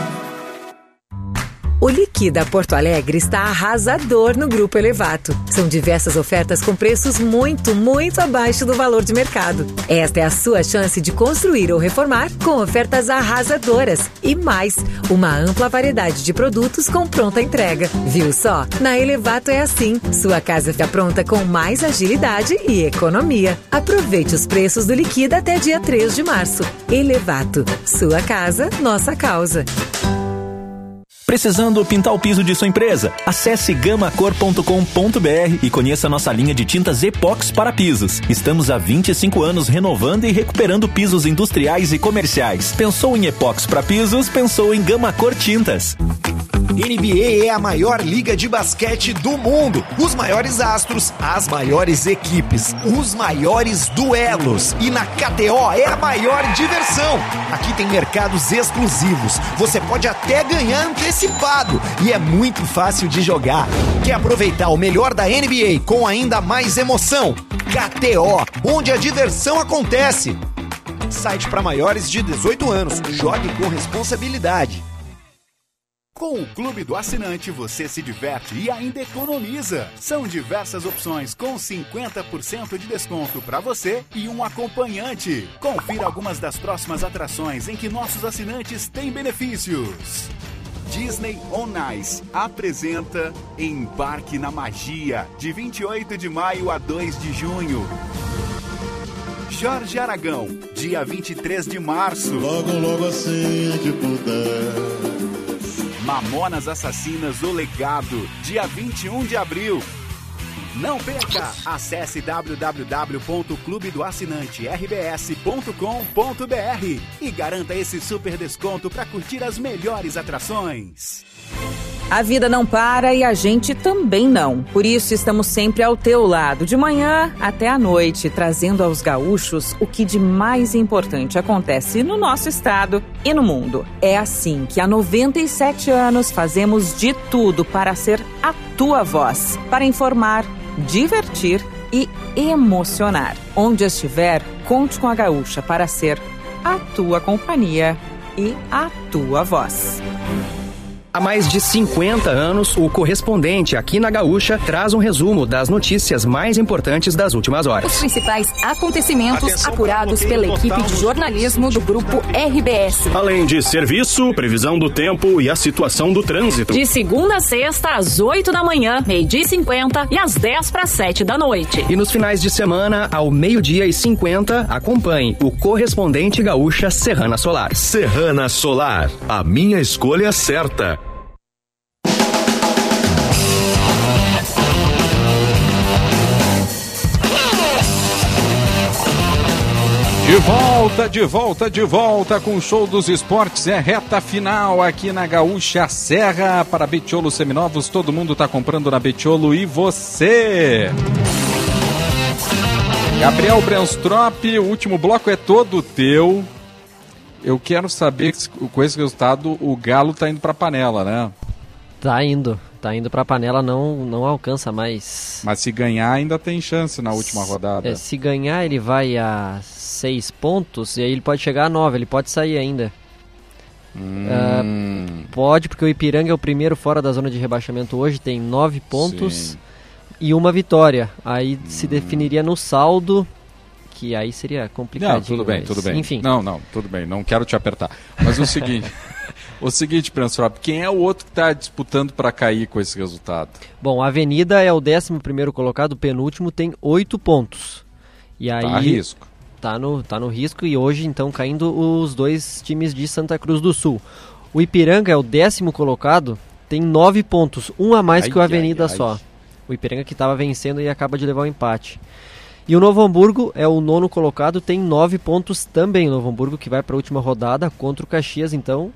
O Liquida Porto Alegre está arrasador no Grupo Elevato. São diversas ofertas com preços muito, muito abaixo do valor de mercado. Esta é a sua chance de construir ou reformar com ofertas arrasadoras. E mais, uma ampla variedade de produtos com pronta entrega. Viu só? Na Elevato é assim. Sua casa fica pronta com mais agilidade e economia. Aproveite os preços do Liquida até dia três de março. Elevato. Sua casa, nossa causa. Precisando pintar o piso de sua empresa? Acesse gama cor ponto com ponto br e conheça nossa linha de tintas Epox para pisos. Estamos há vinte e cinco anos renovando e recuperando pisos industriais e comerciais. Pensou em Epox para pisos? Pensou em Gama Cor Tintas. N B A é a maior liga de basquete do mundo. Os maiores astros, as maiores equipes, os maiores duelos. E na K T O é a maior diversão. Aqui tem mercados exclusivos. Você pode até ganhar antecipado. E é muito fácil de jogar. Quer aproveitar o melhor da N B A com ainda mais emoção? K T O, onde a diversão acontece. Site para maiores de dezoito anos. Jogue com responsabilidade. Com o Clube do Assinante, você se diverte e ainda economiza. São diversas opções com cinquenta por cento de desconto para você e um acompanhante. Confira algumas das próximas atrações em que nossos assinantes têm benefícios. Disney On Ice apresenta Embarque na Magia, de vinte e oito de maio a dois de junho. Jorge Aragão, dia vinte e três de março. Logo, logo assim que puder. Mamonas Assassinas, O Legado, dia vinte e um de abril. Não perca! Acesse w w w ponto clube do assinante r b s ponto com ponto br e garanta esse super desconto para curtir as melhores atrações. A vida não para e a gente também não. Por isso estamos sempre ao teu lado, de manhã até à noite, trazendo aos gaúchos o que de mais importante acontece no nosso estado e no mundo. É assim que há noventa e sete anos fazemos de tudo para ser a tua voz, para informar, divertir e emocionar. Onde estiver, conte com a Gaúcha para ser a tua companhia e a tua voz. Há mais de cinquenta anos, o correspondente aqui na Gaúcha traz um resumo das notícias mais importantes das últimas horas. Os principais acontecimentos Atenção apurados pela equipe de jornalismo do Grupo R B S. Além de serviço, previsão do tempo e a situação do trânsito. De segunda a sexta, às oito da manhã, meio-dia e cinquenta e às dez para sete da noite. E nos finais de semana, ao meio-dia e cinquenta, acompanhe o correspondente gaúcha Serrana Solar. Serrana Solar, a minha escolha certa. De volta, de volta, de volta com o Show dos Esportes. É reta final aqui na Gaúcha Serra para Betiolo Seminovos. Todo mundo está comprando na Betiolo e você. Gabriel Brenstrop, o último bloco é todo teu. Eu quero saber, com esse resultado, o Galo tá indo para a panela, né? Tá indo, tá indo pra panela, não, não alcança mais. Mas se ganhar ainda tem chance na última rodada. É, se ganhar ele vai a seis pontos e aí ele pode chegar a nove, ele pode sair ainda. Hum. Uh, pode, porque o Ipiranga é o primeiro fora da zona de rebaixamento hoje, tem nove pontos. Sim. E uma vitória. Aí hum. se definiria no saldo, que aí seria complicado. Não, tudo bem, mas, tudo bem. Enfim. Não, não, tudo bem, não quero te apertar. Mas o seguinte... O seguinte, Pranstrop, quem é o outro que está disputando para cair com esse resultado? Bom, a Avenida é o décimo primeiro colocado, o penúltimo tem oito pontos. E aí, tá a risco. Tá no, tá no risco e hoje então caindo os dois times de Santa Cruz do Sul. O Ipiranga é o décimo colocado, tem nove pontos, um a mais ai, que o Avenida ai, só. Ai. O Ipiranga que estava vencendo e acaba de levar o empate. E o Novo Hamburgo é o nono colocado, tem nove pontos também. O Novo Hamburgo que vai para a última rodada contra o Caxias, então,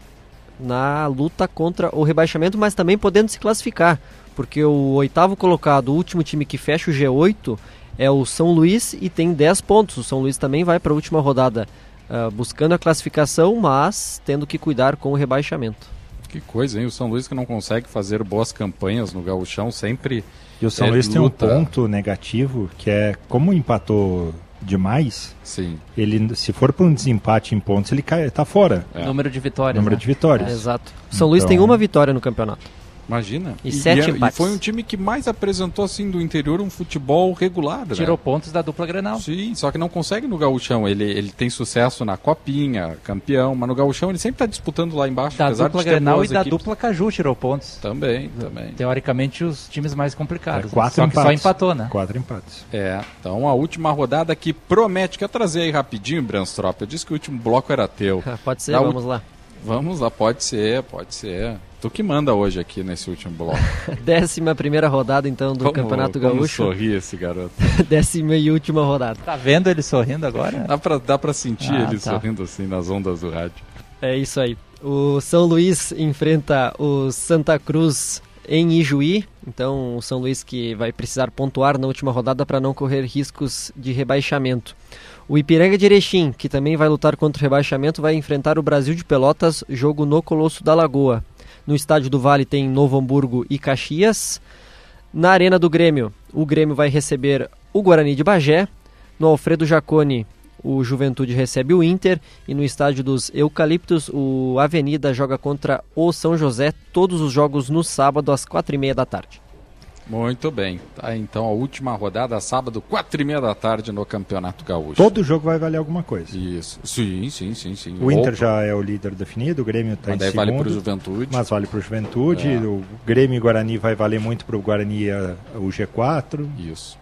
na luta contra o rebaixamento, mas também podendo se classificar, porque o oitavo colocado, o último time que fecha o G oito, é o São Luís e tem dez pontos. O São Luís também vai para a última rodada uh, buscando a classificação, mas tendo que cuidar com o rebaixamento. Que coisa, hein? O São Luís que não consegue fazer boas campanhas no gauchão, sempre... E o São é, Luís tem luta. um ponto negativo, que é, como empatou demais, Sim. ele, se for para um desempate em pontos, ele cai, tá fora. É. Número de vitórias. Número né? de vitórias. É, exato. O São então... Luís tem uma vitória no campeonato. Imagina. E, e sete e, empates. E foi um time que mais apresentou assim do interior um futebol regular. Tirou né? pontos da dupla Grenal. Sim, só que não consegue no gauchão. Ele, ele tem sucesso na Copinha, campeão, mas no gauchão ele sempre está disputando lá embaixo. Da apesar dupla de Grenal e equipes. da dupla Caju tirou pontos. Também, também. Teoricamente os times mais complicados. É, quatro só empates. que só empatou, né? Quatro empates. É, então a última rodada que promete. Quer trazer aí rapidinho, Branstrop? Eu disse que o último bloco era teu. Pode ser, da vamos u... lá. Vamos lá, pode ser, pode ser. Tu que manda hoje aqui nesse último bloco. Décima primeira rodada, então, do como, Campeonato como Gaúcho. Sorri esse garoto. Décima e última rodada. Tá vendo ele sorrindo agora? Dá pra, dá pra sentir ah, ele tá. sorrindo assim nas ondas do rádio. É isso aí. O São Luís enfrenta o Santa Cruz em Ijuí. Então, o São Luís que vai precisar pontuar na última rodada para não correr riscos de rebaixamento. O Ipiranga de Erechim, que também vai lutar contra o rebaixamento, vai enfrentar o Brasil de Pelotas, jogo no Colosso da Lagoa. No Estádio do Vale tem Novo Hamburgo e Caxias. Na Arena do Grêmio, o Grêmio vai receber o Guarani de Bagé. No Alfredo Jaconi, o Juventude recebe o Inter. E no Estádio dos Eucaliptos, o Avenida joga contra o São José. Todos os jogos no sábado, às quatro e meia da tarde. Muito bem. Tá, então a última rodada, sábado, quatro e meia da tarde no Campeonato Gaúcho. Todo jogo vai valer alguma coisa. Isso. Sim, sim, sim. sim. O Inter já é o líder definido, o Grêmio está em segundo. Mas vale para o Juventude. Mas vale para o Juventude. É. O Grêmio e Guarani vai valer muito para o Guarani a, o G quatro. Isso.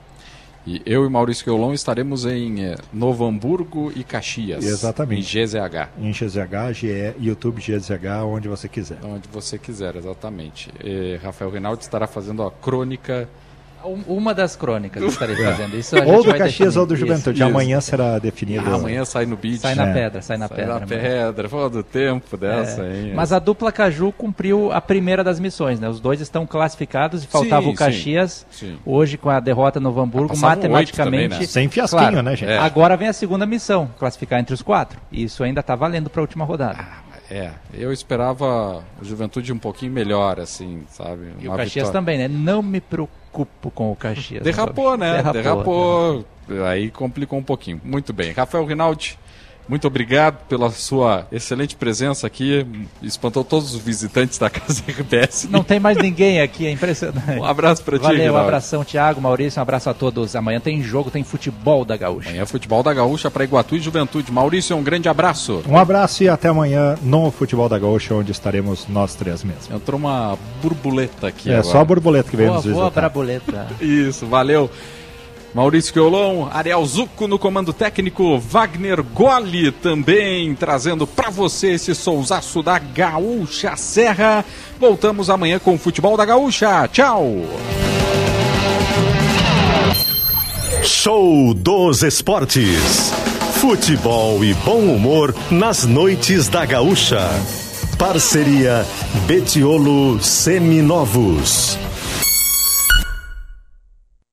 E eu e Maurício Queulon estaremos em eh, Novo Hamburgo e Caxias. Exatamente. Em G Z H. Em G Z H, G E, YouTube G Z H, onde você quiser. Onde você quiser, exatamente. E Rafael Reinaldo estará fazendo a crônica... Uma das crônicas eu estarei fazendo. Isso a gente ou do Caxias ou do Juventude. Isso. Amanhã será definido. Ah, amanhã sai no beat. Sai na é. pedra, sai na sai pedra. na pedra. Fala do tempo dessa, é. hein? Mas a dupla Caju cumpriu a primeira das missões, né? Os dois estão classificados e faltava sim, o Caxias. Sim, sim. Hoje, com a derrota no Novo Hamburgo, ah, matematicamente... Também, né? Sem fiasquinho, claro, né, gente? É. Agora vem a segunda missão, classificar entre os quatro. E isso ainda está valendo para a última rodada. Ah, é, eu esperava o Juventude um pouquinho melhor, assim, sabe? E Uma o Caxias vitória. também, né? Não me preocupo com o Caxias. Derrapou, né? Derrapou. Derrapou. Derrapou. Aí complicou um pouquinho. Muito bem. Rafael Rinaldi, muito obrigado pela sua excelente presença aqui. Espantou todos os visitantes da Casa R B S. Não tem mais ninguém aqui, é impressionante. Um abraço para ti, Valeu, Rinaldi. um abração, Thiago, Maurício, um abraço a todos. Amanhã tem jogo, tem futebol da Gaúcha. Amanhã é futebol da Gaúcha para Iguatu e Juventude. Maurício, um grande abraço. Um abraço e até amanhã no Futebol da Gaúcha, onde estaremos nós três mesmo. Entrou uma borboleta aqui É agora. só a borboleta que veio boa, nos visitar. Boa braboleta. Isso, valeu. Maurício Queulon, Ariel Zucco no comando técnico, Wagner Goli também trazendo para você esse sonsaço da Gaúcha Serra. Voltamos amanhã com o Futebol da Gaúcha. Tchau! Show dos Esportes. Futebol e bom humor nas noites da Gaúcha. Parceria Betiolo Seminovos.